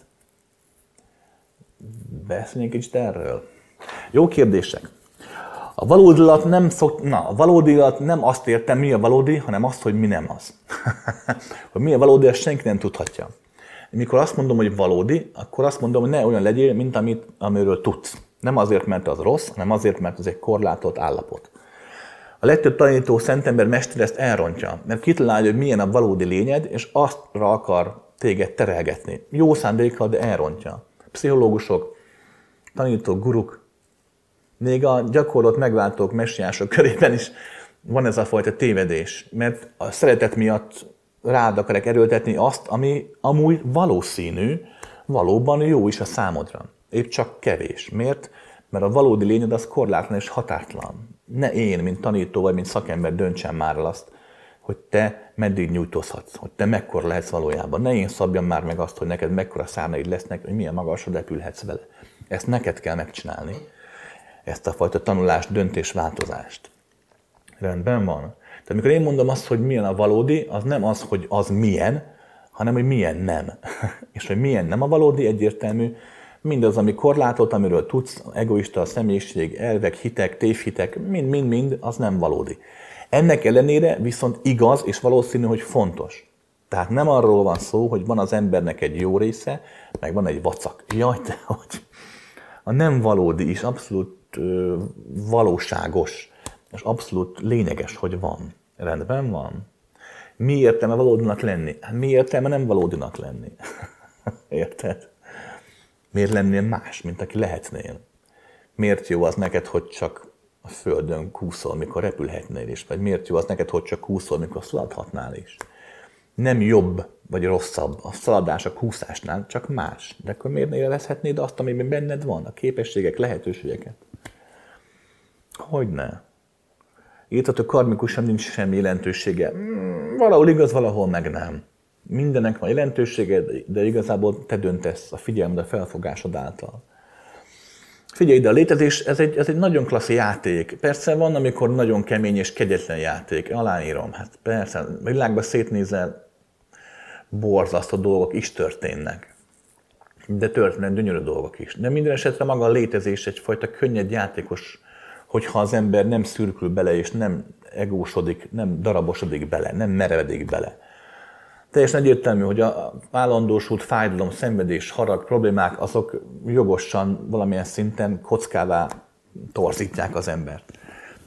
Beszéljünk kicsit erről. Jó kérdések. A valódi alatt nem azt értem, mi a valódi, hanem azt, hogy mi nem az. Hogy mi a valódi, azt senki nem tudhatja. Mikor azt mondom, hogy valódi, akkor azt mondom, hogy ne olyan legyél, mint amiről tudsz. Nem azért, mert az rossz, hanem azért, mert ez egy korlátolt állapot. A legtöbb tanító, szentember, mester ezt elrontja, mert kitalálja, hogy milyen a valódi lényed, és aztra akar téged terelgetni. Jó szándékkal, de elrontja. Pszichológusok, tanítók, guruk, még a gyakorlott megváltók, messiások körében is van ez a fajta tévedés, mert a szeretet miatt rád akarják erőltetni azt, ami amúgy valószínű, valóban jó is a számodra. Épp csak kevés. Miért? Mert a valódi lényed az korlátlan és határtlan. Ne én, mint tanító vagy mint szakember döntsem már el azt, hogy te meddig nyújtózhatsz, hogy te mekkora lehetsz valójában. Ne én szabjam már meg azt, hogy neked mekkora szárnyaid lesznek, hogy milyen magasra repülhetsz vele. Ezt neked kell megcsinálni. Ezt a fajta tanulást, döntésváltozást. Rendben van. Tehát amikor én mondom azt, hogy milyen a valódi, az nem az, hogy az milyen, hanem hogy milyen nem. És hogy milyen nem a valódi, egyértelmű, mindaz, ami korlátot, amiről tudsz, egoista, személyiség, elvek, hitek, tévhitek, mind, az nem valódi. Ennek ellenére viszont igaz, és valószínű, hogy fontos. Tehát nem arról van szó, hogy van az embernek egy jó része, meg van egy vacak. Jaj, de hogy a nem valódi is abszolút valóságos, és abszolút lényeges, hogy van. Rendben van. Mi értelme valódinak lenni? Hát mi értelme nem valódinak lenni? Érted? Miért lennél más, mint aki lehetnél? Miért jó az neked, hogy csak a földön kúszol, mikor repülhetnél is? Vagy miért jó az neked, hogy csak kúszol, mikor szaladhatnál is? Nem jobb vagy rosszabb a szaladás a kúszásnál, csak más. De akkor miért ne élvezhetnéd azt, amiben benned van? A képességek, lehetőségeket? Hogyne? Írtató karmikusan nincs semmi jelentősége. Valahol igaz, valahol meg nem. Mindennek van jelentősége, de igazából te döntesz a figyelmed, a felfogásod által. Figyelj ide, a létezés, ez egy nagyon klassz játék. Persze van, amikor nagyon kemény és kegyetlen játék. Aláírom, hát persze, a világban szétnézel, borzasztó dolgok is történnek. De történnek gyönyörű dolgok is. De minden esetre maga a létezés egyfajta könnyed játékos, hogyha az ember nem szürkül bele, és nem egósodik, nem darabosodik bele, nem merevedik bele. Teljesen egyértelmű, hogy a állandósult fájdalom, szenvedés, harag, problémák, azok jogosan valamilyen szinten kockává torzítják az embert.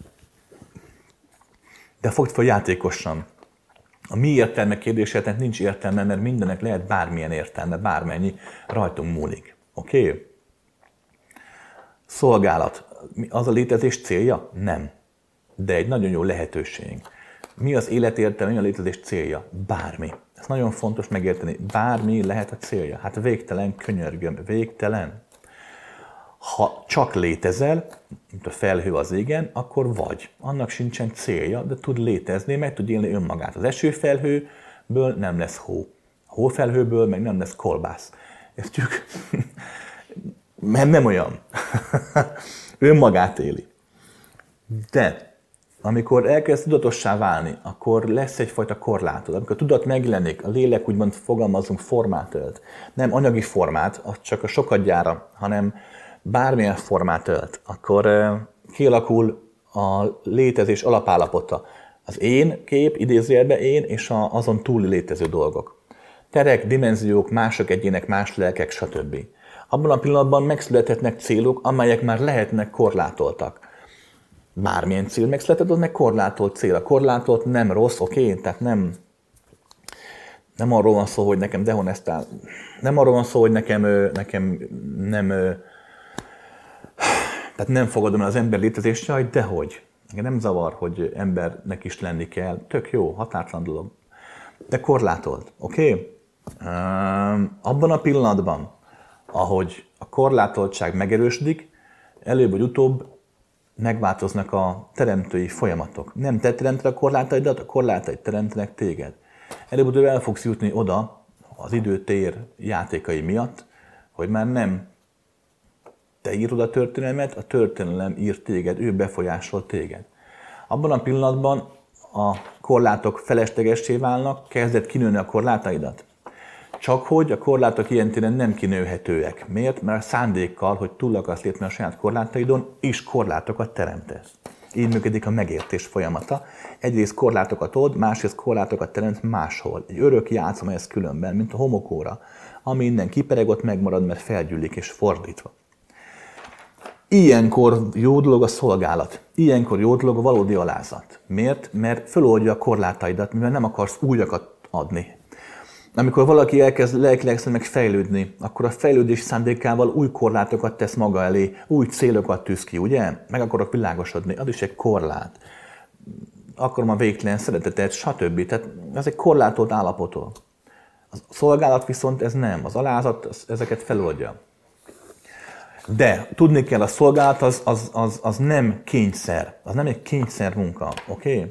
De fogd fel játékosan. A mi értelme kérdésének nincs értelme, mert mindennek lehet bármilyen értelme, bármennyi rajtunk múlik. Oké? Szolgálat. Az a létezés célja? Nem. De egy nagyon jó lehetőség. Mi az élet értelme, mi a létezés célja? Bármi. Ez nagyon fontos megérteni. Bármi lehet a célja. Hát végtelen, könyörgöm, végtelen. Ha csak létezel, mint a felhő az égen, akkor vagy. Annak sincsen célja, de tud létezni, meg tud élni önmagát. Az esőfelhőből nem lesz hó. A hófelhőből meg nem lesz kolbász. Értjük? Mert nem olyan. Önmagát éli. De amikor elkezd tudatossá válni, akkor lesz egyfajta korlátod. Amikor a tudat megjelenik, a lélek úgymond fogalmazunk formát ölt. Nem anyagi formát, az csak a sokadjára, hanem bármilyen formát ölt. Akkor kialakul a létezés alapállapota. Az én kép, idézőjelben én, és azon túli létező dolgok. Terek, dimenziók, mások egyének, más lelkek, stb. Abban a pillanatban megszülethetnek célok, amelyek már lehetnek korlátoltak. Bármilyen cél megszületett, az meg korlátolt cél. A korlátolt nem rossz, oké? Tehát nem arról van szó, hogy nekem dehonestál. Nem arról van szó, hogy nekem nem... Tehát nem fogadom el az ember létezést, jaj, dehogy. Nem zavar, hogy embernek is lenni kell. Tök jó, határtalan dolog. De korlátolt, oké? Abban a pillanatban, ahogy a korlátoltság megerősödik, előbb vagy utóbb megváltoznak a teremtői folyamatok. Nem te teremted a korlátaidat, a korlátaid teremtenek téged. Előbb-utóbb el fogsz jutni oda az idő-tér játékai miatt, hogy már nem te írod a történelmet, a történelem ír téged, ő befolyásol téged. Abban a pillanatban a korlátok feleslegessé válnak, kezded kinőni a korlátaidat. Csak hogy a korlátok ilyen téren nem kinőhetőek. Miért? Mert a szándékkal, hogy túl akarsz lépni a saját korlátaidon, is korlátokat teremtesz. Így működik a megértés folyamata. Egyrészt korlátokat old, másrészt korlátokat teremt máshol. Egy örök játszom ez különben, mint a homokóra, ami innen kipereg, ott megmarad, mert felgyűlik és fordítva. Ilyenkor jó dolog a szolgálat. Ilyenkor jó dolog a valódi alázat. Miért? Mert föloldja a korlátaidat, mivel nem akarsz újakat adni. Amikor valaki elkezd lelkileg meg fejlődni, akkor a fejlődés szándékával új korlátokat tesz maga elé, új célokat tűz ki, ugye? Meg akarok világosodni, az is egy korlát. Akarom a végtelen szeretetet, stb. Tehát ez egy korlátolt állapotok. A szolgálat viszont ez nem, az alázat ezeket feloldja. De tudni kell, a szolgálat az nem kényszer, az nem egy kényszer munka, oké?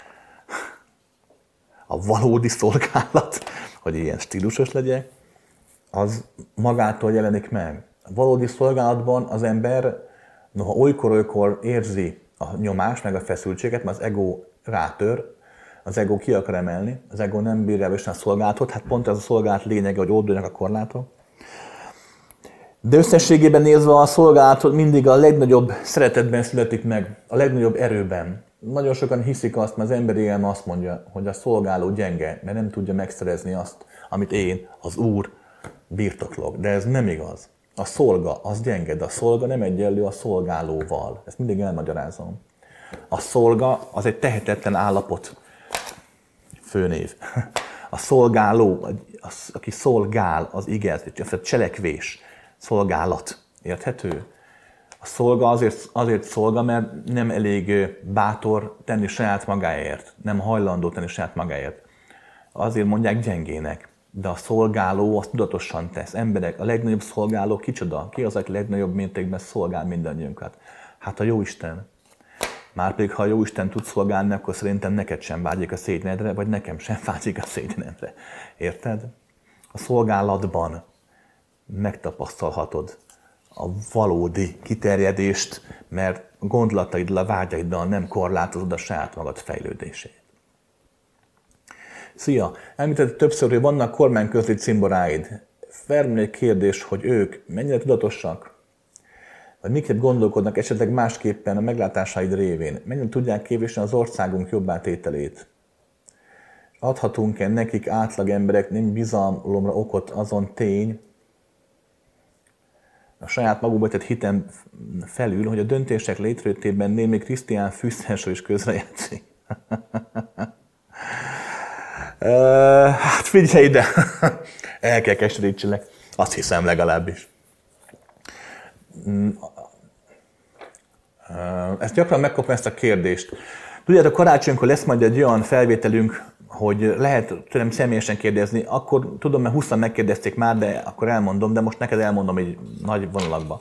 A valódi szolgálat, hogy ilyen stílusos legyek, az magától jelenik meg. A valódi szolgálatban az ember, noha olykor érzi a nyomást, meg a feszültséget, mert az ego rátör, Az ego ki akar emelni, az ego nem bírja a szolgálatot, hát pont ez a szolgálat lényege, hogy olduljanak a korlátok. De összességében nézve a szolgálat mindig a legnagyobb szeretetben születik meg, a legnagyobb erőben. Nagyon sokan hiszik azt, mert az emberi élme azt mondja, hogy a szolgáló gyenge, mert nem tudja megszerezni azt, amit én, az Úr birtoklok. De ez nem igaz. A szolga az gyenge, de a szolga nem egyenlő a szolgálóval. Ezt mindig elmagyarázom. A szolga az egy tehetetlen állapot, főnév. A szolgáló, az, aki szolgál, az igaz, a cselekvés, szolgálat. Érthető? A szolga azért szolga, mert nem elég bátor tenni saját magáért, nem hajlandó tenni saját magáért. Azért mondják gyengének, de a szolgáló azt tudatosan tesz. Emberek, a legnagyobb szolgáló kicsoda? Ki az, aki legnagyobb mértékben szolgál mindannyiunkat? Hát a Jóisten. Márpedig, ha a Jóisten tud szolgálni, akkor szerintem neked sem vágyik a szégyenedre, vagy nekem sem vágyik a szégyenedre. Érted? A szolgálatban megtapasztalhatod a valódi kiterjedést, mert gondolataiddal, a vágyaiddal nem korlátozod a saját magad fejlődését. Szia! Említett többször, hogy vannak kormányközeli cimboráid. Felmerül egy kérdés, hogy ők mennyire tudatosak? Vagy miképp gondolkodnak esetleg másképpen a meglátásaid révén? Mennyire tudják képviselni az országunk jobbátételét? Adhatunk-e nekik átlag emberek nem bizalomra okot azon tény, a saját magukba tett hitem felül, hogy a döntések létrejöttében némi Krisztián Fűszersó is közrejátszik. Hát figyelj ide! El kell keserítselek. Azt hiszem legalábbis. Ezt gyakran megkapom ezt a kérdést. Tudjátok, karácsonykor lesz majd egy olyan felvételünk, hogy lehet tőlem személyesen kérdezni, akkor tudom, mert 20-an megkérdezték már, de akkor elmondom, de most neked elmondom egy nagy vonalakba.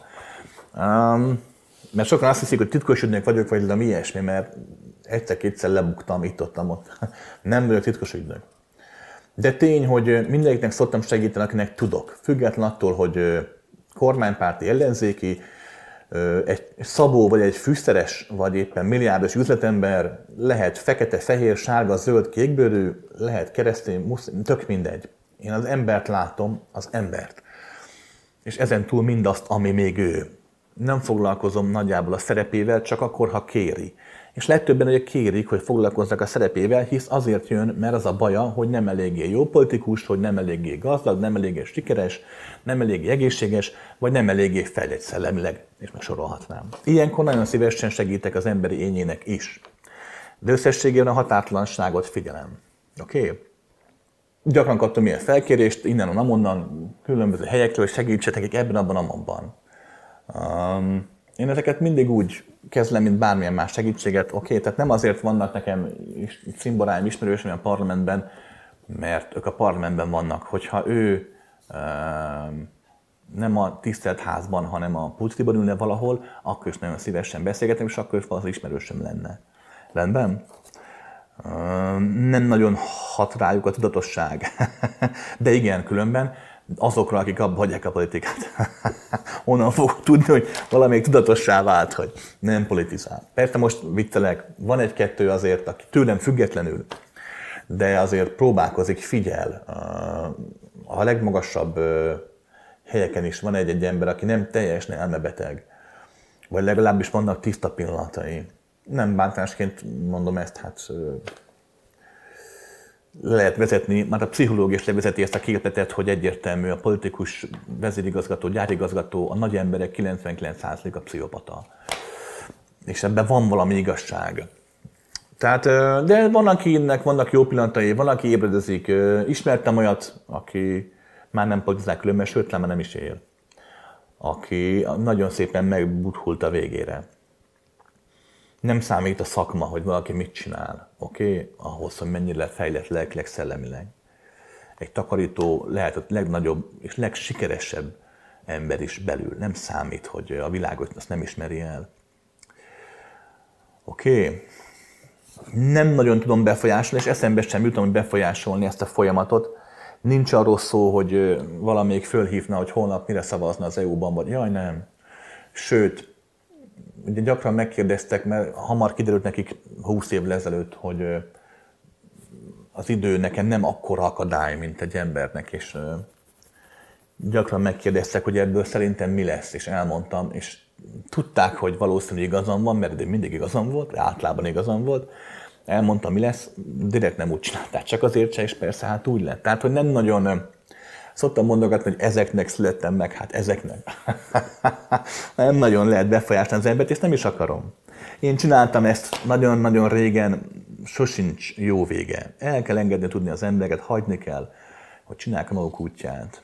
Mert sokan azt hiszik, hogy titkos ügynök vagyok, vagy valami ilyesmi, mert egyszer-kétszer lebuktam, itt-ott. Nem vagyok titkos ügynök. De tény, hogy mindenkinek szoktam segíteni, akinek tudok. Független attól, hogy kormánypárti, ellenzéki, egy szabó, vagy egy fűszeres, vagy éppen milliárdos üzletember, lehet fekete, fehér, sárga, zöld, kékbőrű, lehet keresztény, muszlim, tök mindegy. Én az embert látom, az embert. És ezen túl mindazt, ami még ő. Nem foglalkozom nagyjából a szerepével, csak akkor, ha kéri. És legtöbben ugye kérik, hogy foglalkozzak a szerepével, hisz azért jön, mert az a baja, hogy nem eléggé jó politikus, hogy nem eléggé gazdag, nem eléggé sikeres, nem eléggé egészséges, vagy nem eléggé fejlett szellemileg, és meg sorolhatnám. Ilyenkor nagyon szívesen segítek az emberi ényének is. De összességében a határtalanságot figyelem. Oké? Gyakran kaptam ilyen felkérést, innen, amonnan, különböző helyekről, hogy segítsetek nekik ebben, abban. Én ezeket mindig úgy kezdem, mint bármilyen más segítséget. Oké, tehát nem azért vannak nekem cimboráim, ismerősöm a parlamentben, mert ők a parlamentben vannak. Hogyha ő nem a tisztelt házban, hanem a pulctiban ülne valahol, akkor is nagyon szívesen beszélgetem, és akkor is valószínűleg ismerősöm lenne. Rendben? Nem nagyon hat rájuk a tudatosság. De igen, különben azokra, akik abba hagyják a politikát. Onnan fogok tudni, hogy valamelyik tudatossá vált, hogy nem politizál. Persze most viccelek, van egy-kettő azért, aki tőlem függetlenül, de azért próbálkozik, figyel. A legmagasabb helyeken is van egy ember, aki nem teljesen elmebeteg, vagy legalábbis vannak tiszta pillanatai. Nem bántásként mondom ezt, hát lehet vezetni, már a pszichológia is levezeti ezt a képletet, hogy egyértelmű a politikus, vezérigazgató, gyárigazgató, a nagy emberek 99%-a pszichopata. És ebben van valami igazság. Tehát, de van, akinek vannak jó pillanatai, van, aki ébredezik. Ismertem olyat, aki már nem politizál különben, sőt, már nem is él. Aki nagyon szépen megbuthult a végére. Nem számít a szakma, hogy valaki mit csinál, oké? Ahhoz, hogy mennyire fejlett lelkileg, szellemileg. Egy takarító lehet a legnagyobb és legsikeresebb ember is belül. Nem számít, hogy a világot azt nem ismeri el. Oké? Nem nagyon tudom befolyásolni, és eszembe sem jutom, hogy befolyásolni ezt a folyamatot. Nincs arról szó, hogy valamelyik fölhívna, hogy holnap mire szavazna az EU-ban, vagy jaj, nem. Sőt, ugye gyakran megkérdeztek, mert hamar kiderült nekik 20 évvel ezelőtt, hogy az idő nekem nem akkora akadály, mint egy embernek, és gyakran megkérdeztek, hogy ebből szerintem mi lesz, és elmondtam, és tudták, hogy valószínűleg igazam van, mert eddig mindig igazam volt, általában igazam volt. Elmondtam, mi lesz, direkt nem úgy csinálták, csak azért se, és persze hát úgy lett. Tehát, hogy nem nagyon szoktam mondogatni, hogy ezeknek születtem meg, hát ezeknek. Nem nagyon lehet befolyásolni az embert, és nem is akarom. Én csináltam ezt nagyon-nagyon régen, sosincs jó vége. El kell engedni tudni az embereket, hagyni kell, hogy csinálják a maguk útját.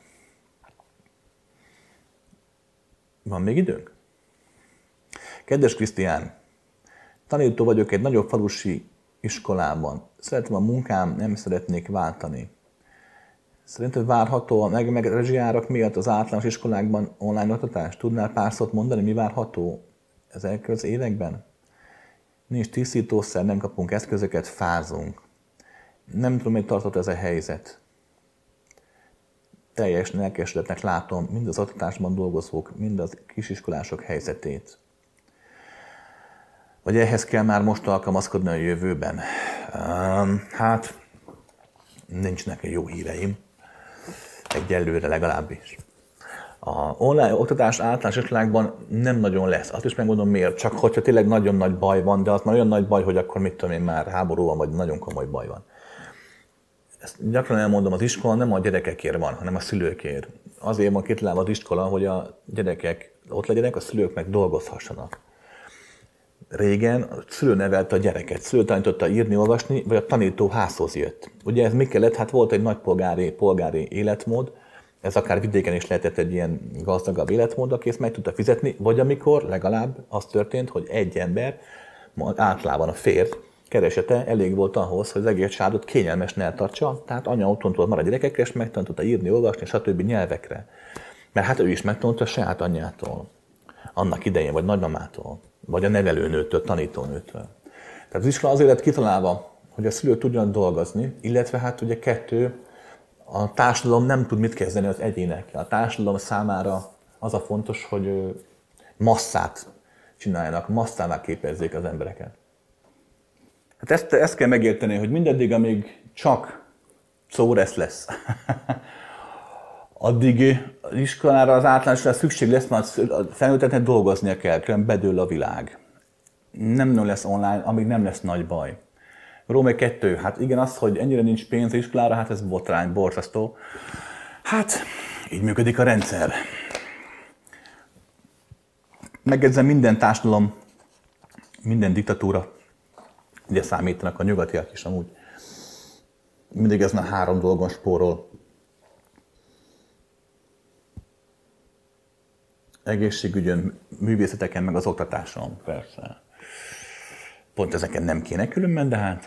Van még időnk? Kedves Krisztián, tanító vagyok egy nagyobb falusi iskolában. Szeretem a munkám, nem szeretnék váltani. Szerinted várható a meg rezsijárak miatt az általános iskolákban online oktatás? Tudnál pár szót mondani, mi várható ezek az években? Nincs tisztítószer, nem kapunk eszközöket, fázunk. Nem tudom, hogy tartott ez a helyzet. Teljes lelkesedetnek látom mind az oktatásban dolgozók, mind az kisiskolások helyzetét. Vagy ehhez kell már most alkalmazkodni a jövőben? Hát, nincsnek jó híreim. Egyelőre legalábbis. A online oktatás általános iskolákban nem nagyon lesz. Azt is megmondom miért. Csak hogyha tényleg nagyon nagy baj van, de az már olyan nagy baj, hogy akkor mit tudom én, már háború van, vagy nagyon komoly baj van. Ezt gyakran elmondom, az iskola nem a gyerekekért van, hanem a szülőkért. Azért van kitalálva az iskola, hogy a gyerekek ott legyenek, a szülők meg dolgozhassanak. Régen a szülő nevelte a gyereket, szülő tanította írni, olvasni, vagy a tanító házhoz jött. Ugye ez mi kellett? Hát volt egy nagy polgári életmód, ez akár vidéken is lehetett egy ilyen gazdagabb életmód, aki ezt meg tudta fizetni, vagy amikor legalább az történt, hogy egy ember, általában a férj, keresete elég volt ahhoz, hogy az egész családot kényelmesen eltartsa, tehát anya otthon tudott maradni a gyerekekre, és megtanulta írni, olvasni, stb. Nyelvekre. Mert hát ő is megtanulta a saját anyjától, annak idején, vagy nagymamától, vagy a nevelőnőtől, tanítónőtől. Tehát az iskola azért lett kitalálva, hogy a szülő tudjon dolgozni, illetve hát ugye a társadalom nem tud mit kezdeni az egyénekkel. A társadalom számára az a fontos, hogy masszát csináljanak, masszává képezzék az embereket. Hát ezt kell megérteni, hogy mindaddig, amíg csak szóresz lesz, addig az iskolára, az általánosra szükség lesz, mert a felnőtteknek dolgoznia kell, különben bedől a világ. Nem lesz online, amíg nem lesz nagy baj. Római 2, hát igen, az, hogy ennyire nincs pénz iskolára, hát ez botrány, borzasztó. Hát, így működik a rendszer. Megjegyzem, minden társadalom, minden diktatúra, ugye számítanak a nyugatiak is amúgy, mindig ezen a 3 dolgon spórol. Egészségügyön, művészeteken, meg az oktatáson, persze. Pont ezeken nem kéne különben, de hát...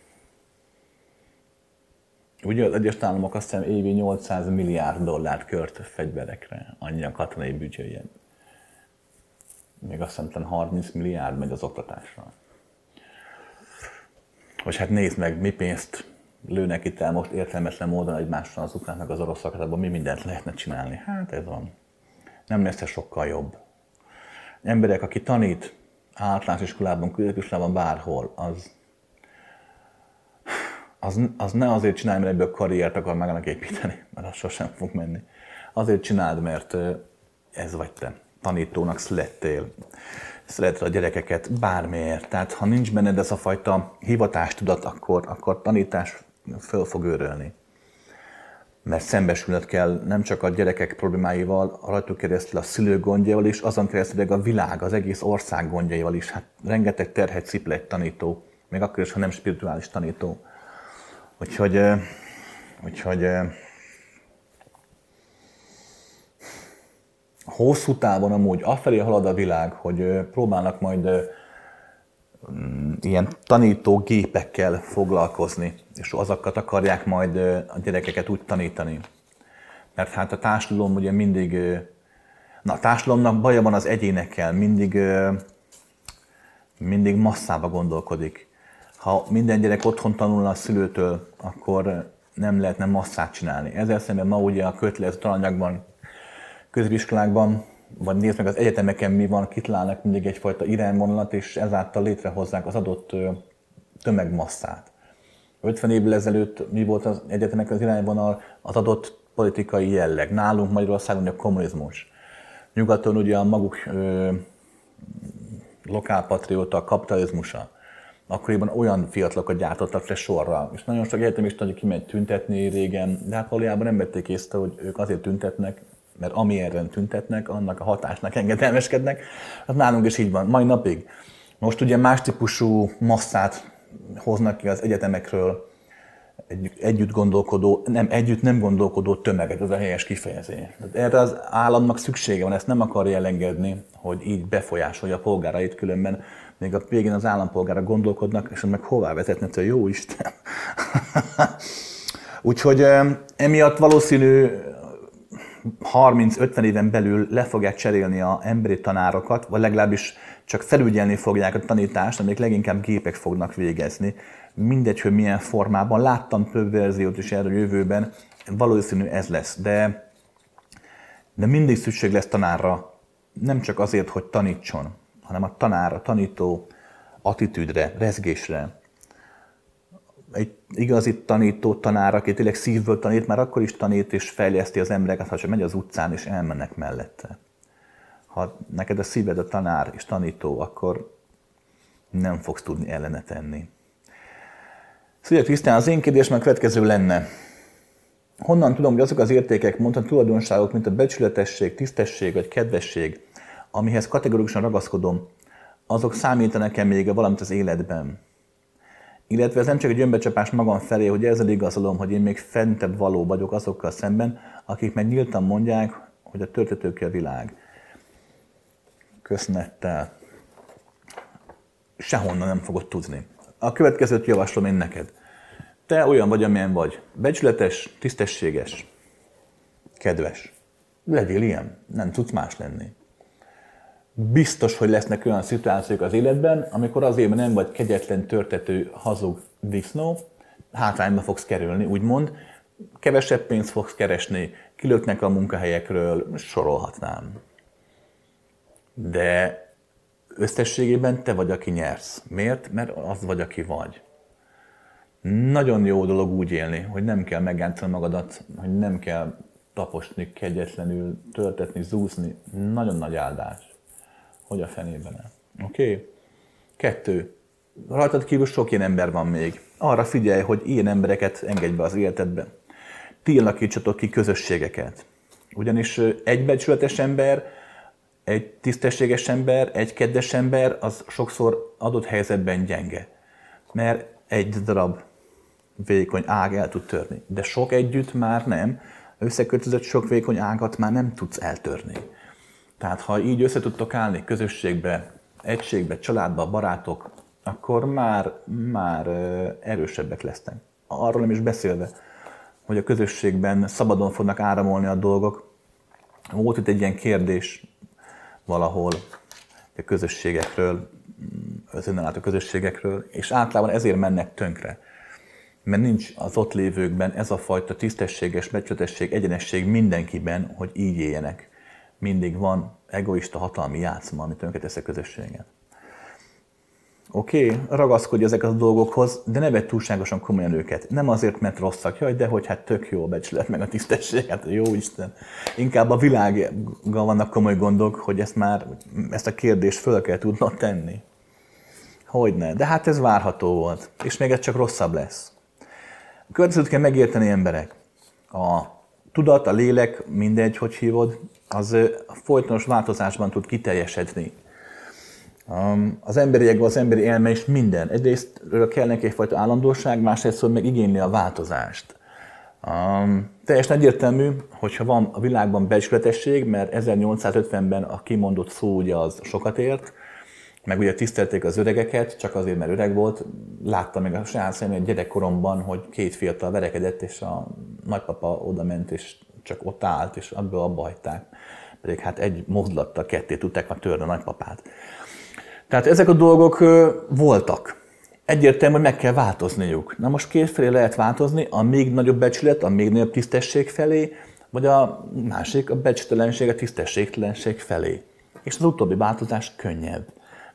Ugye az Egyesült Államok azt hiszem évi 800 milliárd dollárt költ fegyverekre, annyi a katonai büdzséje. Még azt hiszem 30 milliárd megy az oktatásra. Hogy hát nézd meg, mi pénzt lőnek itt el most értelmetlen módon egymással az ukránok meg az oroszokat, abban mi mindent lehetne csinálni. Hát ez van. Nem lesz ez sokkal jobb. Emberek, aki tanít általános iskolában, középiskolában, bárhol, az ne azért csinálj, mert ebből karriert akar magának építeni, mert az sosem fog menni. Azért csináld, mert ez vagy te. Tanítónak születtél. Szereted a gyerekeket bármiért. Tehát ha nincs benned ez a fajta hivatástudat, akkor tanítás föl fog őrölni. Mert szembesülnöd kell nem csak a gyerekek problémáival, rajtuk keresztül a szülők gondjaival is, azon keresztül a világ, az egész ország gondjaival is. Hát rengeteg terhet cipel egy tanító, még akkor is, ha nem spirituális tanító. Úgyhogy hosszú távon amúgy afelé halad a világ, hogy próbálnak majd ilyen tanítógépekkel foglalkozni, és azokat akarják majd a gyerekeket úgy tanítani. Mert hát a társadalom ugye mindig, a társadalomnak baja van az egyénekkel, mindig masszába gondolkodik. Ha minden gyerek otthon tanulna a szülőtől, akkor nem lehetne masszát csinálni. Ezzel szemben ma ugye a kötelező tananyagban, középiskolákban, vagy nézd meg az egyetemeken mi van, kitalálnak mindig egyfajta irányvonalat, és ezáltal létrehozzák az adott tömegmasszát. 50 évvel ezelőtt mi volt az egyetemek az irányvonal? Az adott politikai jelleg. Nálunk Magyarországon a kommunizmus. Nyugaton ugye a maguk lokálpatrióta kapitalizmusa. Akkoriban olyan fiatalokat gyártottak le sorra. És nagyon sok egyetemista, hogy kimegy tüntetni régen, de hát valójában nem vették észre, hogy ők azért tüntetnek, mert ami ellen tüntetnek, annak a hatásnak engedelmeskednek. Hát nálunk is így van, mai napig. Most ugye más típusú masszát hoznak ki az egyetemekről, együtt gondolkodó, nem gondolkodó tömeget, ez a helyes kifejezés. Erre az államnak szüksége van, ezt nem akarja elengedni, hogy így befolyásolja a polgárait, különben még a végén az állampolgárok gondolkodnak, és meg hová vezetne, hogy jó Isten. Úgyhogy emiatt valószínű 30-50 éven belül le fogják cserélni az emberi tanárokat, vagy legalábbis csak felügyelni fogják a tanítást, amelyek leginkább gépek fognak végezni. Mindegy, hogy milyen formában. Láttam több verziót is erről a jövőben, valószínű ez lesz. De mindig szükség lesz tanárra, nem csak azért, hogy tanítson, hanem a tanár, a tanító attitűdre, rezgésre. Egy igazi tanító tanár, aki tényleg szívből tanít, már akkor is tanít és fejleszti az embereket, ha csak megy az utcán és elmennek mellette. Ha neked a szíved a tanár és tanító, akkor nem fogsz tudni ellene tenni. Szia Krisztián, az én kérdésem a következő lenne. Honnan tudom, hogy azok az értékek, mondtam tulajdonságok, mint a becsületesség, tisztesség vagy kedvesség, amihez kategorikusan ragaszkodom, azok számítanak-e még valamit az életben? Illetve ez nem csak egy önbecsapás magam felé, hogy ezzel igazolom, hogy én még fentebb való vagyok azokkal szemben, akik meg nyíltan mondják, hogy a törtetőké a világ. Köszönettel. Sehonnan nem fogod tudni. A következőt javaslom én neked. Te olyan vagy, amilyen vagy. Becsületes, tisztességes, kedves. Legyél ilyen, nem tudsz más lenni. Biztos, hogy lesznek olyan szituációk az életben, amikor azért nem vagy kegyetlen, törtető, hazug disznó, hátrányba fogsz kerülni, úgymond, kevesebb pénzt fogsz keresni, kilöknek a munkahelyekről, sorolhatnám. De összességében te vagy, aki nyersz. Miért? Mert az vagy, aki vagy. Nagyon jó dolog úgy élni, hogy nem kell megántani magadat, hogy nem kell taposni, kegyetlenül, törtetni, zúzni. Nagyon nagy áldás. Hogy a fenében. Oké? 2. Rajtad kívül sok ilyen ember van még. Arra figyelj, hogy ilyen embereket engedj be az életedbe. Ti alakítsatok ki közösségeket. Ugyanis egy becsületes ember, egy tisztességes ember, egy kedves ember, az sokszor adott helyzetben gyenge. Mert egy darab vékony ág el tud törni. De sok együtt már nem. Összekötözött sok vékony ágat már nem tudsz eltörni. Tehát ha így össze tudtok állni közösségbe, egységbe, családba, barátok, akkor már erősebbek lesznek. Arról nem is beszélve, hogy a közösségben szabadon fognak áramolni a dolgok. Volt itt egy ilyen kérdés valahol a közösségekről, az önálló közösségekről, és általában ezért mennek tönkre. Mert nincs az ott lévőkben ez a fajta tisztességes, becsületesség, egyenesség mindenkiben, hogy így éljenek. Mindig van egoista hatalmi játszma, ami tönkretesz a közösséget. Oké, ragaszkodj ezek a dolgokhoz, de ne vedd túlságosan komolyan őket. Nem azért, mert rosszak, jaj, de hogy hát tök jó a becsület, meg a tisztesség, hát jó Isten. Inkább a világgal vannak komoly gondok, hogy ezt a kérdést föl kell tudnod tenni. Hogyne, de hát ez várható volt, és még ez csak rosszabb lesz. A következőt kell megérteni, emberek. A tudat, a lélek, mindegy, hogy hívod, az folytonos változásban tud kiteljesedni. Az emberi ego, az emberi elme is minden. Egyrészt kell neki egyfajta állandóság, másrészt meg igényli a változást. Teljesen egyértelmű, hogyha van a világban becsületesség, mert 1850-ben a kimondott szó ugye az sokat ért, meg ugye tisztelték az öregeket, csak azért, mert öreg volt. Láttam meg a saját személyes gyerekkoromban, hogy 2 fiatal verekedett, és a nagypapa oda ment, és csak ott állt, és abból abba hagyták. Pedig hát egy mozdulattal ketté tudták már törni a nagypapát. Tehát ezek a dolgok voltak. Egyértelmű, hogy meg kell változniuk. Na most kétfelé lehet változni, a még nagyobb becsület, a még nagyobb tisztesség felé, vagy a másik, a becsületlenség, a tisztességtelenség felé. És az utóbbi változás könnyebb.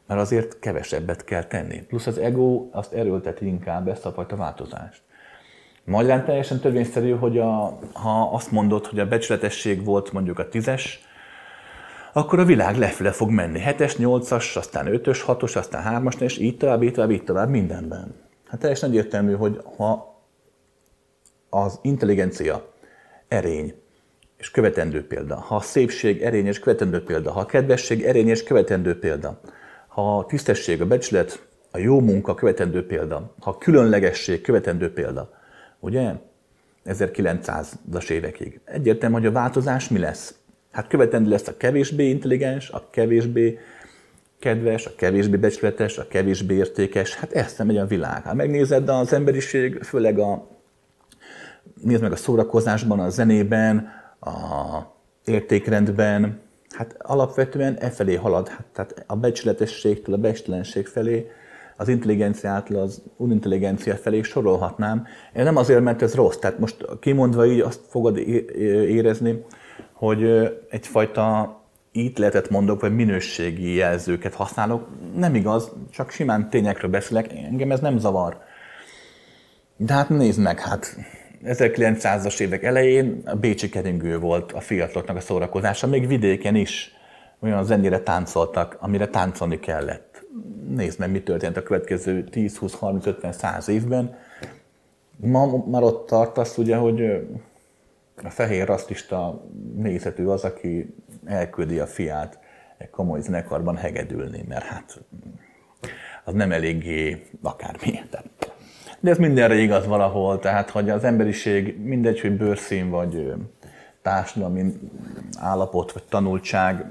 mert azért kevesebbet kell tenni. Plusz az ego azt erőlteti inkább ezt a fajta változást. Magyarán teljesen törvényszerű, hogy ha azt mondod, hogy a becsületesség volt mondjuk a 10-es, akkor a világ lefele fog menni. 7-es, 8-as, aztán 5-ös, 6-os, aztán 3-as, és így tovább mindenben. Hát teljesen egyértelmű, hogy ha az intelligencia erény és követendő példa, ha a szépség erény és követendő példa, ha a kedvesség erény és követendő példa, ha a tisztesség, a becsület, a jó munka követendő példa, ha a különlegesség követendő példa, ugye? 1900-as évekig. Egyértelmű, hogy a változás mi lesz? Hát követendő lesz a kevésbé intelligens, a kevésbé kedves, a kevésbé becsületes, a kevésbé értékes. Hát ezt nem megy a világ. Ha megnézed, az emberiség, főleg nézd meg a szórakozásban, a zenében, a értékrendben, hát alapvetően felé halad. Hát, tehát a becsületességtől a becstelenség felé, az intelligenciától az unintelligencia felé sorolhatnám. Én nem azért, mert ez rossz. Tehát most kimondva így azt fogod érezni, hogy egyfajta ítéletet mondok, vagy minőségi jelzőket használok. Nem igaz, csak simán tényekről beszélek, engem ez nem zavar. De hát nézd meg, hát 1900-as évek elején a bécsi keringő volt a fiataloknak a szórakozása, még vidéken is olyan zenére táncoltak, amire táncolni kellett. Nézd meg, mi történt a következő 10, 20, 30, 50, 100 évben. Ma már ott tartasz, ugye, hogy a fehér rasszista nézetű az, aki elküldi a fiát egy komoly zenekarban hegedülni, mert hát az nem eléggé akármi. De ez mindenre igaz valahol, tehát hogy az emberiség mindegy, hogy bőrszín vagy társadalmi állapot vagy tanultság,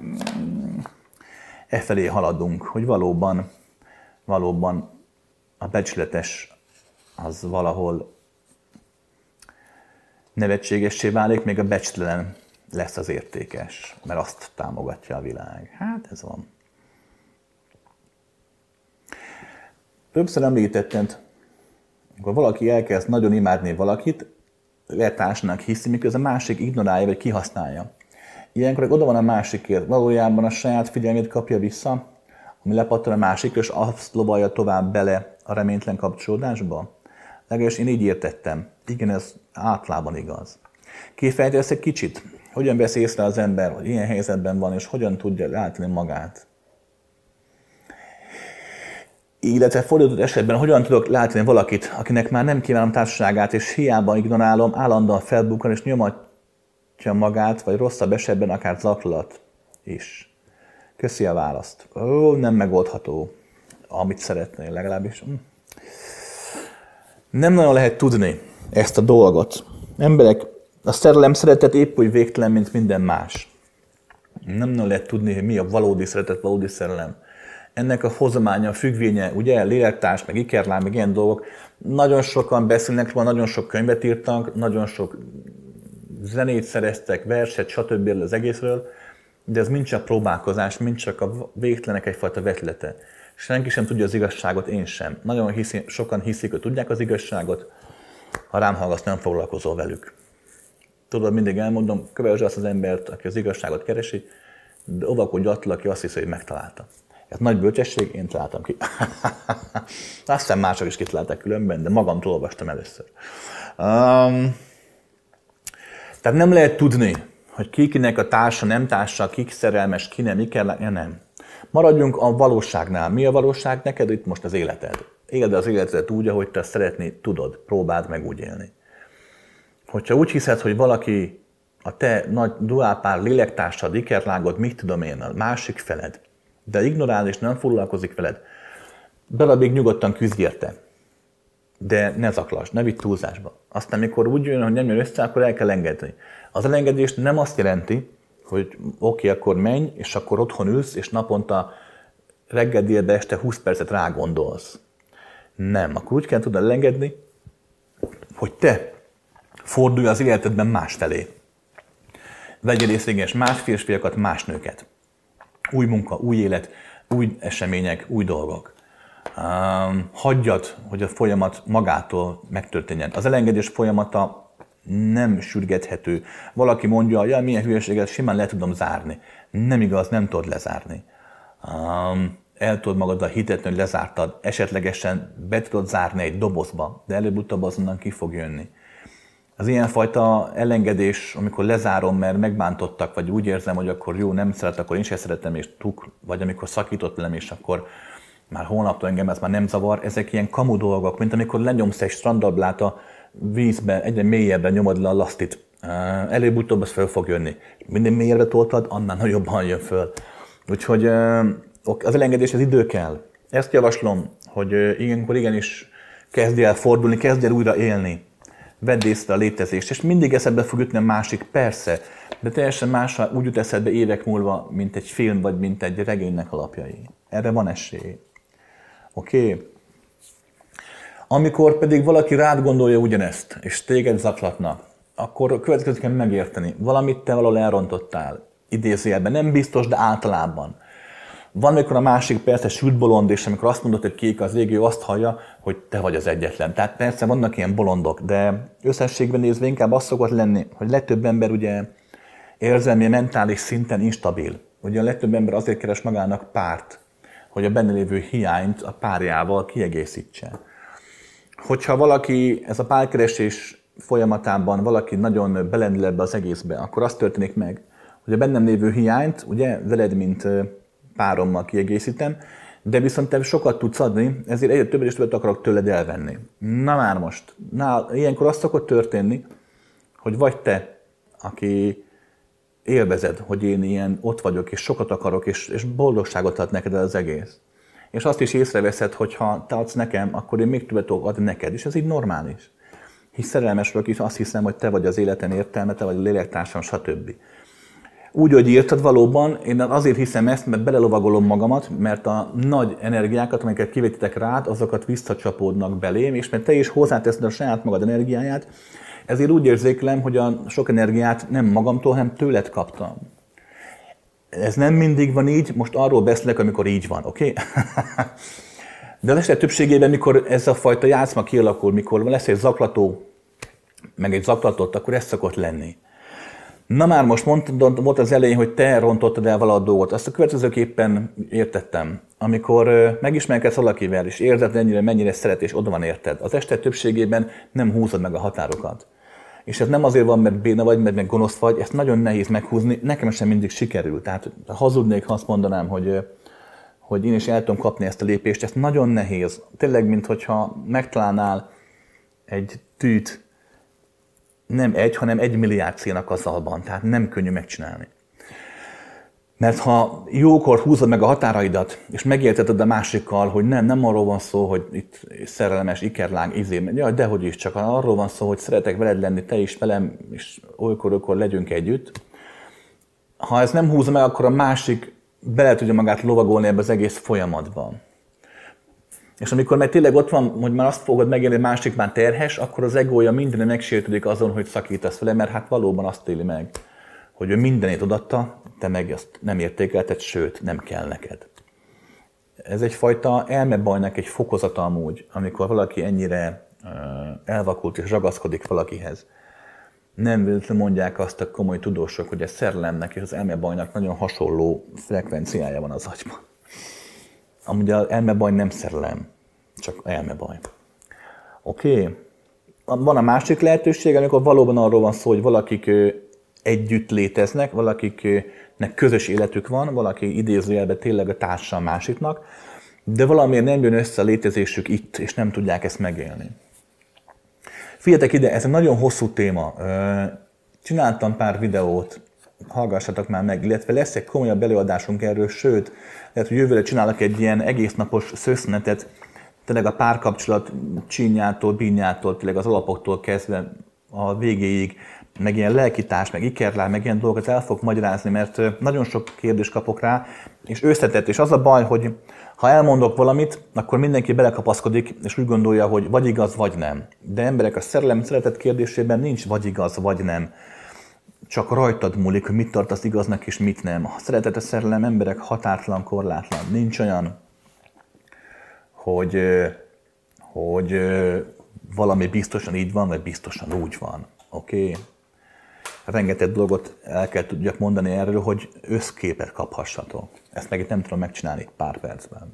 felé haladunk, hogy valóban a becsületes az valahol nevetségessé válik, még a becstelen lesz az értékes, mert azt támogatja a világ. Hát ez van. Többször említettem, amikor valaki elkezd nagyon imádni valakit, társnak hiszi, miközben a másik ignorálja vagy kihasználja. Ilyenkor oda van a másikért, valójában a saját figyelmét kapja vissza, ami lepattan a másikra, és azt lovalja tovább bele a reménytelen kapcsolódásba. Legalábbis én így értettem. Igen, ez általában igaz. Kifejtesz egy kicsit, hogyan vesz észre az ember, hogy ilyen helyzetben van, és hogyan tudja látni magát. Illetve fordított esetben hogyan tudok látni valakit, akinek már nem kívánom társaságát, és hiába ignorálom, állandóan felbukkan és nyomatja magát, vagy rosszabb esetben akár zaklat is. Köszi a választ. Nem megoldható, amit szeretnél legalábbis. Nem nagyon lehet tudni ezt a dolgot. Emberek, a szerelem szeretet épp úgy végtelen, mint minden más. Nem nagyon lehet tudni, hogy mi a valódi szeretet, valódi szerelem. Ennek a hozománya, a függvénye, ugye, lélektárs, meg ikerlám, meg ilyen dolgok. Nagyon sokan beszélnek róla, nagyon sok könyvet írtak, nagyon sok zenét szereztek, verset, stb. Az egészről, de ez mind csak próbálkozás, mind csak a végtelenek egyfajta vetlete. Senki sem tudja az igazságot, én sem. Nagyon sokan hiszik, hogy tudják az igazságot, ha rám hallgatsz, nem foglalkozol velük. Tudod, mindig elmondom, kövesd azt az embert, aki az igazságot keresi, de óvakodj attól, aki azt hiszi, hogy megtalálta. Ez nagy bölcsesség, én találtam ki. Azt hiszem mások is kitalálták különben, de magamtól olvastam először. Tehát nem lehet tudni, hogy kinek a társa, nem társa, kik szerelmes, ki nem, nem. Maradjunk a valóságnál. Mi a valóság neked? Itt most az életed. Éld az életedet úgy, ahogy te szeretni tudod. Próbáld meg úgy élni. Hogyha úgy hiszed, hogy valaki a te nagy duálpár lélektársad, ikerlágod, mit tudom én, a másik feled, de ignorál és nem foglalkozik veled, darabig nyugodtan küzdj érte. De ne zaklass, ne vidd túlzásba. Aztán, amikor úgy jön, hogy nem jön össze, akkor el kell engedni. Az elengedés nem azt jelenti, hogy oké, akkor menj, és akkor otthon ülsz, és naponta reggel, délbe, este 20 percet rágondolsz. Nem. Akkor úgy kell tudni elengedni, hogy te fordulj az életedben más felé. Vegyél észre más férfiakat, más nőket. Új munka, új élet, új események, új dolgok. Hagyjad, hogy a folyamat magától megtörténjen. Az elengedés folyamata nem sürgethető. Valaki mondja, hogy milyen hülyeséget, simán le tudom zárni. Nem igaz, nem tudod lezárni. el tudod magaddal hitetni, hogy lezártad, esetlegesen be tudod zárni egy dobozba, de előbb-utóbb azonnan ki fog jönni. Az ilyenfajta elengedés, amikor lezárom, mert megbántottak, vagy úgy érzem, hogy akkor jó, nem szeret, akkor én sem szeretem, és tuk, vagy amikor szakított velem, és akkor már hónaptól engem ez már nem zavar, ezek ilyen kamu dolgok, mint amikor lenyomsz egy strandablát a vízbe, egyre mélyebben nyomod le a lasztit. Előbb-utóbb az föl fog jönni. Minden mélyebbre toltad, annál nagyobban jön föl. Úgyhogy az elengedés az idő kell. Ezt javaslom, hogy ilyenkor igenis kezdj el fordulni, kezdj el újra élni. Vedd észre a létezést, és mindig eszedbe fog jutni a másik, persze, de teljesen másra úgy jut eszedbe évek múlva, mint egy film, vagy mint egy regénynek alapjai. Erre van esély. Oké? Amikor pedig valaki rád gondolja ugyanezt, és téged zaklatnak, akkor a következőt kell megérteni. Valamit te valahol elrontottál, idézőjelben. Nem biztos, de általában. Van, amikor a másik persze sült bolond, és amikor azt mondod, hogy kék az ég, ő azt hallja, hogy te vagy az egyetlen. Tehát persze vannak ilyen bolondok, de összességben nézve inkább az szokott lenni, hogy legtöbb ember ugye érzelmi, mentális szinten instabil. Ugye a legtöbb ember azért keres magának párt, hogy a benne lévő hiányt a párjával kiegészítse. Hogyha valaki, ez a párkeresés folyamatában valaki nagyon belendül ebbe az egészbe, akkor az történik meg, hogy a bennem lévő hiányt, ugye veled, mint párommal kiegészítem, de viszont te sokat tudsz adni, ezért egyre többet és többet akarok tőled elvenni. Na már most, ilyenkor az szokott történni, hogy vagy te, aki élvezed, hogy én ilyen ott vagyok, és sokat akarok, és boldogságot ad neked az egész. És azt is észreveszed, hogy ha te adsz nekem, akkor én még többet tudok adni neked, és ez így normális. Hisz szerelmes vagyok, és azt hiszem, hogy te vagy az életem értelme, te vagy a lélektársam, stb. Úgy, hogy írtad valóban, én azért hiszem ezt, mert belelovagolom magamat, mert a nagy energiákat, amiket kivetítek rád, azokat visszacsapódnak belém, és mert te is hozzáteszed a saját magad energiáját, ezért úgy érzékelem, hogy a sok energiát nem magamtól, hanem tőled kaptam. Ez nem mindig van így, most arról beszélek, amikor így van, oké? De az eset többségében, mikor ez a fajta játszma kialakul, mikor lesz egy zaklató, meg egy zaklatott, akkor ez szokott lenni. Na már most mondtad, volt az elején, hogy te rontottad el valahogy a dolgot. Azt a következőképpen értettem. Amikor megismerkedsz valakivel, és érzed mennyire szeret, és oda van érted, az este többségében nem húzod meg a határokat. És ez nem azért van, mert béna vagy, mert meg gonosz vagy, ezt nagyon nehéz meghúzni, nekem sem mindig sikerül. Tehát hazudnék, ha azt mondanám, hogy én is el tudom kapni ezt a lépést, ez nagyon nehéz. Tényleg, minthogyha megtalálnál egy tűt, nem egy, hanem 1 milliárd szénakazalban, tehát nem könnyű megcsinálni. Mert ha jókor húzod meg a határaidat, és megérteted a másikkal, hogy nem arról van szó, hogy itt szerelmes, ikerláng, jaj, dehogy is, csak arról van szó, hogy szeretek veled lenni, te is velem, és olykor legyünk együtt. Ha ez nem húzza meg, akkor a másik bele tudja magát lovagolni ebbe az egész folyamatban. És amikor meg tényleg ott van, hogy már azt fogod megélni, hogy másik már terhes, akkor az egója mindenre megsértődik azon, hogy szakítasz vele, mert hát valóban azt éli meg, hogy ő mindenét odatta, te meg azt nem értékelted, sőt, nem kell neked. Ez egyfajta elmebajnak egy fokozata amúgy, amikor valaki ennyire elvakult és ragaszkodik valakihez. Nem véletlenül mondják azt a komoly tudósok, hogy a szerelemnek és az elmebajnak nagyon hasonló frekvenciája van az agyban. Amúgy az elmebaj nem szerelem, csak elmebaj. Oké? Van a másik lehetőség, amikor valóban arról van szó, hogy valakik együtt léteznek, valakiknek közös életük van, valaki idézőjelben tényleg a társa a másiknak, de valamiért nem jön össze a létezésük itt, és nem tudják ezt megélni. Figyeljetek ide, ez egy nagyon hosszú téma. Csináltam pár videót, hallgassatok már meg, illetve lesz egy komolyabb előadásunk erről, sőt, lehet, hogy jövőre csinálok egy ilyen egésznapos szösszenetet, tényleg a párkapcsolat csínyától, bínyától, tényleg az alapoktól kezdve a végéig, meg ilyen lelkitárs, meg ikerlár, meg ilyen dolgokat el fogok magyarázni, mert nagyon sok kérdést kapok rá, és összetett. És az a baj, hogy ha elmondok valamit, akkor mindenki belekapaszkodik, és úgy gondolja, hogy vagy igaz, vagy nem. De emberek, a szerelem, szeretet kérdésében nincs vagy igaz, vagy nem. Csak rajtad múlik, hogy mit tartasz igaznak, és mit nem. A szeretet, a szerelem, emberek határtalan, korlátlan. Nincs olyan, hogy valami biztosan így van, vagy biztosan úgy van. Oké? rengeteg dolgot el kell tudjak mondani erről, hogy összképet kaphassatok. Ezt meg itt nem tudom megcsinálni pár percben.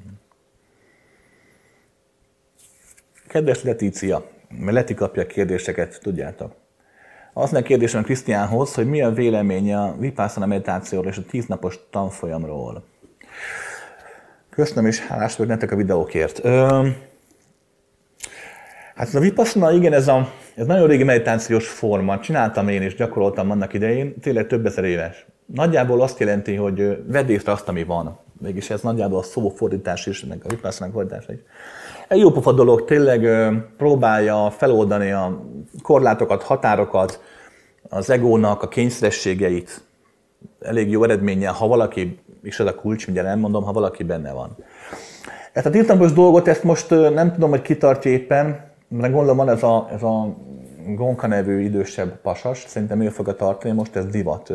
Kedves Letícia, mert Leti kapja a kérdéseket, tudjátok. Az a kérdésem Krisztiánhoz, hogy mi a véleménye a Vipassana meditációról és a 10 napos tanfolyamról. Köszönöm és hálás vagyok nektek a videókért. Hát a Vipassana, igen, ez nagyon régi meditációs forma. Csináltam én is, gyakoroltam annak idején, tényleg több ezer éves. Nagyjából azt jelenti, hogy vedd észre azt, ami van. Mégis ez nagyjából a szófordítás is, meg a Vipassana fordítása is. Egy jó pofa dolog, tényleg próbálja feloldani a korlátokat, határokat, az egónak a kényszerességeit. Elég jó eredménnyel, ha valaki, és ez a kulcs, mindjárt elmondom, ha valaki benne van. Ezt a 10 napos dolgot, ezt most nem tudom, hogy kitartja éppen, mert gondolom van ez a Gonka nevű idősebb pasas, szerintem ő fogja tartani, most ez divat.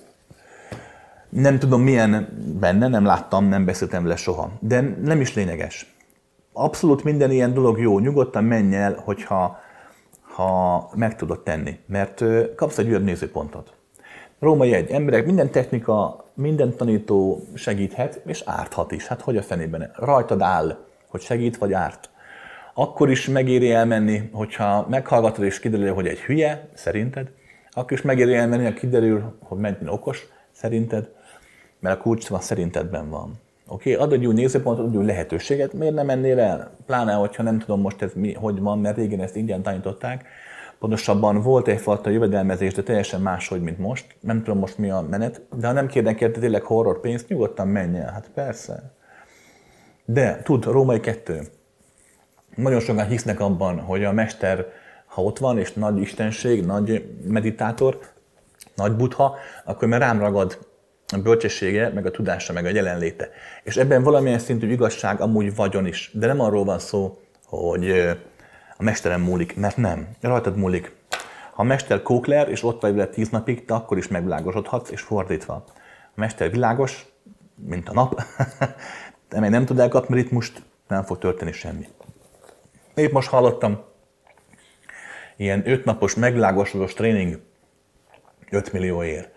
Nem tudom milyen benne, nem láttam, nem beszéltem vele soha, de nem is lényeges. Abszolút minden ilyen dolog jó, nyugodtan menj el, hogyha meg tudod tenni, mert kapsz egy olyan nézőpontot. Római 1. Emberek, minden technika, minden tanító segíthet, és árthat is. Hát hogy a fenében? Rajtad áll, hogy segít vagy árt. Akkor is megéri elmenni, hogyha meghallgatod és kiderül, hogy egy hülye, szerinted, akkor is megéri elmenni, ha kiderül, hogy mennyire okos, szerinted, mert a kulcs a szerintedben van. Oké, ad egy új nézőpontot, egy új lehetőséget, miért nem mennél el? Pláne, hogyha nem tudom most ez hogy van, mert régen ezt ingyen tanították. Pontosabban volt egyfajta jövedelmezés, de teljesen máshogy, mint most. Nem tudom most mi a menet, de ha nem kérnek érte tényleg horror pénzt, nyugodtan menj el. Hát persze. De tud, Római 2. Nagyon sokan hisznek abban, hogy a mester, ha ott van, és nagy istenség, nagy meditátor, nagy buddha, akkor már rám ragad a bölcsessége, meg a tudása, meg a jelenléte. És ebben valamilyen szintű igazság amúgy vagyon is. De nem arról van szó, hogy a mesterem múlik, mert nem. Rajtad múlik. Ha a mester kókler, és ott vagy vele 10 napig, te akkor is megvilágosodhatsz, és fordítva. A mester világos, mint a nap, de még nem tud elkapni ritmust, nem fog történni semmi. Épp most hallottam, ilyen 5 napos megvilágosodós tréning 5 millióért.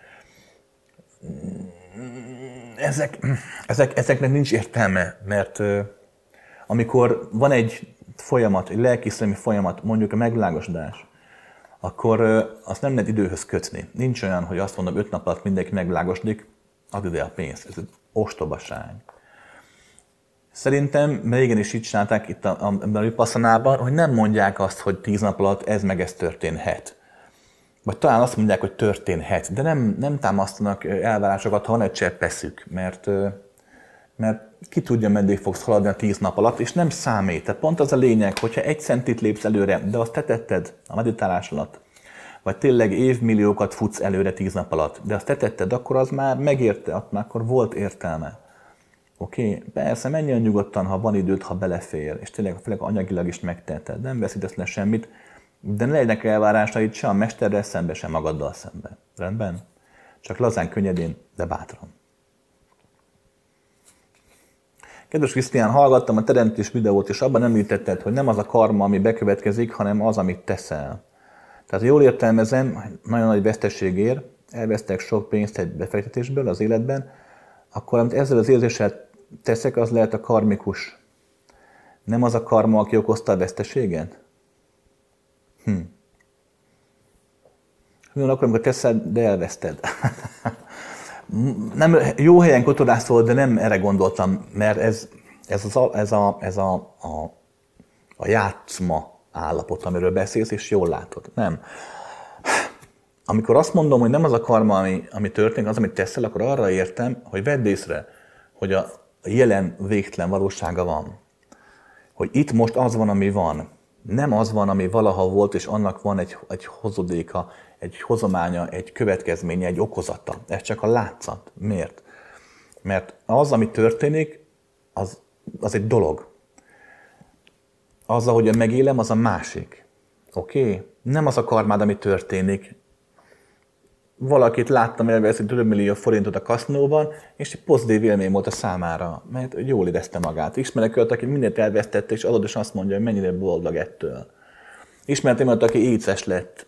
Ezeknek nincs értelme, mert amikor van egy folyamat, egy lelkiszemi folyamat, mondjuk a megvilágosodás, akkor azt nem lehet időhöz kötni. Nincs olyan, hogy azt mondom, 5 nap alatt mindenki megvilágosodik, add ide a pénzt. Ez egy ostobaság. Szerintem, mert igen is így csinálták itt a Vipassanában, hogy nem mondják azt, hogy 10 nap alatt ez meg ez történhet. Vagy talán azt mondják, hogy történhet, de nem támasztanak elvárásokat, ha van egy csepp eszük, mert ki tudja, meddig fogsz haladni a 10 nap alatt, és nem számít. Tehát pont az a lényeg, hogyha 1 centit lépsz előre, de azt te tetted a meditálás alatt, vagy tényleg évmilliókat futsz előre 10 nap alatt, de azt te tetted, akkor az már megérte, akkor volt értelme. Oké? Persze, menj el nyugodtan, ha van időd, ha belefér, és tényleg anyagilag is megteheted, nem veszítesz le semmit, de ne legyenek elvárásaid se a mesterrel szembe, se magaddal szembe. Rendben? Csak lazán, könnyedén, de bátran. Kedves Krisztián, hallgattam a teremtés videót, és abban említetted, hogy nem az a karma, ami bekövetkezik, hanem az, amit teszel. Tehát jól értelmezem, nagyon nagy veszteségért, elvesztek sok pénzt egy befektetésből az életben, akkor amit ezzel az érzéssel teszek, az lehet a karmikus. Nem az a karma, aki okozta a veszteséget? Mi van akkor, amikor teszed, de elveszted? Nem, jó helyen kotorászol, de nem erre gondoltam, mert ez a játszma állapot, amiről beszélsz, és jól látod. Nem. Amikor azt mondom, hogy nem az a karma, ami történik, az, amit teszel, akkor arra értem, hogy vedd észre, hogy a jelen végtelen valósága van. Hogy itt most az van, ami van. Nem az van, ami valaha volt, és annak van egy hozadéka, egy hozománya, egy következménye, egy okozata. Ez csak a látszat. Miért? Mert az, ami történik, az egy dolog. Az, ahogyan megélem, az a másik. Oké? Nem az a karmád, ami történik. Valakit láttam elveszni több millió forintot a kaszinóban, és egy pozitív élmény volt a számára, mert jól érezte magát. Ismerek olyat, aki mindent elvesztette, és aladosan azt mondja, hogy mennyire boldog ettől. Ismertem olyat, aki éces lett,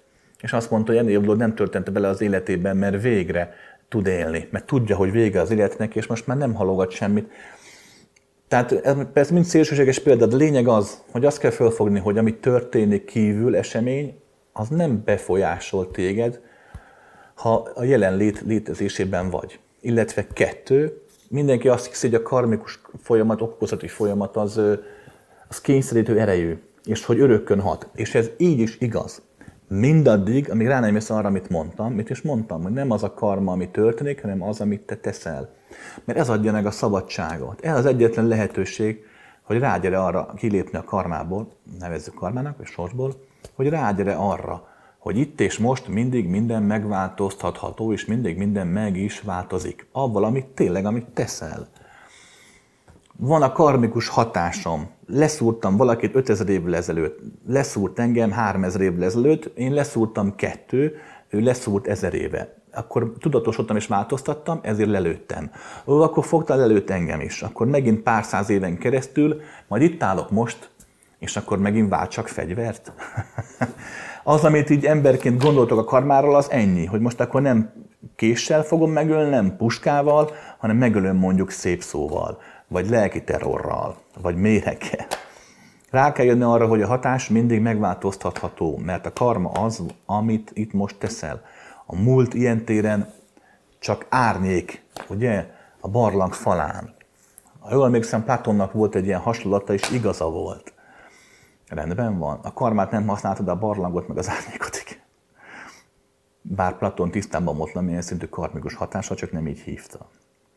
És azt mondta, hogy ennél dolog nem történt bele az életében, mert végre tud élni, mert tudja, hogy vége az életnek, és most már nem halogat semmit. Tehát ez persze mind szélsőséges példa, de a lényeg az, hogy azt kell felfogni, hogy ami történik kívül, esemény, az nem befolyásol téged, ha a jelenlét létezésében vagy. Illetve 2, mindenki azt hiszi, hogy a karmikus folyamat, okozati folyamat az kényszerítő erejű, és hogy örökkön hat. És ez így is igaz. Mindaddig, amíg rá nem jössz arra, amit mondtam, mit is mondtam, hogy nem az a karma, ami történik, hanem az, amit te teszel. Mert ez adja meg a szabadságot. Ez az egyetlen lehetőség, hogy rágyere arra kilépni a karmából, nevezzük karmának, vagy sorsból, hogy rágyere arra, hogy itt és most mindig minden megváltoztatható, és mindig minden meg is változik. Abban, amit tényleg, amit teszel. Van a karmikus hatásom. Leszúrtam valakit 5000 évvel ezelőtt, leszúrt engem 3000 évvel ezelőtt, én leszúrtam 2, ő leszúrt 1000 éve. Akkor tudatosodtam és változtattam, ezért lelőttem. Akkor fogta, lelőtt engem is. Akkor megint pár száz éven keresztül, majd itt állok most, és akkor megint váltsak fegyvert. Az, amit így emberként gondoltok a karmáról, az ennyi, hogy most akkor nem késsel fogom megölni, nem puskával, hanem megölöm mondjuk szép szóval, vagy lelki terrorral, vagy méhekkel. Rá kell jönni arra, hogy a hatás mindig megváltoztatható, mert a karma az, amit itt most teszel. A múlt ilyen téren csak árnyék, ugye, a barlang falán. Ha jól emlékszem, Platonnak volt egy ilyen hasonlata, és igaza volt. Rendben van. A karmát nem használtad, a barlangot meg az árnyékot, igen. Bár Platon tisztában volt milyen szintű karmikus hatása, csak nem így hívta.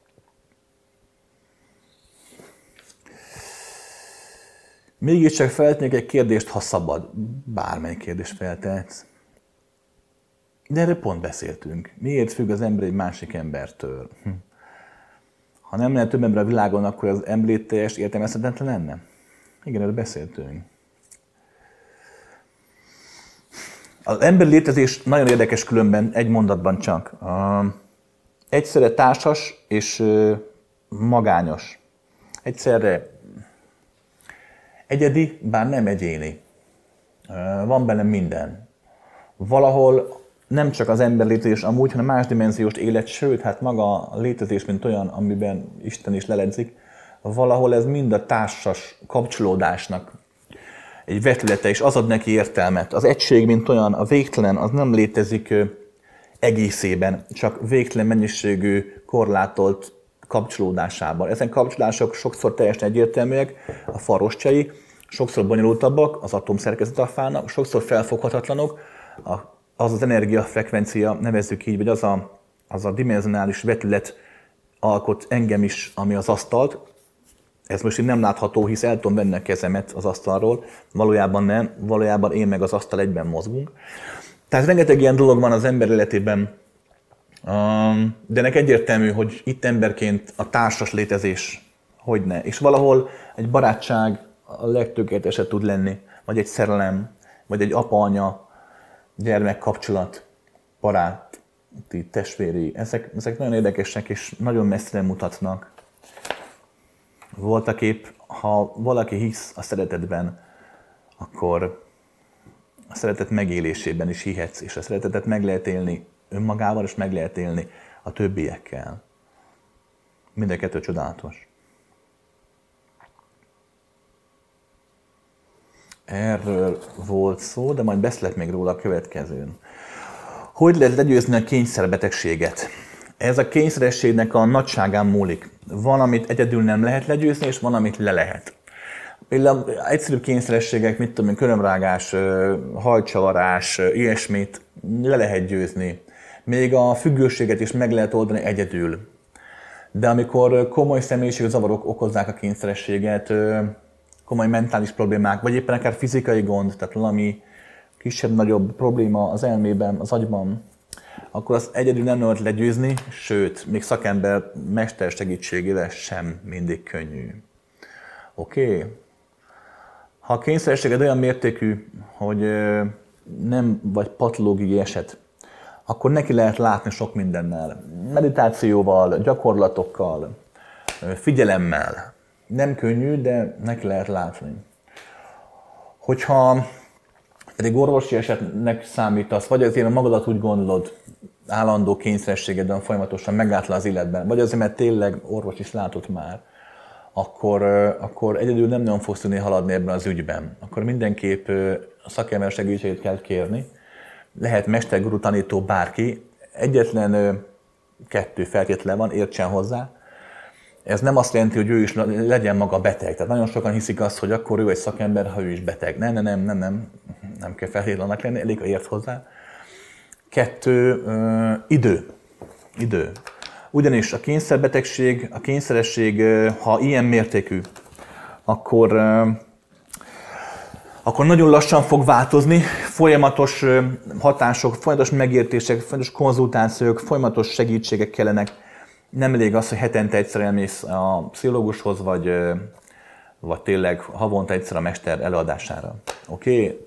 Mégiscsak feltennék egy kérdést, ha szabad. Bármely kérdést feltehetsz. De erről pont beszéltünk. Miért függ az ember egy másik embertől? Ha nem lenne több ember a világon, akkor az ember teljes értelmezhetetlen lenne? Igen, erről beszéltünk. Az emberi létezés nagyon érdekes különben, egy mondatban csak. Egyszerre társas és magányos. Egyszerre egyedi, bár nem egyéni. Van benne minden. Valahol nem csak az ember létezés amúgy, hanem más dimenziós élet, sőt, hát maga a létezés, mint olyan, amiben Isten is leledzik, valahol ez mind a társas kapcsolódásnak egy vetülete, és az ad neki értelmet. Az egység, mint olyan, a végtelen, az nem létezik egészében, csak végtelen mennyiségű, korlátolt kapcsolódásában. Ezen kapcsolódások sokszor teljesen egyértelműek, a faroscsai, sokszor bonyolultabbak, az atomszerkezet a fának, sokszor felfoghatatlanok, az energiafrekvencia, nevezzük így, vagy az a dimenzionális vetület alkot engem is, ami az asztalt. Ez most így nem látható, hisz el tudom venni a kezemet az asztalról, valójában nem, valójában én meg az asztal egyben mozgunk. Tehát rengeteg ilyen dolog van az ember életében, de ennek egyértelmű, hogy itt emberként a társas létezés hogyne. És valahol egy barátság a legtökéletesebb tud lenni, vagy egy szerelem, vagy egy apa-anya, gyermek kapcsolat, baráti, testvéri. Ezek nagyon érdekesek és nagyon messzire mutatnak. Voltaképp, ha valaki hisz a szeretetben, akkor a szeretet megélésében is hihetsz, és a szeretetet meg lehet élni önmagával, és meg lehet élni a többiekkel. Mind a kettő csodálatos. Erről volt szó, de majd beszélek még róla a következőn. Hogy lehet legyőzni a kényszerbetegséget? Ez a kényszerességnek a nagyságán múlik. Van, amit egyedül nem lehet legyőzni, és van, amit le lehet. Például egyszerűbb kényszerességek, mit tudom én, körömrágás, hajcsavarás, ilyesmit le lehet győzni. Még a függőséget is meg lehet oldani egyedül. De amikor komoly személyiségzavarok okozzák a kényszerességet, komoly mentális problémák, vagy éppen akár fizikai gond, tehát valami kisebb-nagyobb probléma az elmében, az agyban, akkor azt egyedül nem lehet legyőzni, sőt, még szakember mester segítségével sem mindig könnyű. Oké? Ha a kényszerességed olyan mértékű, hogy nem vagy patológiai eset, akkor neki lehet látni sok mindennel. Meditációval, gyakorlatokkal, figyelemmel. Nem könnyű, de neki lehet látni. Hogyha pedig orvosi esetnek számítasz, vagy azért magadat úgy gondolod, állandó kényszerességedben folyamatosan megálltál az életben, vagy azért, mert tényleg orvos is látott már, akkor egyedül nem nagyon fogsz tudni haladni ebben az ügyben. Akkor mindenképp a szakember segítségét kell kérni. Lehet mesterguru, tanító, bárki. Egyetlen 2 feltétele van, értsen hozzá. Ez nem azt jelenti, hogy ő is legyen maga beteg. Tehát nagyon sokan hiszik azt, hogy akkor ő egy szakember, ha ő is beteg. Nem kell feltétlenül lenni, elég, ha ért hozzá. 2, idő. Ugyanis a kényszerbetegség, a kényszeresség, ha ilyen mértékű, akkor nagyon lassan fog változni, folyamatos hatások, folyamatos megértések, folyamatos konzultációk, folyamatos segítségek kellenek. Nem elég az, hogy hetente egyszer elmész a pszichológushoz, vagy tényleg havonta egyszer a mester előadására. Oké?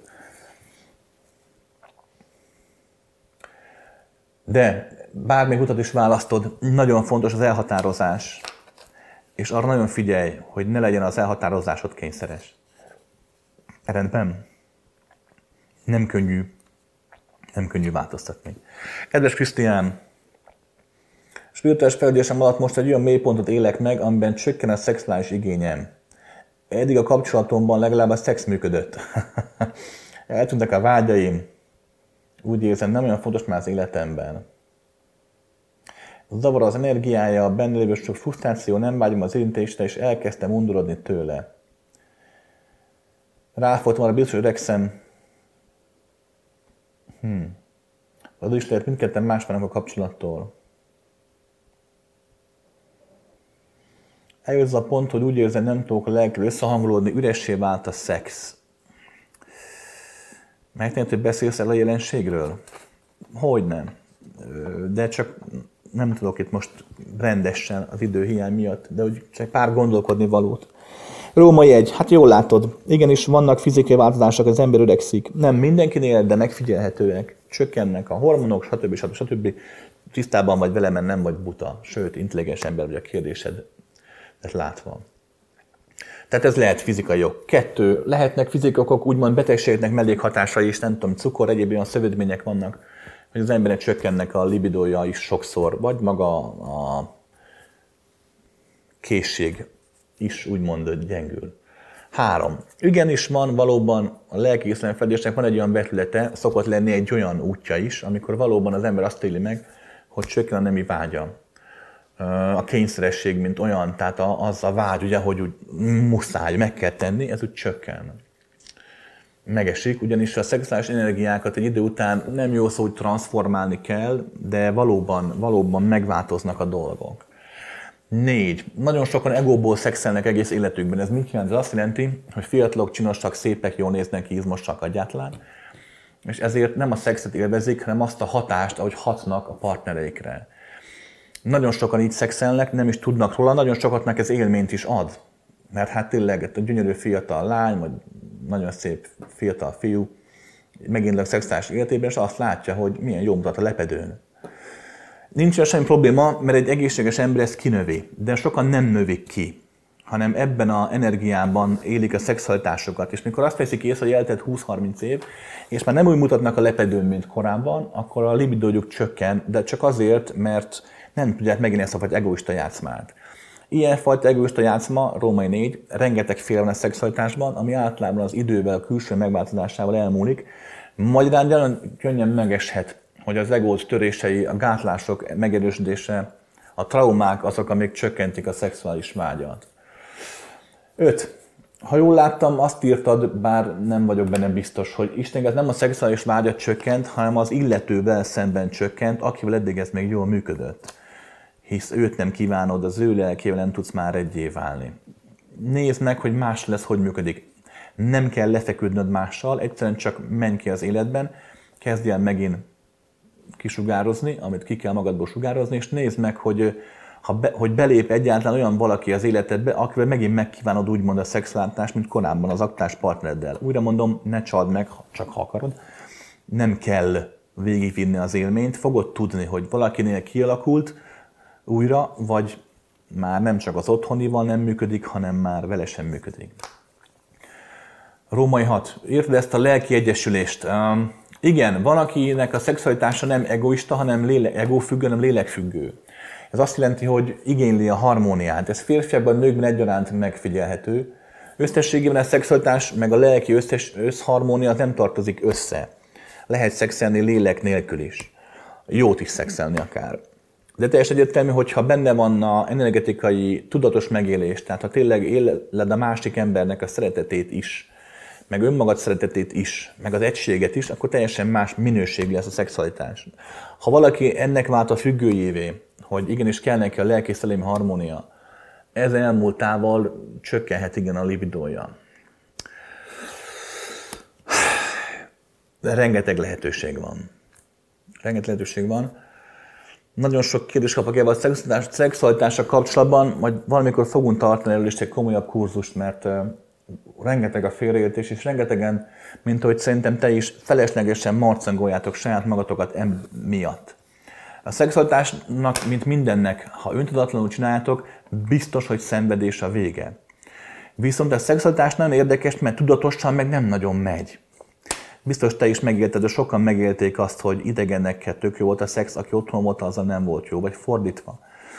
De bármelyik utat is választod, nagyon fontos az elhatározás. És arra nagyon figyelj, hogy ne legyen az elhatározásod kényszeres. Rendben? Nem könnyű változtatni. Kedves Krisztián, spirituális fejlődésem alatt most egy olyan mélypontot élek meg, amiben csökken a szexuális igényem. Eddig a kapcsolatomban legalább a szex működött. Eltűntek a vágyaim. Úgy érzem, nem olyan fontos már az életemben. Zavar az energiája, benne lévő sok frusztráció, nem vágyom az érintésre, és elkezdtem undorodni tőle. Ráfolytam arra biztos, hogy öregszem. Az is lehet, mindketten más vannak a kapcsolattól. Eljött az a pont, hogy úgy érzem, nem tudok a lelkül összehangolódni, üressé vált a szex. Megtenni, hogy beszélsz el a jelenségről? Hogy nem. De csak nem tudok itt most rendesen az időhiány miatt, de úgy csak pár gondolkodni valót. Római 1. Hát jól látod. Igenis vannak fizikai változások, az ember öregszik. Nem mindenkinél, de megfigyelhetőek. Csökkennek a hormonok, stb. Tisztában vagy vele, mert nem vagy buta. Sőt, intelligens ember vagy a kérdésedet látva. Tehát ez lehet fizikai ok. 2. Lehetnek fizikai okok, úgymond betegségeknek mellékhatásai is, nem tudom, cukor, egyéb olyan szövődmények vannak, hogy az embernek csökkennek a libidója is sokszor, vagy maga a készség is úgymond gyengül. 3. Igenis van valóban a lelki fejlődésnek van egy olyan vetülete, szokott lenni egy olyan útja is, amikor valóban az ember azt éli meg, hogy csökken a nemi vágya. A kényszeresség, mint olyan, tehát az a vágy, ugye, hogy úgy muszáj, meg kell tenni, ez úgy csökken. Megesik, ugyanis a szexuális energiákat egy idő után nem jó szó, hogy transformálni kell, de valóban megváltoznak a dolgok. 4. Nagyon sokan egóból szexelnek egész életükben. Ez mit jelent? Ez azt jelenti, hogy fiatalok, csinosak, szépek, jól néznek ki, izmosak egyáltalán, és ezért nem a szexet élvezik, hanem azt a hatást, ahogy hatnak a partnereikre. Nagyon sokan így szexelnek, nem is tudnak róla, nagyon sokatnak ez élményt is ad. Mert hát tényleg a gyönyörű fiatal lány, vagy nagyon szép fiatal fiú megint a szexuális életében, és azt látja, hogy milyen jó mutat a lepedőn. Nincs semmi probléma, mert egy egészséges ember ezt kinövi, de sokan nem növik ki, hanem ebben az energiában élik a szexualitásokat. És mikor azt veszik észre, hogy eltelt 20-30 év, és már nem úgy mutatnak a lepedőn, mint korábban, akkor a libidójuk csökken, de csak azért, mert nem tudják megint ezt a fajta egoista játszmát. Ilyenfajta egoista játszma, Római 4, rengeteg fél van a szexualitásban, ami általában az idővel, a külső megváltozásával elmúlik. Magyarán nagyon könnyen megeshet, hogy az egót törései, a gátlások megerősödése, a traumák azok, amik csökkentik a szexuális vágyat. 5. Ha jól láttam, azt írtad, bár nem vagyok benne biztos, hogy Isten ez nem a szexuális vágyat csökkent, hanem az illetővel szemben csökkent, akivel eddig ez még jól működött. Hisz őt nem kívánod, az ő lelkével nem tudsz már egyé válni. Nézd meg, hogy más lesz, hogy működik. Nem kell lefeküdnöd mással, egyszerűen csak menj ki az életben, kezdj el megint kisugározni, amit ki kell magadból sugározni, és nézd meg, hogy belép egyáltalán olyan valaki az életedbe, akivel megint megkívánod úgymond a szexualitást, mint korábban az aktuális partnereddel. Újra mondom, ne csald meg, csak ha akarod. Nem kell végigvinni az élményt, fogod tudni, hogy valakinél kialakult újra, vagy már nem csak az otthonival nem működik, hanem már vele sem működik. Római 6. Érted ezt a lelki egyesülést? Igen, van, akinek a szexualitása nem egoista, hanem egófüggő, hanem lélekfüggő. Ez azt jelenti, hogy igényli a harmóniát. Ez férfiakban, nőkben egyaránt megfigyelhető. Összességében a szexualitás meg a lelki összharmónia nem tartozik össze. Lehet szexelni lélek nélkül is. Jót is szexelni akár. De teljesen egyértelmű, hogyha benne van a energetikai, tudatos megélés, tehát ha tényleg éled a másik embernek a szeretetét is, meg önmagad szeretetét is, meg az egységet is, akkor teljesen más minőségű lesz a szexualitás. Ha valaki ennek vált a függőjévé, hogy igenis kell neki a lelki-szellemi harmónia, ez elmúltával csökkenhet igen a libidója. De rengeteg lehetőség van. Rengeteg lehetőség van. Nagyon sok kérdést kapok ebben a szexualitással kapcsolatban, majd valamikor fogunk tartani erről is egy komolyabb kurzust, mert rengeteg a félreértés, és rengetegen, mint ahogy szerintem te is, feleslegesen marcangoljátok saját magatokat miatt. A szexualitásnak, mint mindennek, ha öntudatlanul csináljátok, biztos, hogy szenvedés a vége. Viszont a szexualitás nagyon érdekes, mert tudatosan meg nem nagyon megy. Biztos te is megélted, de sokan megélték azt, hogy idegenekkel tök jó volt a szex, aki otthon volt, azzal nem volt jó, vagy fordítva.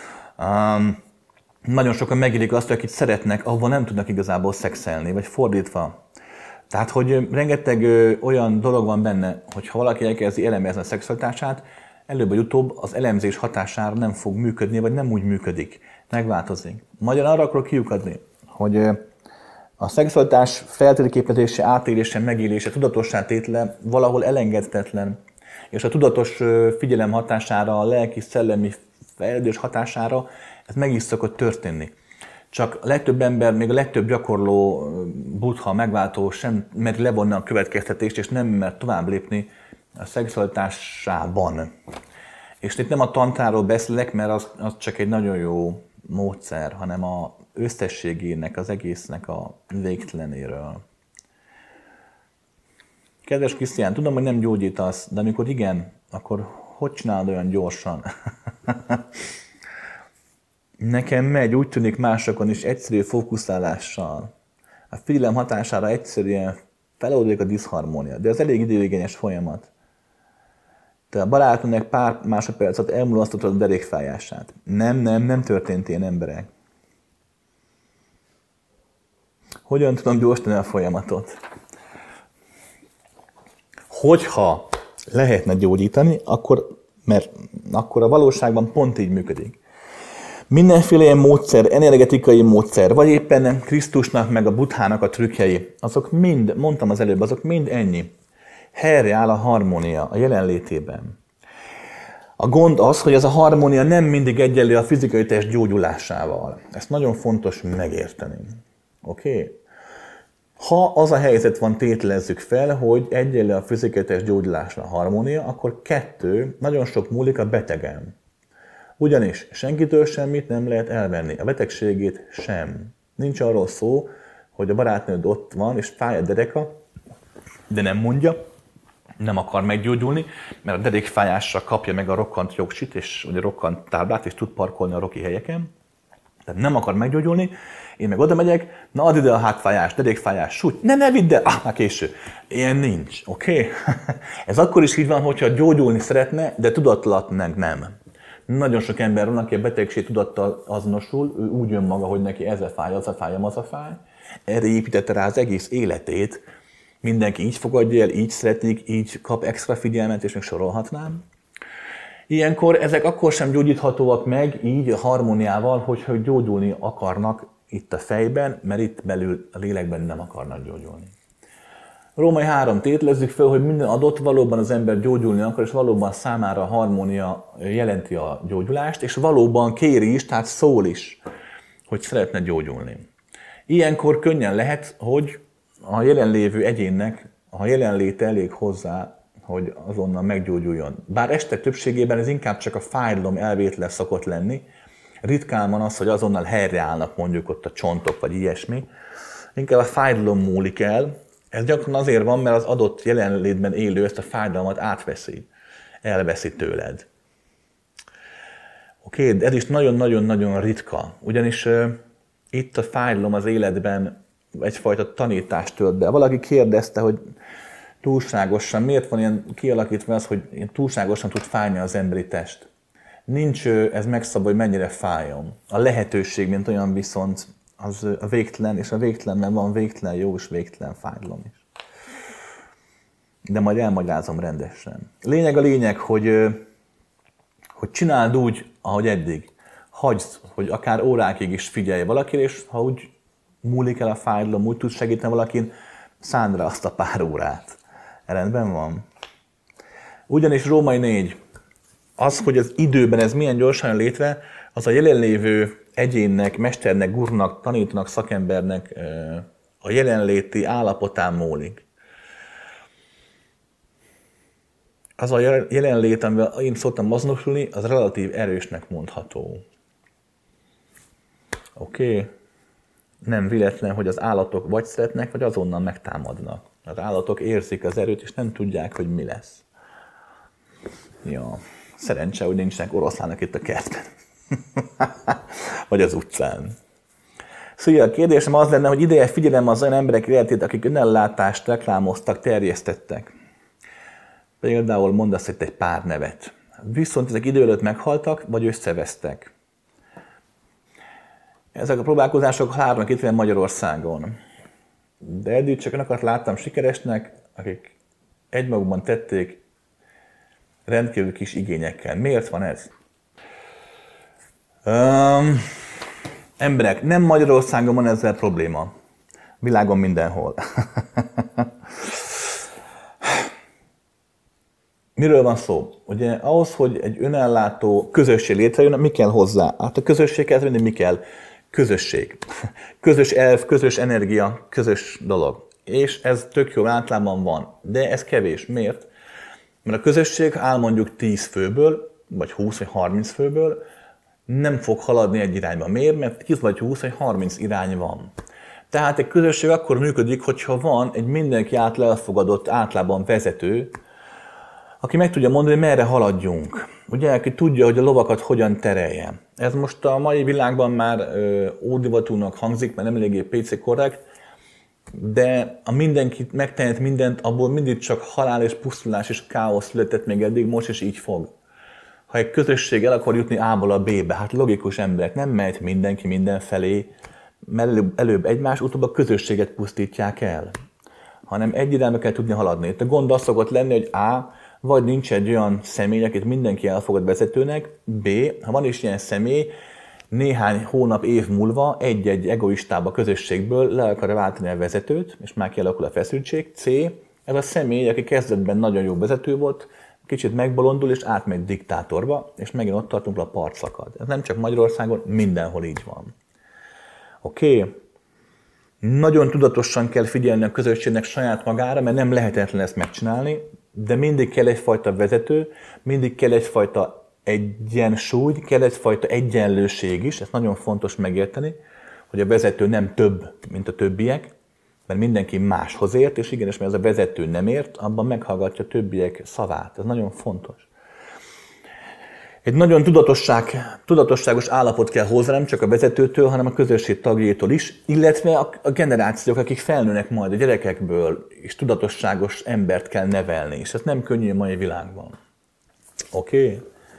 Nagyon sokan megélik azt, hogy akit szeretnek, ahol nem tudnak igazából szexelni, vagy fordítva. Tehát, hogy rengeteg olyan dolog van benne, hogy ha valaki elkezdi elemezni a szexualitását, előbb vagy utóbb az elemzés hatására nem fog működni, vagy nem úgy működik, megváltozik. Magyarán arra akarok kiukadni, hogy a szexualitás feltérképezése, átélése, megélése, tudatossá tétele valahol elengedhetetlen, és a tudatos figyelem hatására, a lelki-szellemi fejlődés hatására ez meg is szokott történni. Csak a legtöbb ember, még a legtöbb gyakorló buddha, megváltó sem mer levonni a következtetést, és nem mer tovább lépni a szexualitásában. És itt nem a tantráról beszélek, mert az csak egy nagyon jó módszer, hanem a összességének, az egésznek a végtelenéről. Kedves Krisztián, tudom, hogy nem gyógyítasz, de amikor igen, akkor hogy csinálod olyan gyorsan? Nekem megy, úgy tűnik másokon is egyszerű fókuszálással. A figyelem hatására egyszerűen feloldódik a diszharmónia, de ez elég időigényes folyamat. Te a barátodnak pár másodpercet elmulasztottad a derékfájását. Nem történt ilyen, emberek. Hogyan tudom gyorsítani a folyamatot? Hogyha lehetne gyógyítani, mert akkor a valóságban pont így működik. Mindenféle ilyen módszer, energetikai módszer, vagy éppen Krisztusnak, meg a Buddhának a trükkjei, azok mind, mondtam az előbb, azok mind ennyi. Helyreáll a harmónia a jelenlétében. A gond az, hogy ez a harmónia nem mindig egyenlő a fizikai test gyógyulásával. Ezt nagyon fontos megérteni. Oké? Ha az a helyzet van, tételezzük fel, hogy egyenlő a fizikai test gyógyulásra a harmónia, akkor nagyon sok múlik a betegen. Ugyanis senkitől semmit nem lehet elvenni, a betegségét sem. Nincs arról szó, hogy a barátnőd ott van, és fáj a dereka, de nem mondja, nem akar meggyógyulni, mert a derékfájásra kapja meg a rokkant jogsit, és ugye rokkant táblát, és tud parkolni a roki helyeken. Tehát nem akar meggyógyulni, én meg oda megyek, na add ide a hátfájás, derékfájás, súly, ne vidd el, már késő. Ilyen nincs, oké? Ez akkor is így van, hogyha gyógyulni szeretne, de tudatlannak nem. Nagyon sok ember van, aki a betegség tudattal azonosul, ő úgy jön maga, hogy neki ez a fáj, az a fáj, az a fáj. Erre építette rá az egész életét. Mindenki így fogadja el, így szeretik, így kap extra figyelmet, és még sorolhatnám. Ilyenkor ezek akkor sem gyógyíthatóak meg így a harmóniával, hogyha gyógyulni akarnak itt a fejben, mert itt belül a lélekben nem akarnak gyógyulni. Római 3 tételezzük fel, hogy minden adott, valóban az ember gyógyulni akar, és valóban számára a harmónia jelenti a gyógyulást, és valóban kéri is, tehát szól is, hogy szeretne gyógyulni. Ilyenkor könnyen lehet, hogy a jelenlévő egyénnek a jelenléte elég hozzá, hogy azonnal meggyógyuljon. Bár este többségében ez inkább csak a fájdalom elvétele szokott lenni, ritkán van az, hogy azonnal helyreállnak mondjuk ott a csontok, vagy ilyesmi. Inkább a fájdalom múlik el. Ez gyakran azért van, mert az adott jelenlétben élő ezt a fájdalmat átveszi, elveszi tőled. Oké, de ez is nagyon-nagyon-nagyon ritka, ugyanis itt a fájdalom az életben egyfajta tanítást tölt be. Valaki kérdezte, hogy túlságosan, miért van ilyen kialakítva az, hogy túlságosan tud fájni az emberi test. Nincs ez megszabva, hogy mennyire fájjon. A lehetőség, mint olyan viszont, az a végtelen, és a végtelenben van végtelen jó és végtelen fájdalom is. De majd elmagyarázom rendesen. Lényeg a lényeg, hogy csináld úgy, ahogy eddig. Hagyd, hogy akár órákig is figyelj valakire, és ha úgy múlik el a fájdalom, úgy tudsz segíteni valakin, szánd rá azt a pár órát. Rendben van? Ugyanis Római 4. Az, hogy az időben ez milyen gyorsan jön létre, az a jelenlévő egyénnek, mesternek, gurnak, tanítónak, szakembernek a jelenléti állapotán múlik. Az a jelenlét, amivel én szoktam azonosulni, az relatív erősnek mondható. Oké? Nem véletlen, hogy az állatok vagy szeretnek, vagy azonnal megtámadnak. Az állatok érzik az erőt, és nem tudják, hogy mi lesz. Ja, szerencse, hogy nincsenek oroszlánok itt a kertben. Vagy az utcán. Szóval a kérdésem az lenne, hogy ideje figyelem az olyan emberek életét, akik önellátást reklámoztak, terjesztettek. Például mondasz itt egy pár nevet. Viszont ezek idő előtt meghaltak, vagy összevesztek. Ezek a próbálkozások hárnak itt van Magyarországon. De eddig csak olyanokat láttam sikeresnek, akik egymagukban tették rendkívül kis igényekkel. Miért van ez? Emberek, nem Magyarországon van ezzel probléma. Világon mindenhol. Miről van szó? Ugye ahhoz, hogy egy önellátó közösség létrejön, mi kell hozzá? Hát a közösséghez mindig mi kell? Közösség. Közös elv, közös energia, közös dolog. És ez tök jó, általában van. De ez kevés. Miért? Mert a közösség áll mondjuk 10 főből, vagy 20 vagy 30 főből, nem fog haladni egy irányba. Miért? Mert 10 vagy 20 vagy 30 irány van. Tehát egy közösség akkor működik, hogyha van egy mindenki által elfogadott általában vezető, aki meg tudja mondani, hogy merre haladjunk. Ugye, aki tudja, hogy a lovakat hogyan terelje. Ez most a mai világban már ódivatúnak hangzik, mert nem eléggé PC korrekt, de a mindenki megtehet mindent, abból mindig csak halál és pusztulás és káosz született még eddig, most is így fog. Ha egy közösség el akar jutni A-ból a B-be, hát logikus emberek, nem mehet mindenki mindenfelé, mert előbb egymás, utóbb a közösséget pusztítják el, hanem egy irányba kell tudni haladni. Itt a gond az szokott lenni, hogy A, vagy nincs egy olyan személy, akit mindenki elfogad vezetőnek, B, ha van is ilyen személy, néhány hónap, év múlva egy-egy egoistább a közösségből le akarja váltani a vezetőt, és már kialakul a feszültség. C, ez a személy, aki kezdetben nagyon jó vezető volt, kicsit megbolondul, és átmegy diktátorba, és megint ott tartunk, a part szakad. Ez nem csak Magyarországon, mindenhol így van. Oké? Nagyon tudatosan kell figyelni a közösségnek saját magára, mert nem lehetetlen ezt megcsinálni, de mindig kell egyfajta vezető, mindig kell egyfajta egyensúly, kell egyfajta egyenlőség is, ezt nagyon fontos megérteni, hogy a vezető nem több, mint a többiek, mert mindenki máshoz ért, és igenis, mert ez a vezető nem ért, abban meghallgatja a többiek szavát. Ez nagyon fontos. Egy nagyon tudatosságos állapot kell hozzá, nem csak a vezetőtől, hanem a közösség tagjétól is, illetve a generációk, akik felnőnek majd a gyerekekből, és tudatosságos embert kell nevelni, és ez nem könnyű a mai világban. Oké?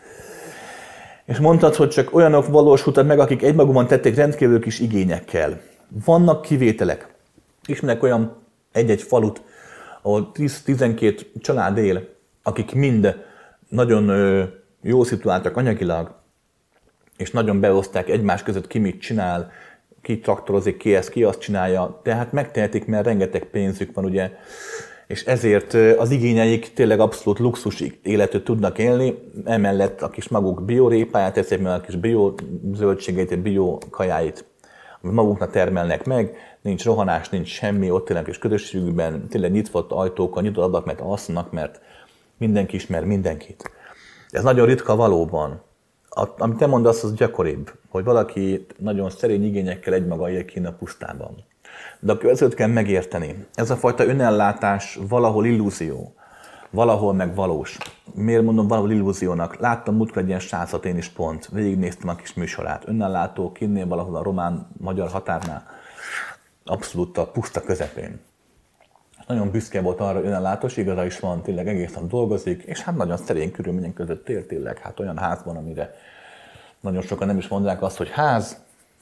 És mondtad, hogy csak olyanok valósultak meg, akik egymagukban tették rendkívül kis igényekkel. Vannak kivételek. Ismerek olyan egy-egy falut, ahol 10-12 család él, akik mind nagyon jó szituáltak anyagilag, és nagyon beoszták egymás között, ki mit csinál, ki traktorozik, ki ezt, ki azt csinálja, tehát megtehetik, mert rengeteg pénzük van, ugye, és ezért az igényeik tényleg abszolút luxus életet tudnak élni, emellett a kis maguk biorépáját teszik, meg a kis biozöldségeit, biokajáit, amit maguknak termelnek meg, nincs rohanás, nincs semmi, ott élnek és közösségükben, tényleg nyitott ajtókkal, nyitott ablak, mert alszanak, mert mindenki ismer mindenkit. Ez nagyon ritka valóban. Amit te mondasz, az gyakoribb, hogy valaki nagyon szerény igényekkel egymaga él ki a pusztában. De a következőt kell megérteni. Ez a fajta önellátás valahol illúzió, valahol meg valós. Miért mondom valahol illúziónak? Láttam múltkor egy ilyen srácot én is pont, végignéztem a kis műsorát. Önellátó, kinnél valahol a román-magyar határnál. abszolút a puszta közepén. Nagyon büszke volt arra, hogy önellátós, igaza is van, tényleg egész nap dolgozik, és hát nagyon szerény körülmények között él tényleg, hát olyan házban, amire nagyon sokan nem is mondják azt, hogy ház.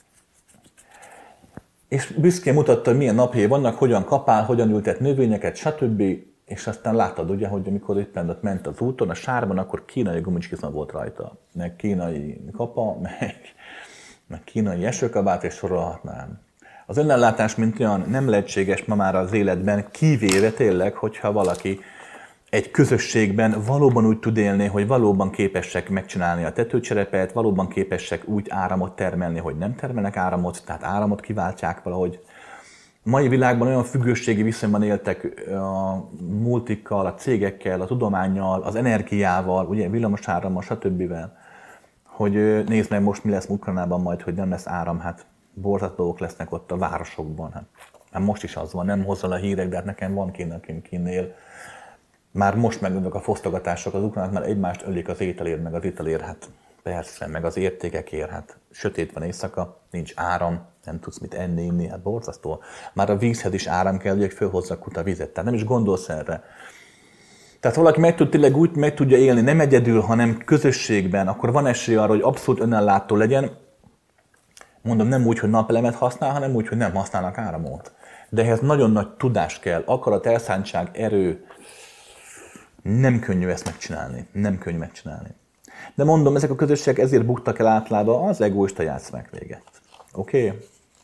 És büszkén mutatta, hogy milyen napjai vannak, hogyan kapál, hogyan ültet növényeket, stb. És aztán láttad ugye, hogy amikor éppen ott ment az úton, a sárban, akkor kínai gumicskizma volt rajta, meg kínai kapa, meg kínai esőkabát, és sorolhatnám. Az önellátás, mint olyan, nem lehetséges ma már az életben, kivéve tényleg, hogyha valaki egy közösségben valóban úgy tud élni, hogy valóban képesek megcsinálni a tetőcserepet, valóban képesek úgy áramot termelni, hogy nem termelnek áramot, tehát áramot kiváltják valahogy. A mai világban olyan függőségi viszonyban éltek a multikkal, a cégekkel, a tudománnyal, az energiával, ugye villamosárammal, stb. Hogy nézd meg most, mi lesz Ukrajnában majd, hogy nem lesz áram, hát borzasztóak lesznek ott a városokban. Hát most is az van, nem hozzal a hírek, de hát nekem van kinnél. Már most megmondok a fosztogatások, az ukránok már egymást ölik az ételért, meg az italért, hát persze, meg az értékekért, hát sötét van éjszaka, nincs áram, nem tudsz mit enni, inni, hát borzasztó. Már a vízhez is áram kell, hogy fölhozza a kuta vizet, tehát nem is gondolsz erre. Tehát valaki tényleg úgy meg tudja élni, nem egyedül, hanem közösségben, akkor van esély arra, hogy abszolút önellátó legyen. Mondom, nem úgy, hogy napelemet használ, hanem úgy, hogy nem használnak áramot. De ehhez nagyon nagy tudás kell, akarat, elszántság, erő. Nem könnyű ezt megcsinálni. Nem könnyű megcsinálni. De mondom, ezek a közösségek ezért buktak el általában az egoista játszmák véget. Oké?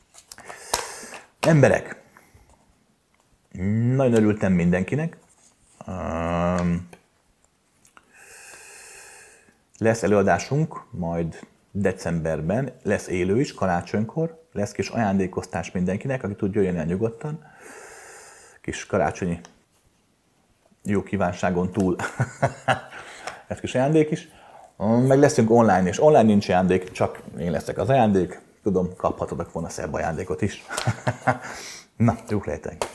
Emberek. Nagyon örültem mindenkinek. Lesz előadásunk, majd decemberben, lesz élő is, karácsonykor, lesz kis ajándékoztás mindenkinek, aki tud jöjjön el nyugodtan. Kis karácsonyi jó kívánságon túl. Ez kis ajándék is. Meg leszünk online, és online nincs ajándék, csak én leszek az ajándék. Tudom, kaphatodok volna szebb ajándékot is. Na, jók lehetek.